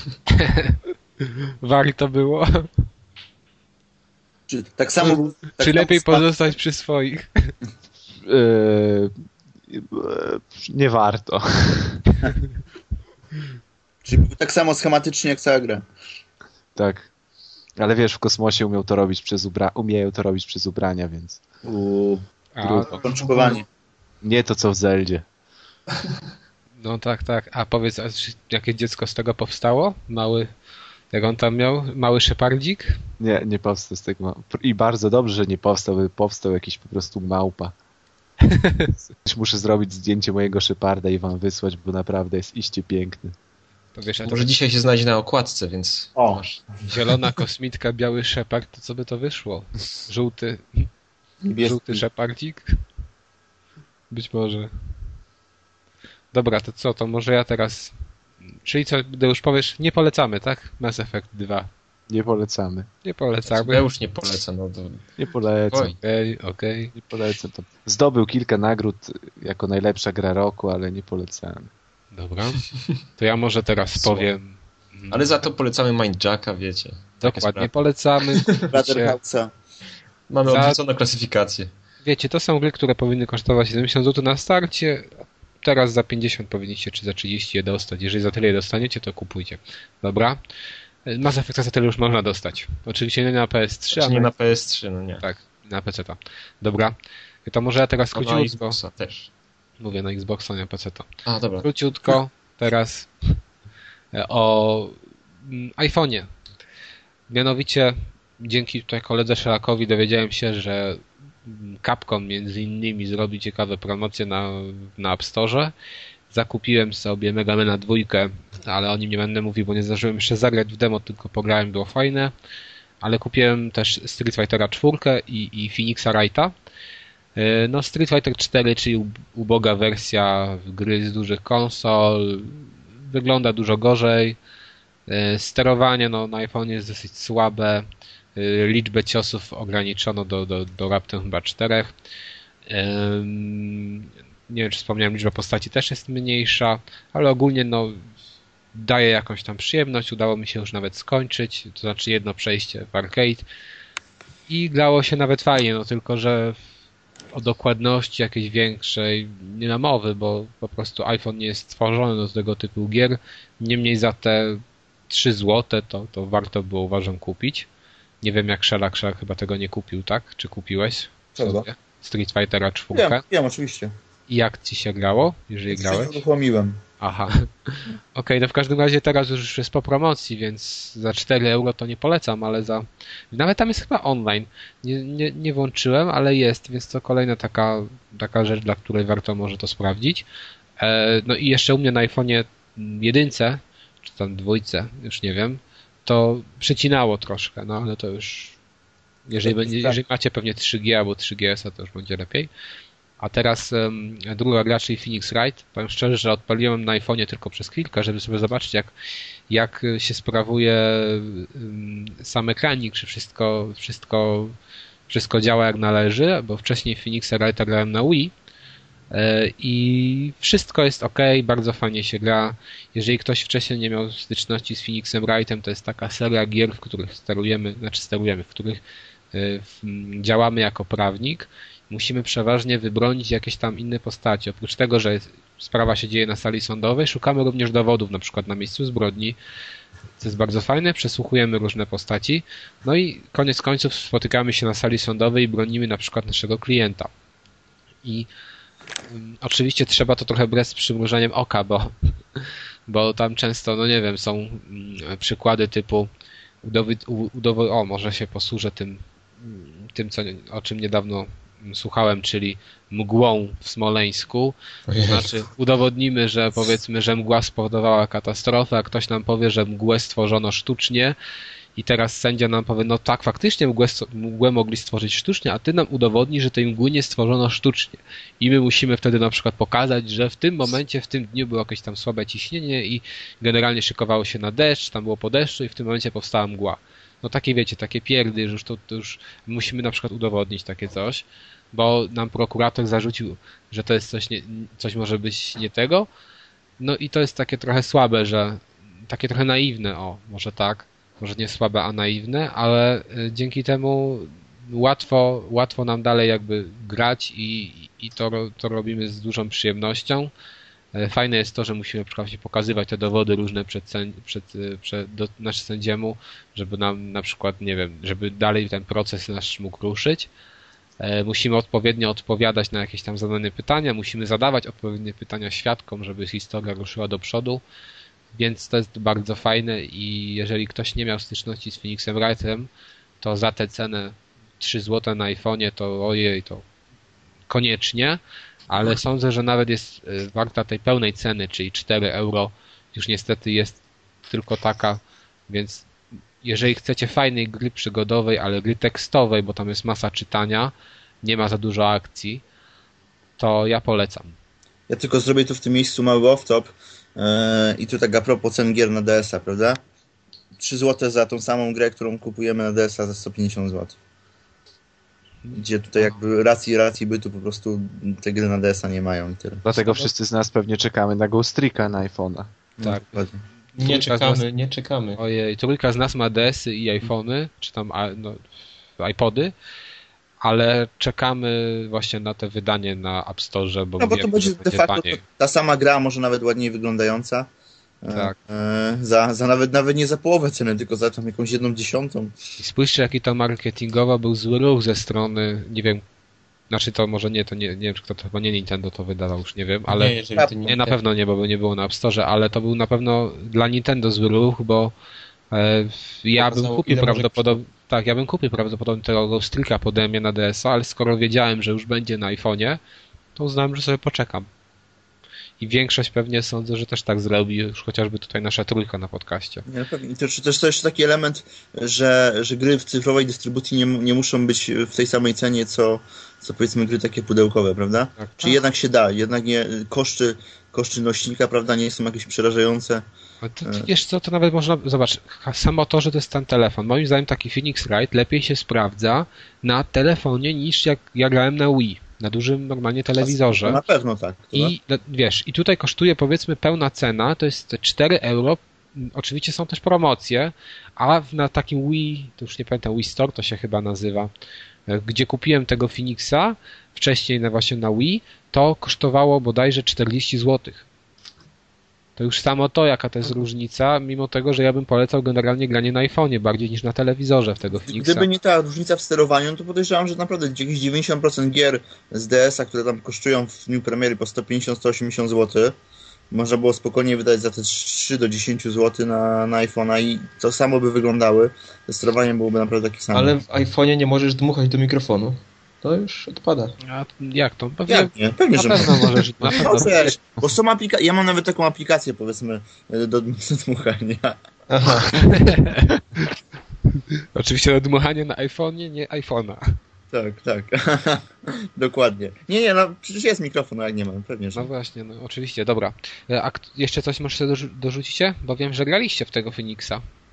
Warto było?
Czy tak samo... Tak
Czy
samo
lepiej
sma-
pozostać przy swoich?
Yy, yy, nie warto.
Czy był tak samo schematycznie jak cała gra?
Tak. Ale wiesz, w kosmosie umiał to robić przez ubra... umieją to robić przez ubrania, więc
Uuu,
A,
pączkowanie.
nie to co w Zeldzie.
no tak, tak. A powiedz, a czy jakie dziecko z tego powstało? Mały, jak on tam miał? Mały szepardzik?
Nie, nie powstał z tego. I bardzo dobrze, że nie powstał, by powstał jakiś po prostu małpa. Muszę zrobić zdjęcie mojego szeparda i wam wysłać, bo naprawdę jest iście piękny.
To wiesz, a to
Może dzisiaj się znajdzie na okładce, więc
O.
masz.
zielona kosmitka, biały szepard, to co by to wyszło? Żółty,
Niebieski.
żółty szepardzik? Być może. Dobra, to co, to może ja teraz... Czyli co, gdy już powiesz, nie polecamy, tak? Mass Effect dwa.
Nie polecamy.
Nie
Ja
polecamy.
już nie polecam. No to...
Nie polecam.
Oj.
Okej, okej.
Nie polecam. To. Zdobył kilka nagród jako najlepsza gra roku, ale nie polecamy.
Dobra. To ja może teraz
Słowo.
powiem...
Ale za to polecamy Mindjacka, wiecie. Takie
Dokładnie,
sprawy.
polecamy. Wiecie,
Brotherhouse'a.
Mamy
Za-
odwróconą klasyfikację.
wiecie, to są gry, które powinny kosztować siedemdziesiąt złotych na starcie. Teraz za pięćdziesiąt powinniście, czy za trzydzieści je dostać. Jeżeli za tyle je dostaniecie, to kupujcie. Dobra? Mass Effecta za tyle już można dostać. Oczywiście nie na P S trzy,
Czy
ale
nie na P S trzy, no nie.
tak, na peceta. Dobra. To może ja teraz
A na
króciutko...
Xboxa też.
Mówię na Xboxa, nie na peceta.
A, dobra.
Króciutko teraz o mm, iPhone'ie. Mianowicie dzięki tutaj koledze Szelakowi dowiedziałem się, że Capcom między innymi zrobi ciekawe promocje na, na App Store. Zakupiłem sobie Mega Mana dwójkę, ale o nim nie będę mówił, bo nie zdążyłem jeszcze zagrać w demo, tylko pograłem, było fajne. Ale kupiłem też Street Fightera czwórkę i, i Phoenixa Wrighta. No Street Fighter cztery, czyli uboga wersja gry z dużych konsol, wygląda dużo gorzej. Sterowanie no, na iPhone jest dosyć słabe. Liczbę ciosów ograniczono do, do, do raptem chyba czterech. Nie wiem, czy wspomniałem, liczba postaci też jest mniejsza, ale ogólnie no, daje jakąś tam przyjemność. Udało mi się już nawet skończyć, to znaczy jedno przejście w arcade i grało się nawet fajnie, no tylko, że o dokładności jakiejś większej nie ma mowy, bo po prostu iPhone nie jest stworzony do tego typu gier. Niemniej za te trzy złote to, to warto było, uważam, kupić. Nie wiem jak Szelak, Szelak chyba tego nie kupił, tak? Czy kupiłeś?
Co
sobie? Street Fightera czwórkę.
Wiem, wiem, oczywiście.
I jak ci się grało, jeżeli grałeś?
Uruchomiłem.
Aha. Okej, okay, no w każdym razie teraz już jest po promocji, więc za cztery euro to nie polecam, ale za... Nawet tam jest chyba online. Nie, nie, nie włączyłem, ale jest, więc to kolejna taka, taka rzecz, dla której warto może to sprawdzić. E, no i jeszcze u mnie na iPhone'ie jedynce, czy tam dwójce, już nie wiem, to przecinało troszkę, no ale to już... Jeżeli, będzie, jeżeli macie pewnie trzy G albo trzy G S a, to już będzie lepiej. A teraz um, druga gra, czyli Phoenix Wright. Powiem szczerze, że odpaliłem na iPhone'ie tylko przez chwilkę, żeby sobie zobaczyć, jak, jak się sprawuje um, sam ekranik, czy wszystko, wszystko, wszystko działa jak należy, bo wcześniej Phoenixa Wrighta grałem na Wii e, i wszystko jest ok, bardzo fajnie się gra. Jeżeli ktoś wcześniej nie miał styczności z Phoenixem Wrightem, to jest taka seria gier, w których sterujemy, znaczy sterujemy, w których e, w, działamy jako prawnik. Musimy przeważnie wybronić jakieś tam inne postacie. Oprócz tego, że sprawa się dzieje na sali sądowej, szukamy również dowodów, na przykład na miejscu zbrodni, co jest bardzo fajne, przesłuchujemy różne postaci, no i koniec końców spotykamy się na sali sądowej i bronimy na przykład naszego klienta. I um, oczywiście trzeba to trochę brać z przymrużeniem oka, bo, bo tam często, no nie wiem, są um, przykłady typu udowy, udowy, o, może się posłużę tym, tym co, o czym niedawno słuchałem, czyli mgłą w Smoleńsku. To znaczy udowodnimy, że powiedzmy, że mgła spowodowała katastrofę, a ktoś nam powie, że mgłę stworzono sztucznie i teraz sędzia nam powie, no tak, faktycznie mgłę, mgłę mogli stworzyć sztucznie, a ty nam udowodni, że tej mgły nie stworzono sztucznie. I my musimy wtedy na przykład pokazać, że w tym momencie, w tym dniu było jakieś tam słabe ciśnienie i generalnie szykowało się na deszcz, tam było po deszczu i w tym momencie powstała mgła. no takie wiecie, takie pierdy, że już to, to już musimy na przykład udowodnić takie coś, bo nam prokurator zarzucił, że to jest coś, nie, coś może być nie tego. No i to jest takie trochę słabe, że takie trochę naiwne, o, może tak, może nie słabe, a naiwne, ale dzięki temu łatwo, łatwo nam dalej jakby grać i, i to, to robimy z dużą przyjemnością. Fajne jest to, że musimy na przykład pokazywać te dowody różne przed, przed, przed do, naszemu sędziemu, żeby nam na przykład, nie wiem, żeby dalej ten proces nasz mógł ruszyć. Musimy odpowiednio odpowiadać na jakieś tam zadane pytania, musimy zadawać odpowiednie pytania świadkom, żeby historia ruszyła do przodu, więc to jest bardzo fajne i jeżeli ktoś nie miał styczności z Phoenixem Wrightem, to za tę cenę trzy złote na iPhone'ie to ojej, to koniecznie, ale sądzę, że nawet jest warta tej pełnej ceny, czyli cztery euro, już niestety jest tylko taka, więc jeżeli chcecie fajnej gry przygodowej, ale gry tekstowej, bo tam jest masa czytania, nie ma za dużo akcji, to ja polecam.
Ja tylko zrobię tu w tym miejscu mały off-top yy, i tu tak a propos cen gier na D S a, prawda? trzy złote za tą samą grę, którą kupujemy na D S a za sto pięćdziesiąt złotych. Gdzie tutaj jakby racji racji bytu po prostu te gry na D S a nie mają i tyle.
Dlatego wszyscy z nas pewnie czekamy na Ghost Tricka na iPhone'a.
Tak.
No,
Nie czekamy, nie czekamy.
Ojej, trójka z nas ma D S y i iPhony, czy tam no, iPody, ale czekamy właśnie na te wydanie na App Store, bo
no bo
wiemy,
to będzie
że
de
będzie
facto
taniej.
to, ta sama gra, może nawet ładniej wyglądająca.
Tak.
E, za, za nawet, nawet nie za połowę ceny, tylko za tam jakąś jedną dziesiątą.
I spójrzcie, jaki to marketingowo był zły ruch ze strony, nie wiem, znaczy to może nie, to nie, nie wiem, czy kto to chyba nie Nintendo to wydawał, już nie wiem, ale
Nie, jeżeli to nie,
nie, na pewno nie, bo nie było na App Store, ale to był na pewno dla Nintendo zły ruch, bo e, ja bym kupił prawdopodobnie, tak, ja bym kupił prawdopodobnie tego Ghost Tricka pode mnie na D S a, ale skoro wiedziałem, że już będzie na iPhone'ie, to uznałem, że sobie poczekam. I większość pewnie sądzę, że też tak zrobi, już chociażby tutaj nasza trójka na podcaście.
Nie, pewnie. I też, też to jeszcze taki element, że, że gry w cyfrowej dystrybucji nie, nie muszą być w tej samej cenie, co, co powiedzmy gry takie pudełkowe, prawda?
Tak.
Czyli jednak się da, jednak nie, koszty, koszty nośnika, prawda, nie są jakieś przerażające.
A to, to, wiesz co, to nawet można, zobacz, samo to, że to jest ten telefon. Moim zdaniem taki Phoenix Wright lepiej się sprawdza na telefonie niż jak ja grałem na Wii. Na dużym normalnie telewizorze.
Na pewno tak.
I wiesz, i tutaj kosztuje powiedzmy pełna cena, to jest cztery euro. Oczywiście są też promocje, a na takim Wii, to już nie pamiętam, Wii Store to się chyba nazywa, gdzie kupiłem tego Phoenixa, wcześniej na właśnie na Wii, to kosztowało bodajże czterdzieści złotych. To już samo to, jaka to jest różnica, mimo tego, że ja bym polecał generalnie granie na iPhone'ie bardziej niż na telewizorze w tego Phoenixa.
Gdyby nie ta różnica w sterowaniu, to podejrzewam, że naprawdę jakieś dziewięćdziesiąt procent gier z D S a, które tam kosztują w dniu premiery po sto pięćdziesiąt do stu osiemdziesięciu złotych, można było spokojnie wydać za te trzy do dziesięciu złotych na, na iPhone'a i to samo by wyglądały. Sterowanie byłoby naprawdę takie samo.
Ale w iPhone'ie nie możesz dmuchać do mikrofonu. To już odpada.
A jak to? Pewnie,
Jak nie? Pewnie,
na
że
pewno możesz. Na pewno.
No wiesz, bo są aplikacje, ja mam nawet taką aplikację, powiedzmy, do, do dmuchania.
Aha.
Oczywiście do dmuchania na iPhone'ie, nie iPhone'a.
Tak, tak. Dokładnie. Nie, nie, no przecież jest mikrofon, no jak nie mam, pewnie, że...
No właśnie, no oczywiście, dobra. A jeszcze coś może sobie dorzu- dorzucicie? Bo wiem, że graliście w tego Phoenixa.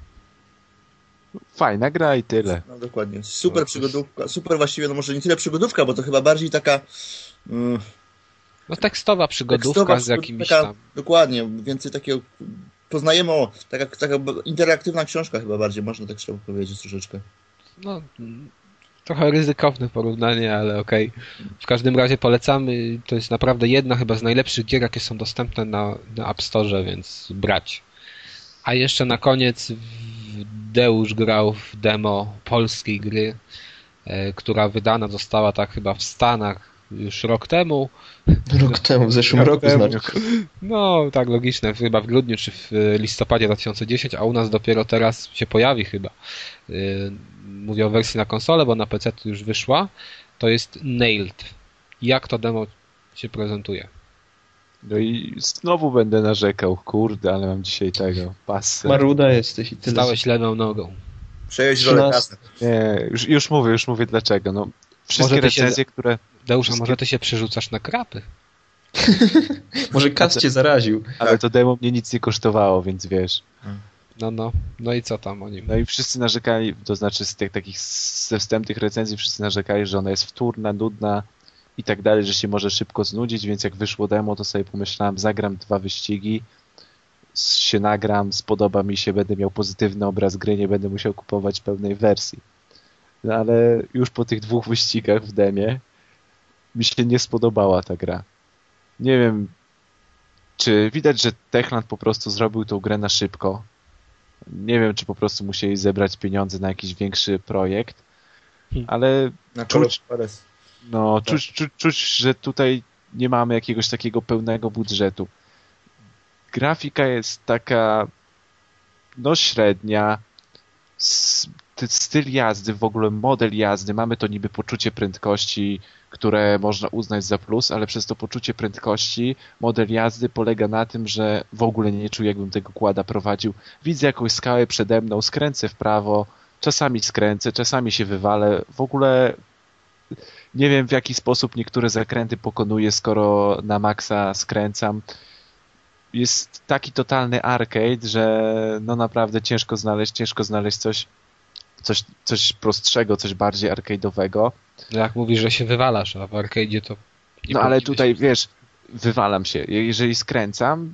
Fajna gra i tyle.
No dokładnie. Super no, przygodówka, super właściwie, no może nie tyle przygodówka, bo to chyba bardziej taka... Mm,
no tekstowa przygodówka
tekstowa,
z jakimiś
taka,
tam...
Dokładnie, więcej takiego... Poznajemy, o, taka, taka interaktywna książka chyba bardziej, można tak trzeba powiedzieć troszeczkę.
No... Trochę ryzykowne porównanie, ale okej. Okay. W każdym razie polecamy. To jest naprawdę jedna chyba z najlepszych gier, jakie są dostępne na, na App Store, więc brać. A jeszcze na koniec Deusz grał w demo polskiej gry, e, która wydana została tak chyba w Stanach już rok temu.
Rok temu, w zeszłym rok roku znaczy.
No, tak logiczne, chyba w grudniu czy w listopadzie dwa tysiące dziesiątym, a u nas dopiero teraz się pojawi chyba. Mówię o wersji na konsolę, bo na P C już wyszła. To jest Nailed. Jak to demo się prezentuje?
No i znowu będę narzekał. Kurde, ale mam dzisiaj tego pasę.
Maruda jesteś i tyle.
Stałeś lewą nogą.
Przejąłeś rolę kasy.
Nie, już, już mówię, już mówię dlaczego. No, wszystkie recenzje, się... które...
Deusza, wszystkie... może ty się przerzucasz na krapy?
Może kas cię zaraził.
Ale to demo mnie nic nie kosztowało, więc wiesz.
No, no. No i co tam o nim?
No i wszyscy narzekali, to znaczy z tych takich ze wstępnych recenzji wszyscy narzekali, że ona jest wtórna, nudna i tak dalej, że się może szybko znudzić, więc jak wyszło demo, to sobie pomyślałem, zagram dwa wyścigi, się nagram, spodoba mi się, będę miał pozytywny obraz gry, nie będę musiał kupować pełnej wersji. No ale już po tych dwóch wyścigach w demie mi się nie spodobała ta gra. Nie wiem, czy widać, że Techland po prostu zrobił tą grę na szybko. Nie wiem, czy po prostu musieli zebrać pieniądze na jakiś większy projekt, ale
Na
czuć,
Pares.
no, czuć, czuć, czuć, że tutaj nie mamy jakiegoś takiego pełnego budżetu. Grafika jest taka no średnia, styl jazdy, w ogóle model jazdy, mamy to niby poczucie prędkości, które można uznać za plus, ale przez to poczucie prędkości model jazdy polega na tym, że w ogóle nie czuję, jakbym tego quada prowadził. Widzę jakąś skałę przede mną, skręcę w prawo, czasami skręcę, czasami się wywalę. W ogóle nie wiem, w jaki sposób niektóre zakręty pokonuję, skoro na maksa skręcam. Jest taki totalny arcade, że no naprawdę ciężko znaleźć, ciężko znaleźć coś, coś, coś prostszego, coś bardziej arcade'owego.
Jak mówisz, że się wywalasz, a w arcade'zie to... nie
No ale
powinno
tutaj,
się...
wiesz, wywalam się. Jeżeli skręcam,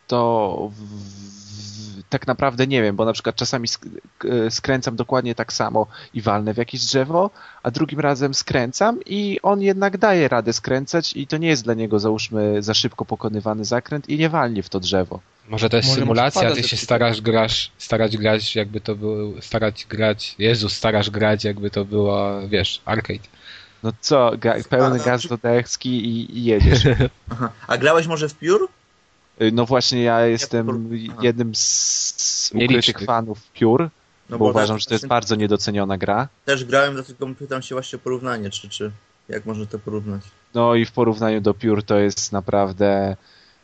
to w, w, tak naprawdę nie wiem, bo na przykład czasami sk skręcam dokładnie tak samo i walnę w jakieś drzewo, a drugim razem skręcam i on jednak daje radę skręcać i to nie jest dla niego, załóżmy, za szybko pokonywany zakręt i nie walnie w to drzewo.
Może to jest
Może
symulacja,
może
ty
pada
się
ze
starasz grać, starać grać, jakby to był, starać grać, Jezus, starasz grać, jakby to było, wiesz, arcade.
No co, ga pełny
A,
gaz do deski i, i jedziesz.
Aha. A grałeś może w Pure?
No właśnie ja jestem
Aha.
jednym z, z ukrytych
Nielicznych.
fanów Pure,
No
bo
bo
uważam,
tak-
że to jest bardzo niedoceniona gra.
Też grałem, dlatego pytam się właśnie o porównanie, czy, czy jak można to porównać.
No i w porównaniu do Pure to jest naprawdę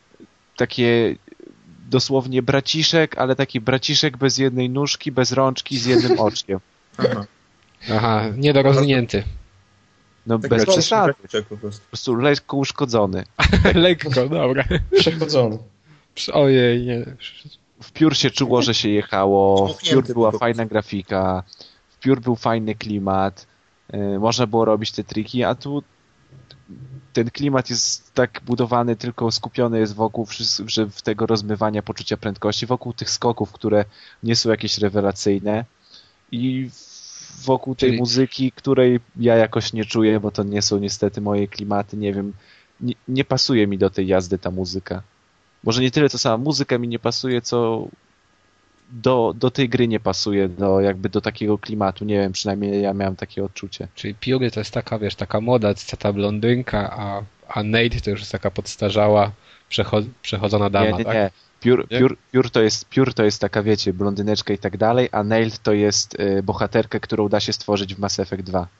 takie dosłownie braciszek, ale taki braciszek bez jednej nóżki, bez rączki, z jednym oczkiem.
Aha.
Aha, niedorozwinięty.
No
Taki
bez
słabszy
przesady,
braciszek po prostu.
po prostu lekko uszkodzony.
Lekko, dobra.
Przechodzony.
Ojej, nie.
W Pure się czuło, że się jechało, w
Smuknięty
Pure była
po prostu.
fajna grafika, w Pure był fajny klimat, yy, można było robić te triki, a tu ten klimat jest tak budowany, tylko skupiony jest wokół wszys- że w tego rozmywania poczucia prędkości, wokół tych skoków, które nie są jakieś rewelacyjne i wokół tej
Czyli-
muzyki, której ja jakoś nie czuję, bo to nie są niestety moje klimaty, nie wiem, nie, nie pasuje mi do tej jazdy ta muzyka. Może nie tyle co sama muzyka mi nie pasuje, co do, do tej gry nie pasuje, do, jakby do takiego klimatu, nie wiem, przynajmniej ja miałem takie odczucie.
Czyli Pure to jest taka, wiesz, taka moda, ta blondynka, a, a Nate to już jest taka podstarzała, przecho- przechodzona dama,
Nie, nie,
tak?
nie. Pure,
Nie?
Pure, Pure, to jest, Pure to jest taka, wiecie, blondyneczka i tak dalej, a Nailed to jest y, bohaterka, którą da się stworzyć w Mass Effect dwa.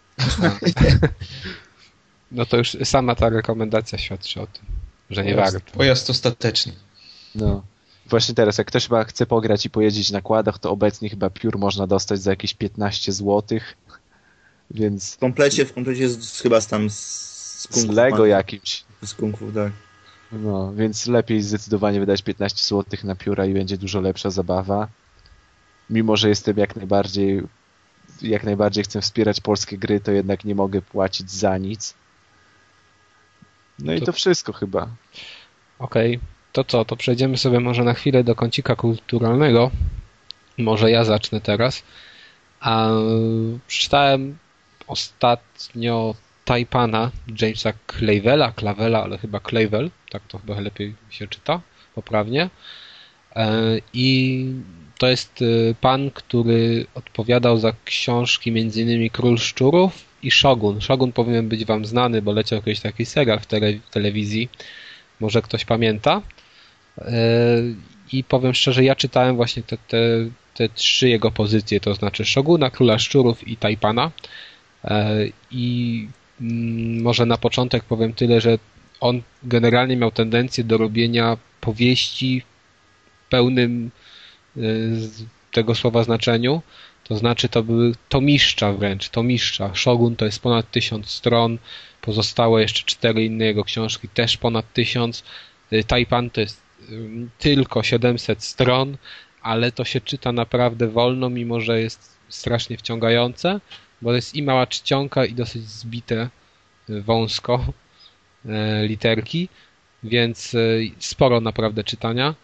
No to już sama ta rekomendacja świadczy o tym, że nie
Pojazd-
warto.
Pojazd ostateczny.
No. Właśnie teraz, jak ktoś chyba chce pograć i pojeździć na kładach, to obecnie chyba Pure można dostać za jakieś piętnaście złotych, więc
W komplecie, w komplecie z, chyba z tam z, z
z
kung fu
Lego
pan-
jakimś.
Z kung fu, tak.
No, więc lepiej zdecydowanie wydać piętnaście złotych na Pure'a i będzie dużo lepsza zabawa. Mimo, że jestem jak najbardziej jak najbardziej chcę wspierać polskie gry, to jednak nie mogę płacić za nic. No i
To-
to wszystko chyba.
Okej, to co, to przejdziemy sobie może na chwilę do kącika kulturalnego. Może ja zacznę teraz. A przeczytałem ostatnio Taipana Jamesa Clavela, Clavela, ale chyba Clavel, tak to chyba lepiej się czyta, poprawnie. E, I to jest e, pan, który odpowiadał za książki między innymi Król Szczurów i Shogun. Shogun powinien być wam znany, bo leciał jakiś taki serial w tele- w telewizji. Może ktoś pamięta. E, I powiem szczerze, ja czytałem właśnie te, te, te trzy jego pozycje, to znaczy Shoguna, Króla Szczurów i Taipana. E, I mm, może na początek powiem tyle, że on generalnie miał tendencję do robienia powieści w pełnym e, z tego słowa znaczeniu. To znaczy to były tomiszcza wręcz, tomiszcza. Shogun to jest ponad tysiąc stron, pozostałe jeszcze cztery inne jego książki też ponad tysiąc. Taipan to jest ym, tylko siedemset stron, ale to się czyta naprawdę wolno, mimo że jest strasznie wciągające, bo jest i mała czcionka, i dosyć zbite wąsko literki, więc sporo naprawdę czytania,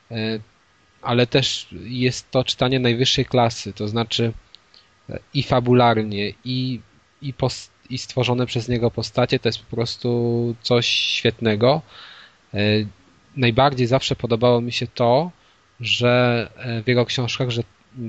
ale też jest to czytanie najwyższej klasy, to znaczy i fabularnie, i, i, post, i stworzone przez niego postacie, to jest po prostu coś świetnego. Najbardziej zawsze podobało mi się to, że w jego książkach, że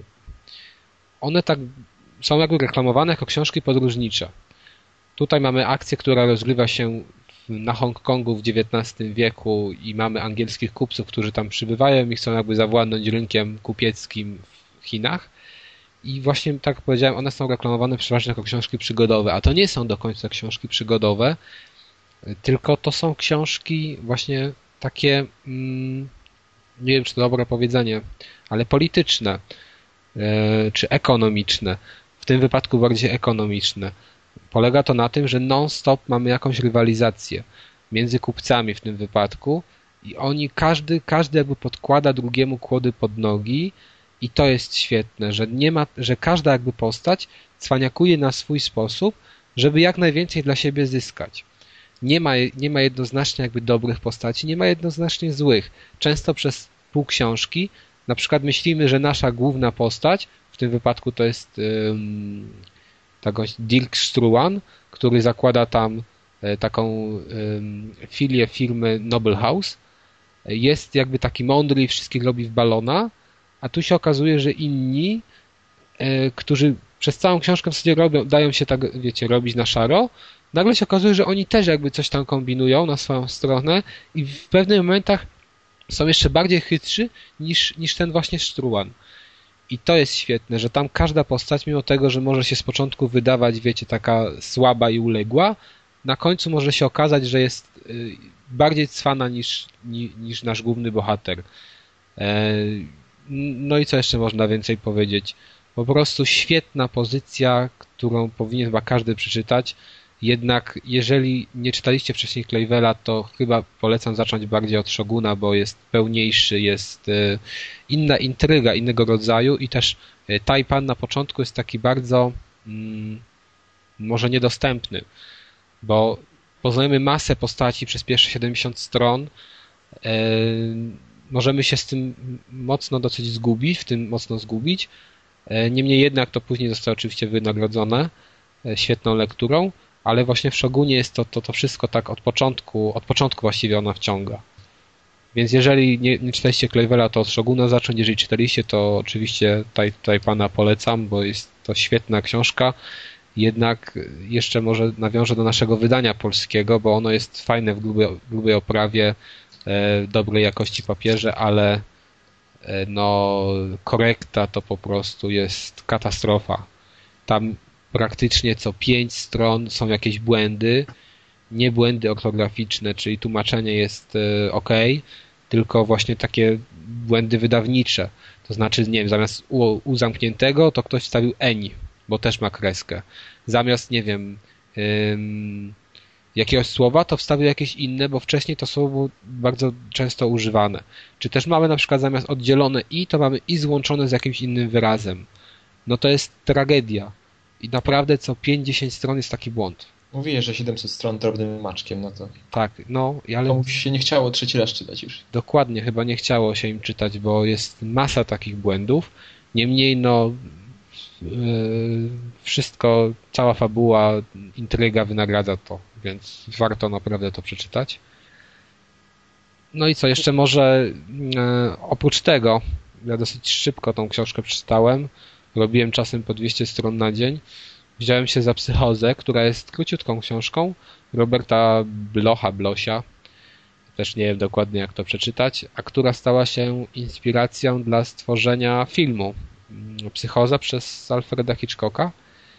one tak są jakby reklamowane jako książki podróżnicze. Tutaj mamy akcję, która rozgrywa się na Hongkongu w dziewiętnastym wieku i mamy angielskich kupców, którzy tam przybywają i chcą jakby zawładnąć rynkiem kupieckim w Chinach. I właśnie tak jak powiedziałem, one są reklamowane przeważnie jako książki przygodowe, a to nie są do końca książki przygodowe, tylko to są książki właśnie takie, mm, nie wiem czy to dobre powiedzenie, ale polityczne e, czy ekonomiczne. W tym wypadku bardziej ekonomiczne. Polega to na tym, że non-stop mamy jakąś rywalizację między kupcami w tym wypadku i oni, każdy, każdy jakby podkłada drugiemu kłody pod nogi i to jest świetne, że nie ma, że każda jakby postać cwaniakuje na swój sposób, żeby jak najwięcej dla siebie zyskać. Nie ma, nie ma jednoznacznie jakby dobrych postaci, nie ma jednoznacznie złych. Często przez pół książki na przykład myślimy, że nasza główna postać, w tym wypadku to jest um, takoś Dirk Struan, który zakłada tam taką um, filię firmy Noble House, jest jakby taki mądry i wszystkich robi w balona, a tu się okazuje, że inni, e, którzy przez całą książkę w zasadzie robią, dają się tak, wiecie, robić na szaro, nagle się okazuje, że oni też jakby coś tam kombinują na swoją stronę i w pewnych momentach są jeszcze bardziej chytrzy niż, niż ten właśnie Struan. I to jest świetne, że tam każda postać, mimo tego, że może się z początku wydawać, wiecie, taka słaba i uległa, na końcu może się okazać, że jest bardziej cwana niż, niż nasz główny bohater. No i co jeszcze można więcej powiedzieć? Po prostu świetna pozycja, którą powinien chyba każdy przeczytać. Jednak jeżeli nie czytaliście wcześniej Klejwela, to chyba polecam zacząć bardziej od Szoguna, bo jest pełniejszy, jest inna intryga innego rodzaju i też Taipan na początku jest taki bardzo mm, może niedostępny, bo poznajemy masę postaci przez pierwsze siedemdziesiąt stron. Możemy się z tym mocno dosyć zgubić, w tym mocno zgubić. Niemniej jednak to później zostało oczywiście wynagrodzone świetną lekturą, ale właśnie w Szogunie jest to, to, to wszystko tak od początku, od początku właściwie ona wciąga. Więc jeżeli nie, nie czytaliście Klejwela, to od Szoguna zacząć. Jeżeli czytaliście, to oczywiście tutaj, tutaj pana polecam, bo jest to świetna książka. Jednak jeszcze może nawiążę do naszego wydania polskiego, bo ono jest fajne w grubej, grubej oprawie, e, dobrej jakości papierze, ale e, no korekta to po prostu jest katastrofa. Tam praktycznie co pięć stron są jakieś błędy, nie błędy ortograficzne, czyli tłumaczenie jest ok, tylko właśnie takie błędy wydawnicze. To znaczy, nie wiem, zamiast u, u zamkniętego to ktoś wstawił eń, bo też ma kreskę. Zamiast, nie wiem, ym, jakiegoś słowa, to wstawił jakieś inne, bo wcześniej to słowo było bardzo często używane. Czy też mamy na przykład zamiast oddzielone i, to mamy i złączone z jakimś innym wyrazem. No to jest tragedia. I naprawdę co pięć dziesięć stron jest taki błąd.
Mówię, że siedemset stron drobnym maczkiem, no to...
Tak, no, ale...
Komuś się nie chciało trzeci raz czytać już.
Dokładnie, chyba nie chciało się im czytać, bo jest masa takich błędów. Niemniej, no, yy, wszystko, cała fabuła, intryga wynagradza to, więc warto naprawdę to przeczytać. No i co, jeszcze może yy, oprócz tego, ja dosyć szybko tą książkę przeczytałem, robiłem czasem po dwieście stron na dzień. Wziąłem się za Psychozę, która jest króciutką książką Roberta Blocha, Blosia, też nie wiem dokładnie jak to przeczytać, a która stała się inspiracją dla stworzenia filmu Psychoza przez Alfreda Hitchcocka.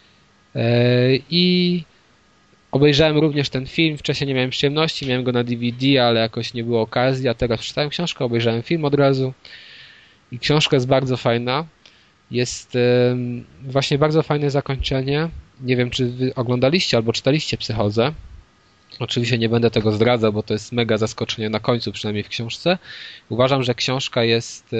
I obejrzałem również ten film, wcześniej nie miałem przyjemności, miałem go na D V D, ale jakoś nie było okazji, a teraz przeczytałem książkę, obejrzałem film od razu i książka jest bardzo fajna. Jest właśnie bardzo fajne zakończenie. Nie wiem, czy wy oglądaliście albo czytaliście Psychozę. Oczywiście nie będę tego zdradzał, bo to jest mega zaskoczenie na końcu, przynajmniej w książce. Uważam, że książka jest e,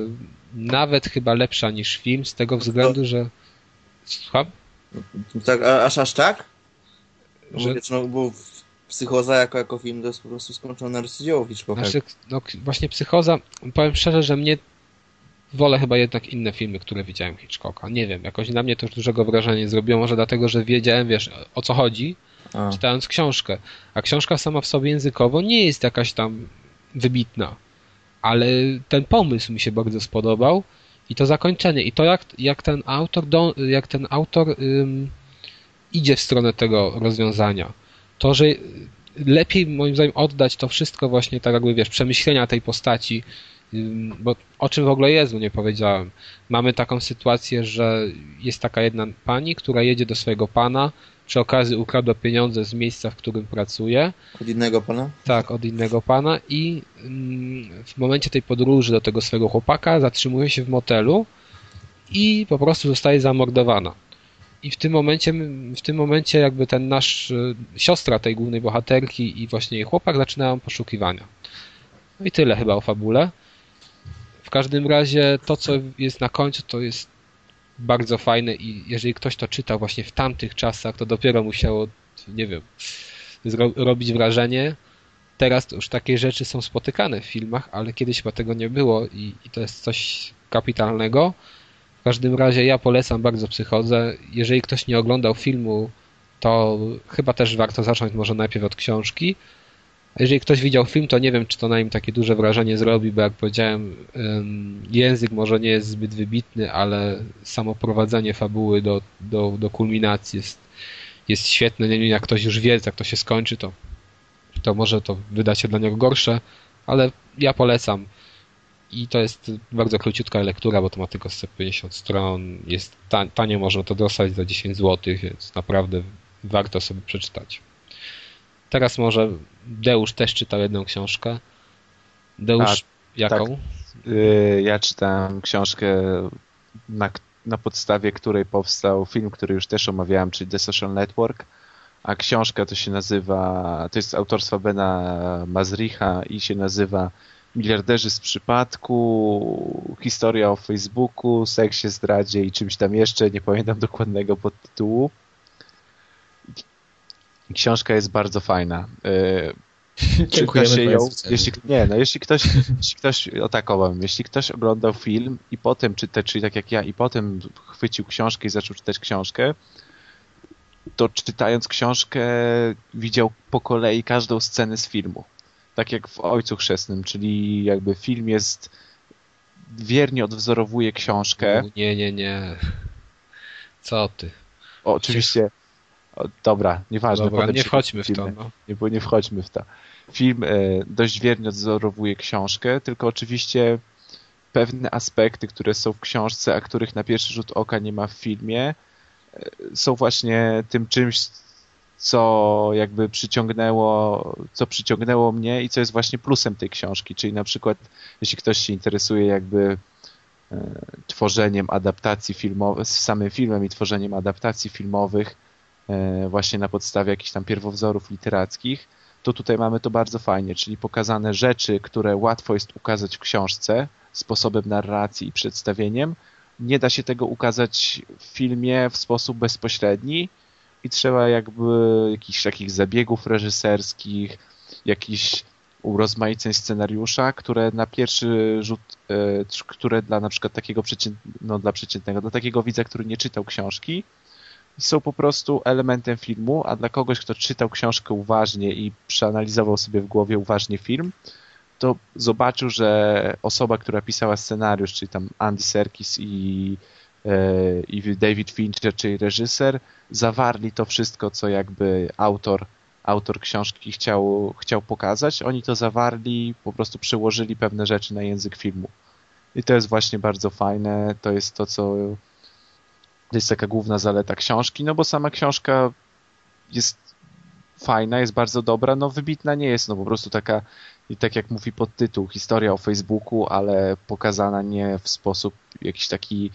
nawet chyba lepsza niż film, z tego względu, że... Słucham?
Tak, a- aż aż tak?
Że-
Że... Wiesz, no, bo Psychoza jako, jako film to jest po prostu skończone arcydzieło Hitchcocka.
Znaczy, no, k- właśnie Psychoza, powiem szczerze, że mnie wolę chyba jednak inne filmy, które widziałem Hitchcocka. Nie wiem, jakoś na mnie to już dużego wrażenia nie zrobiło, może dlatego, że wiedziałem, wiesz, o co chodzi,
A.
czytając książkę. A książka sama w sobie językowo nie jest jakaś tam wybitna, ale ten pomysł mi się bardzo spodobał i to zakończenie, i to jak, jak ten autor, do, jak ten autor ym, idzie w stronę tego rozwiązania. To, że lepiej moim zdaniem oddać to wszystko właśnie tak jakby, wiesz, przemyślenia tej postaci, ym, bo o czym w ogóle jest, bo nie powiedziałem. Mamy taką sytuację, że jest taka jedna pani, która jedzie do swojego pana, przy okazji ukradła pieniądze z miejsca, w którym pracuje,
Od innego pana?
tak, od innego pana i mm, w momencie tej podróży do tego swojego chłopaka zatrzymuje się w motelu i po prostu zostaje zamordowana. I w tym momencie, w tym momencie jakby ten nasz, y, siostra tej głównej bohaterki i właśnie jej chłopak zaczynają poszukiwania. No i tyle chyba o fabule. W każdym razie to, co jest na końcu, to jest bardzo fajne i jeżeli ktoś to czytał właśnie w tamtych czasach, to dopiero musiało, nie wiem, zro- robić wrażenie. Teraz to już takie rzeczy są spotykane w filmach, ale kiedyś chyba tego nie było i, i to jest coś kapitalnego. W każdym razie ja polecam bardzo Psychozę. Jeżeli ktoś nie oglądał filmu, to chyba też warto zacząć może najpierw od książki. A jeżeli ktoś widział film, to nie wiem, czy to na nim takie duże wrażenie zrobi, bo jak powiedziałem, ym, język może nie jest zbyt wybitny, ale samo prowadzenie fabuły do, do, do kulminacji jest, jest świetne. Nie wiem, jak ktoś już wie, jak to się skończy, to, to może to wyda się dla niego gorsze, ale ja polecam. I to jest bardzo króciutka lektura, bo to ma tylko sto pięćdziesiąt stron. Jest ta- tanio, można to dostać za dziesięć złotych, więc naprawdę warto sobie przeczytać. Teraz może Deusz też czytał jedną książkę. Deusz,
A,
jaką?
Y, Ja czytałem książkę, na, na podstawie której powstał film, który już też omawiałem, czyli The Social Network, a książka to się nazywa, to jest autorstwa Bena Mazricha i się nazywa Miliarderzy z przypadku, historia o Facebooku, seksie, zdradzie i czymś tam jeszcze, nie pamiętam dokładnego podtytułu. Książka jest bardzo fajna. Y,
Dziękujemy
Czyta się ją,
Państwu.
jeśli, nie, no jeśli ktoś, jeśli ktoś, o tak owam, jeśli ktoś oglądał film i potem czyta, czyli tak jak ja, i potem chwycił książkę i zaczął czytać książkę, to czytając książkę widział po kolei każdą scenę z filmu. Tak jak w Ojcu Chrzestnym, czyli jakby film jest, wiernie odwzorowuje książkę.
Nie, nie, nie. Co ty?
O, oczywiście, o, dobra, nieważne.
Dobra,
potem
nie
się
wchodźmy w to.
filmy.
No.
Nie, bo nie wchodźmy w to. Film e, dość wiernie odwzorowuje książkę, tylko oczywiście pewne aspekty, które są w książce, a których na pierwszy rzut oka nie ma w filmie, e, są właśnie tym czymś, co jakby przyciągnęło, co przyciągnęło mnie i co jest właśnie plusem tej książki. Czyli na przykład, jeśli ktoś się interesuje jakby e, tworzeniem adaptacji filmowych, z samym filmem i tworzeniem adaptacji filmowych e, właśnie na podstawie jakichś tam pierwowzorów literackich, to tutaj mamy to bardzo fajnie, czyli pokazane rzeczy, które łatwo jest ukazać w książce sposobem narracji i przedstawieniem. Nie da się tego ukazać w filmie w sposób bezpośredni i trzeba jakby jakichś takich zabiegów reżyserskich, jakichś urozmaiceń scenariusza, które na pierwszy rzut, e, które dla na przykład takiego przecięt, no dla przeciętnego, dla takiego widza, który nie czytał książki, są po prostu elementem filmu, a dla kogoś, kto czytał książkę uważnie i przeanalizował sobie w głowie uważnie film, to zobaczył, że osoba, która pisała scenariusz, czyli tam Andy Serkis i, e, i David Fincher, czyli reżyser, zawarli to wszystko, co jakby autor, autor książki chciał, chciał pokazać. Oni to zawarli, po prostu przełożyli pewne rzeczy na język filmu. I to jest właśnie bardzo fajne. To jest to, co to jest taka główna zaleta książki, no bo sama książka jest fajna, jest bardzo dobra, no wybitna nie jest, no po prostu taka, i tak jak mówi podtytuł, historia o Facebooku, ale pokazana nie w sposób jakiś taki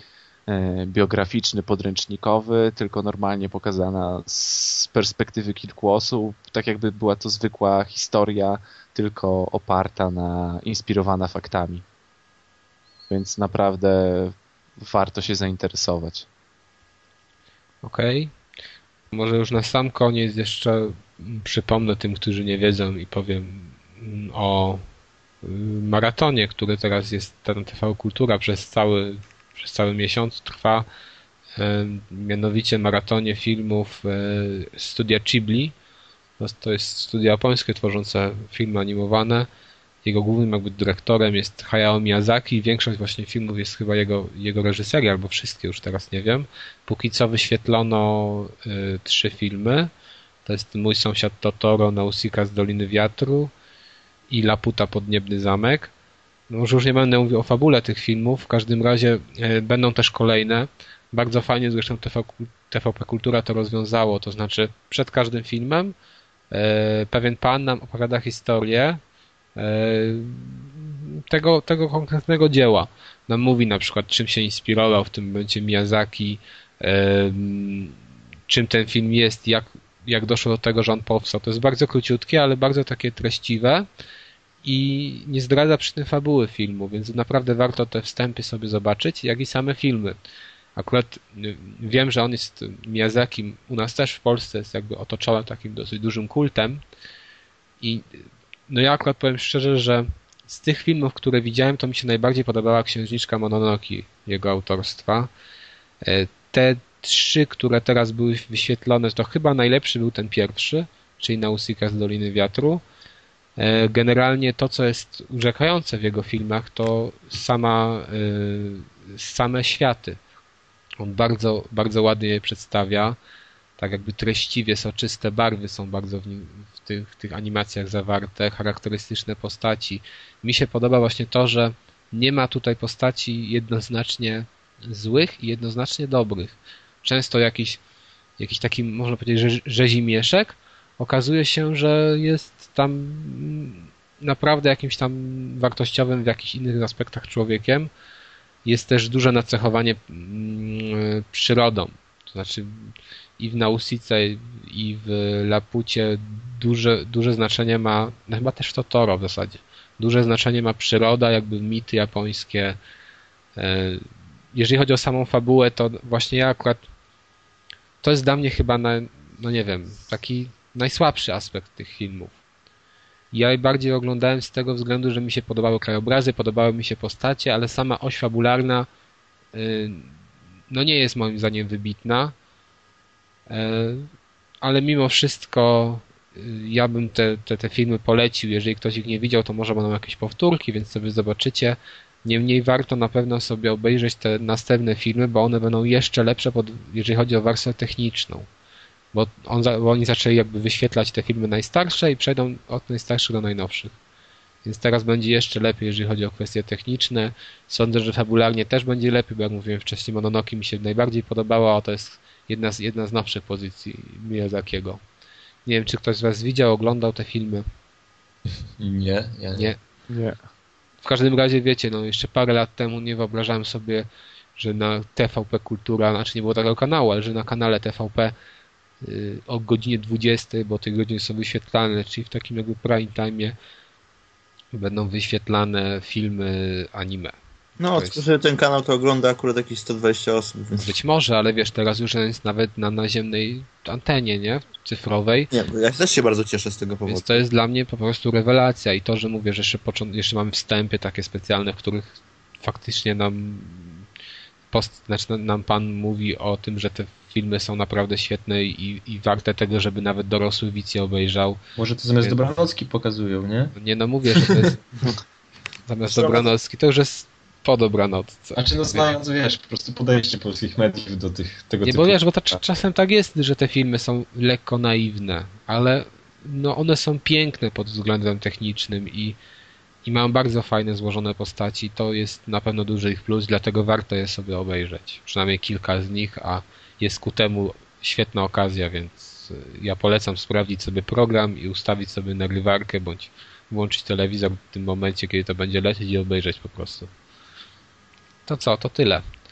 biograficzny, podręcznikowy, tylko normalnie pokazana z perspektywy kilku osób, tak jakby była to zwykła historia, tylko oparta na, inspirowana faktami. Więc naprawdę warto się zainteresować.
Okej. Okay. Może już na sam koniec jeszcze przypomnę tym, którzy nie wiedzą i powiem o maratonie, który teraz jest na T V Kultura przez cały, przez cały miesiąc trwa, mianowicie maratonie filmów studia Ghibli. To jest studio japońskie tworzące filmy animowane. Jego głównym jakby dyrektorem jest Hayao Miyazaki. Większość właśnie filmów jest chyba jego, jego reżyserii, albo wszystkie, już teraz nie wiem. Póki co wyświetlono y, trzy filmy. To jest Mój sąsiad Totoro, Nausicaa z Doliny Wiatru i Laputa Podniebny Zamek. No może już nie będę mówił o fabule tych filmów, w każdym razie y, będą też kolejne. Bardzo fajnie zresztą T V, T V P Kultura to rozwiązało, to znaczy przed każdym filmem y, pewien pan nam opowiada historię tego, tego konkretnego dzieła. Nam mówi na przykład, czym się inspirował w tym momencie Miyazaki, czym ten film jest, jak, jak doszło do tego, że on powstał. To jest bardzo króciutkie, ale bardzo takie treściwe i nie zdradza przy tym fabuły filmu, więc naprawdę warto te wstępy sobie zobaczyć, jak i same filmy. Akurat wiem, że on jest, Miyazaki u nas też w Polsce jest jakby otoczony takim dosyć dużym kultem i no ja akurat powiem szczerze, że z tych filmów, które widziałem, to mi się najbardziej podobała Księżniczka Mononoke jego autorstwa. Te trzy, które teraz były wyświetlone, to chyba najlepszy był ten pierwszy, czyli Nausicaa z Doliny Wiatru. Generalnie to, co jest urzekające w jego filmach, to sama, same światy. On bardzo, bardzo ładnie je przedstawia. Tak jakby treściwie, soczyste barwy są bardzo w, nim, w, tych, w tych animacjach zawarte, charakterystyczne postaci. Mi się podoba właśnie to, że nie ma tutaj postaci jednoznacznie złych i jednoznacznie dobrych. Często jakiś, jakiś taki, można powiedzieć, rzezimieszek okazuje się, że jest tam naprawdę jakimś tam wartościowym w jakichś innych aspektach człowiekiem. Jest też duże nacechowanie przyrodą. To znaczy i w Nausice, i w Lapucie duże, duże znaczenie ma, no chyba też w Totoro w zasadzie, duże znaczenie ma przyroda, jakby mity japońskie. Jeżeli chodzi o samą fabułę, to właśnie ja akurat, to jest dla mnie chyba, na, no nie wiem, taki najsłabszy aspekt tych filmów. Ja je bardziej oglądałem z tego względu, że mi się podobały krajobrazy, podobały mi się postacie, ale sama oś fabularna no nie jest moim zdaniem wybitna. Ale mimo wszystko ja bym te, te, te filmy polecił. Jeżeli ktoś ich nie widział, to może będą jakieś powtórki, więc sobie zobaczycie. Niemniej warto na pewno sobie obejrzeć te następne filmy, bo one będą jeszcze lepsze, pod, jeżeli chodzi o warstwę techniczną. Bo, on, bo oni zaczęli jakby wyświetlać te filmy najstarsze i przejdą od najstarszych do najnowszych. Więc teraz będzie jeszcze lepiej, jeżeli chodzi o kwestie techniczne. Sądzę, że fabularnie też będzie lepiej, bo jak mówiłem wcześniej, Mononoke mi się najbardziej podobała, a to jest jedna z, jedna z nowszych pozycji Miyazakiego. Nie wiem, czy ktoś z was widział, oglądał te filmy?
Nie, ja nie.
nie.
Nie.
W każdym razie wiecie, no jeszcze parę lat temu nie wyobrażałem sobie, że na T V P Kultura, znaczy nie było takiego kanału, ale że na kanale T V P y, o godzinie dwudziestej, bo te godziny są wyświetlane, czyli w takim jakby prime time'ie będą wyświetlane filmy anime.
No,
jest...
tylko że ten kanał to ogląda akurat jakieś sto dwadzieścia osób. Więc...
Być może, ale wiesz, teraz już jest nawet na naziemnej antenie, nie? Cyfrowej.
Nie, ja też się bardzo cieszę z tego powodu.
Więc to jest dla mnie po prostu rewelacja i to, że mówię, że jeszcze, począ- jeszcze mamy wstępy takie specjalne, w których faktycznie nam post, znaczy nam pan mówi o tym, że te filmy są naprawdę świetne i, i warte tego, żeby nawet dorosły widz je obejrzał.
Może to zamiast Więc... Dobranocki pokazują, nie?
Nie, no mówię, że to jest zamiast Dobranocki, to już jest po dobranocce.
Znaczy no znając, wiesz, po prostu podejście polskich mediów do tych, tego
Nie,
typu...
bo wiesz, bo to cz- czasem tak jest, że te filmy są lekko naiwne, ale no one są piękne pod względem technicznym i, i mają bardzo fajne, złożone postaci. To jest na pewno duży ich plus, dlatego warto je sobie obejrzeć. Przynajmniej kilka z nich, a jest ku temu świetna okazja, więc ja polecam sprawdzić sobie program i ustawić sobie nagrywarkę, bądź włączyć telewizor w tym momencie, kiedy to będzie lecieć i obejrzeć po prostu. To co, to tyle.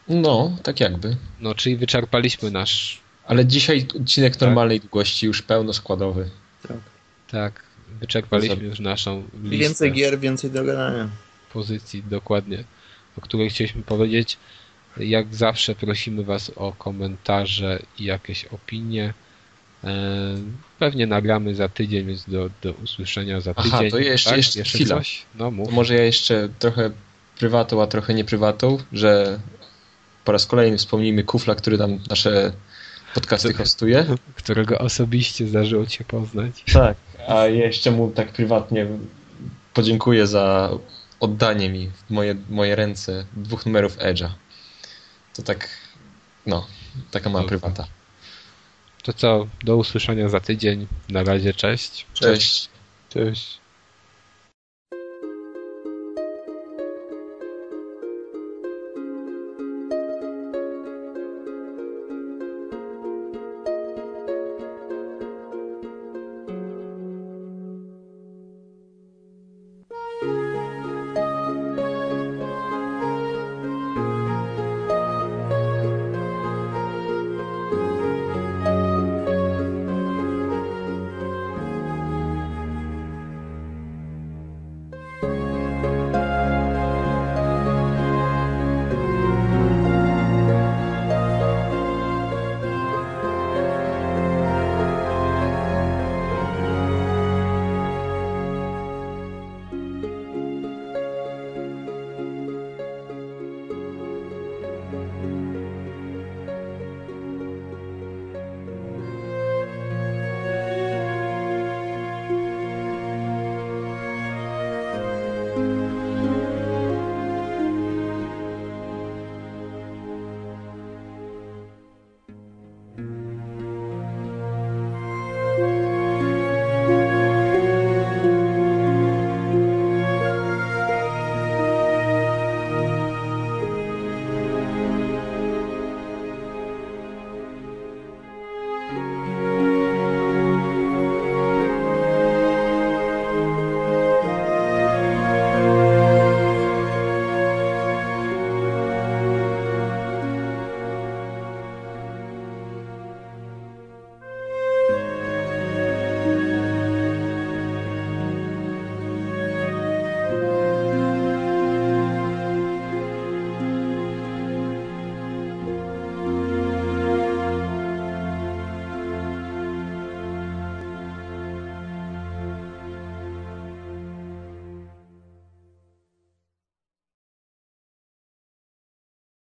No, tak jakby.
No, czyli wyczerpaliśmy nasz...
Ale dzisiaj odcinek normalnej długości, już pełnoskładowy.
Tak.
Tak, wyczerpaliśmy już naszą
I
listę
więcej gier, więcej do gadania.
pozycji, dokładnie, o której chcieliśmy powiedzieć. Jak zawsze prosimy Was o komentarze i jakieś opinie. Pewnie nagramy za tydzień, więc do, do usłyszenia za tydzień.
Aha, to jeszcze,
tak?
jeszcze,
jeszcze
chwila.
Coś? No, mów.
To może ja jeszcze trochę prywatą, a trochę nieprywatą, że po raz kolejny wspomnijmy Kufla, który nam nasze podcasty hostuje.
Którego osobiście zdarzyło Cię poznać.
Tak, a jeszcze mu tak prywatnie podziękuję za oddanie mi w moje, moje ręce dwóch numerów Edge'a. To tak, no, taka mała
Dobra.
prywata.
To co, do usłyszenia za tydzień. Na razie, cześć.
Cześć.
Cześć.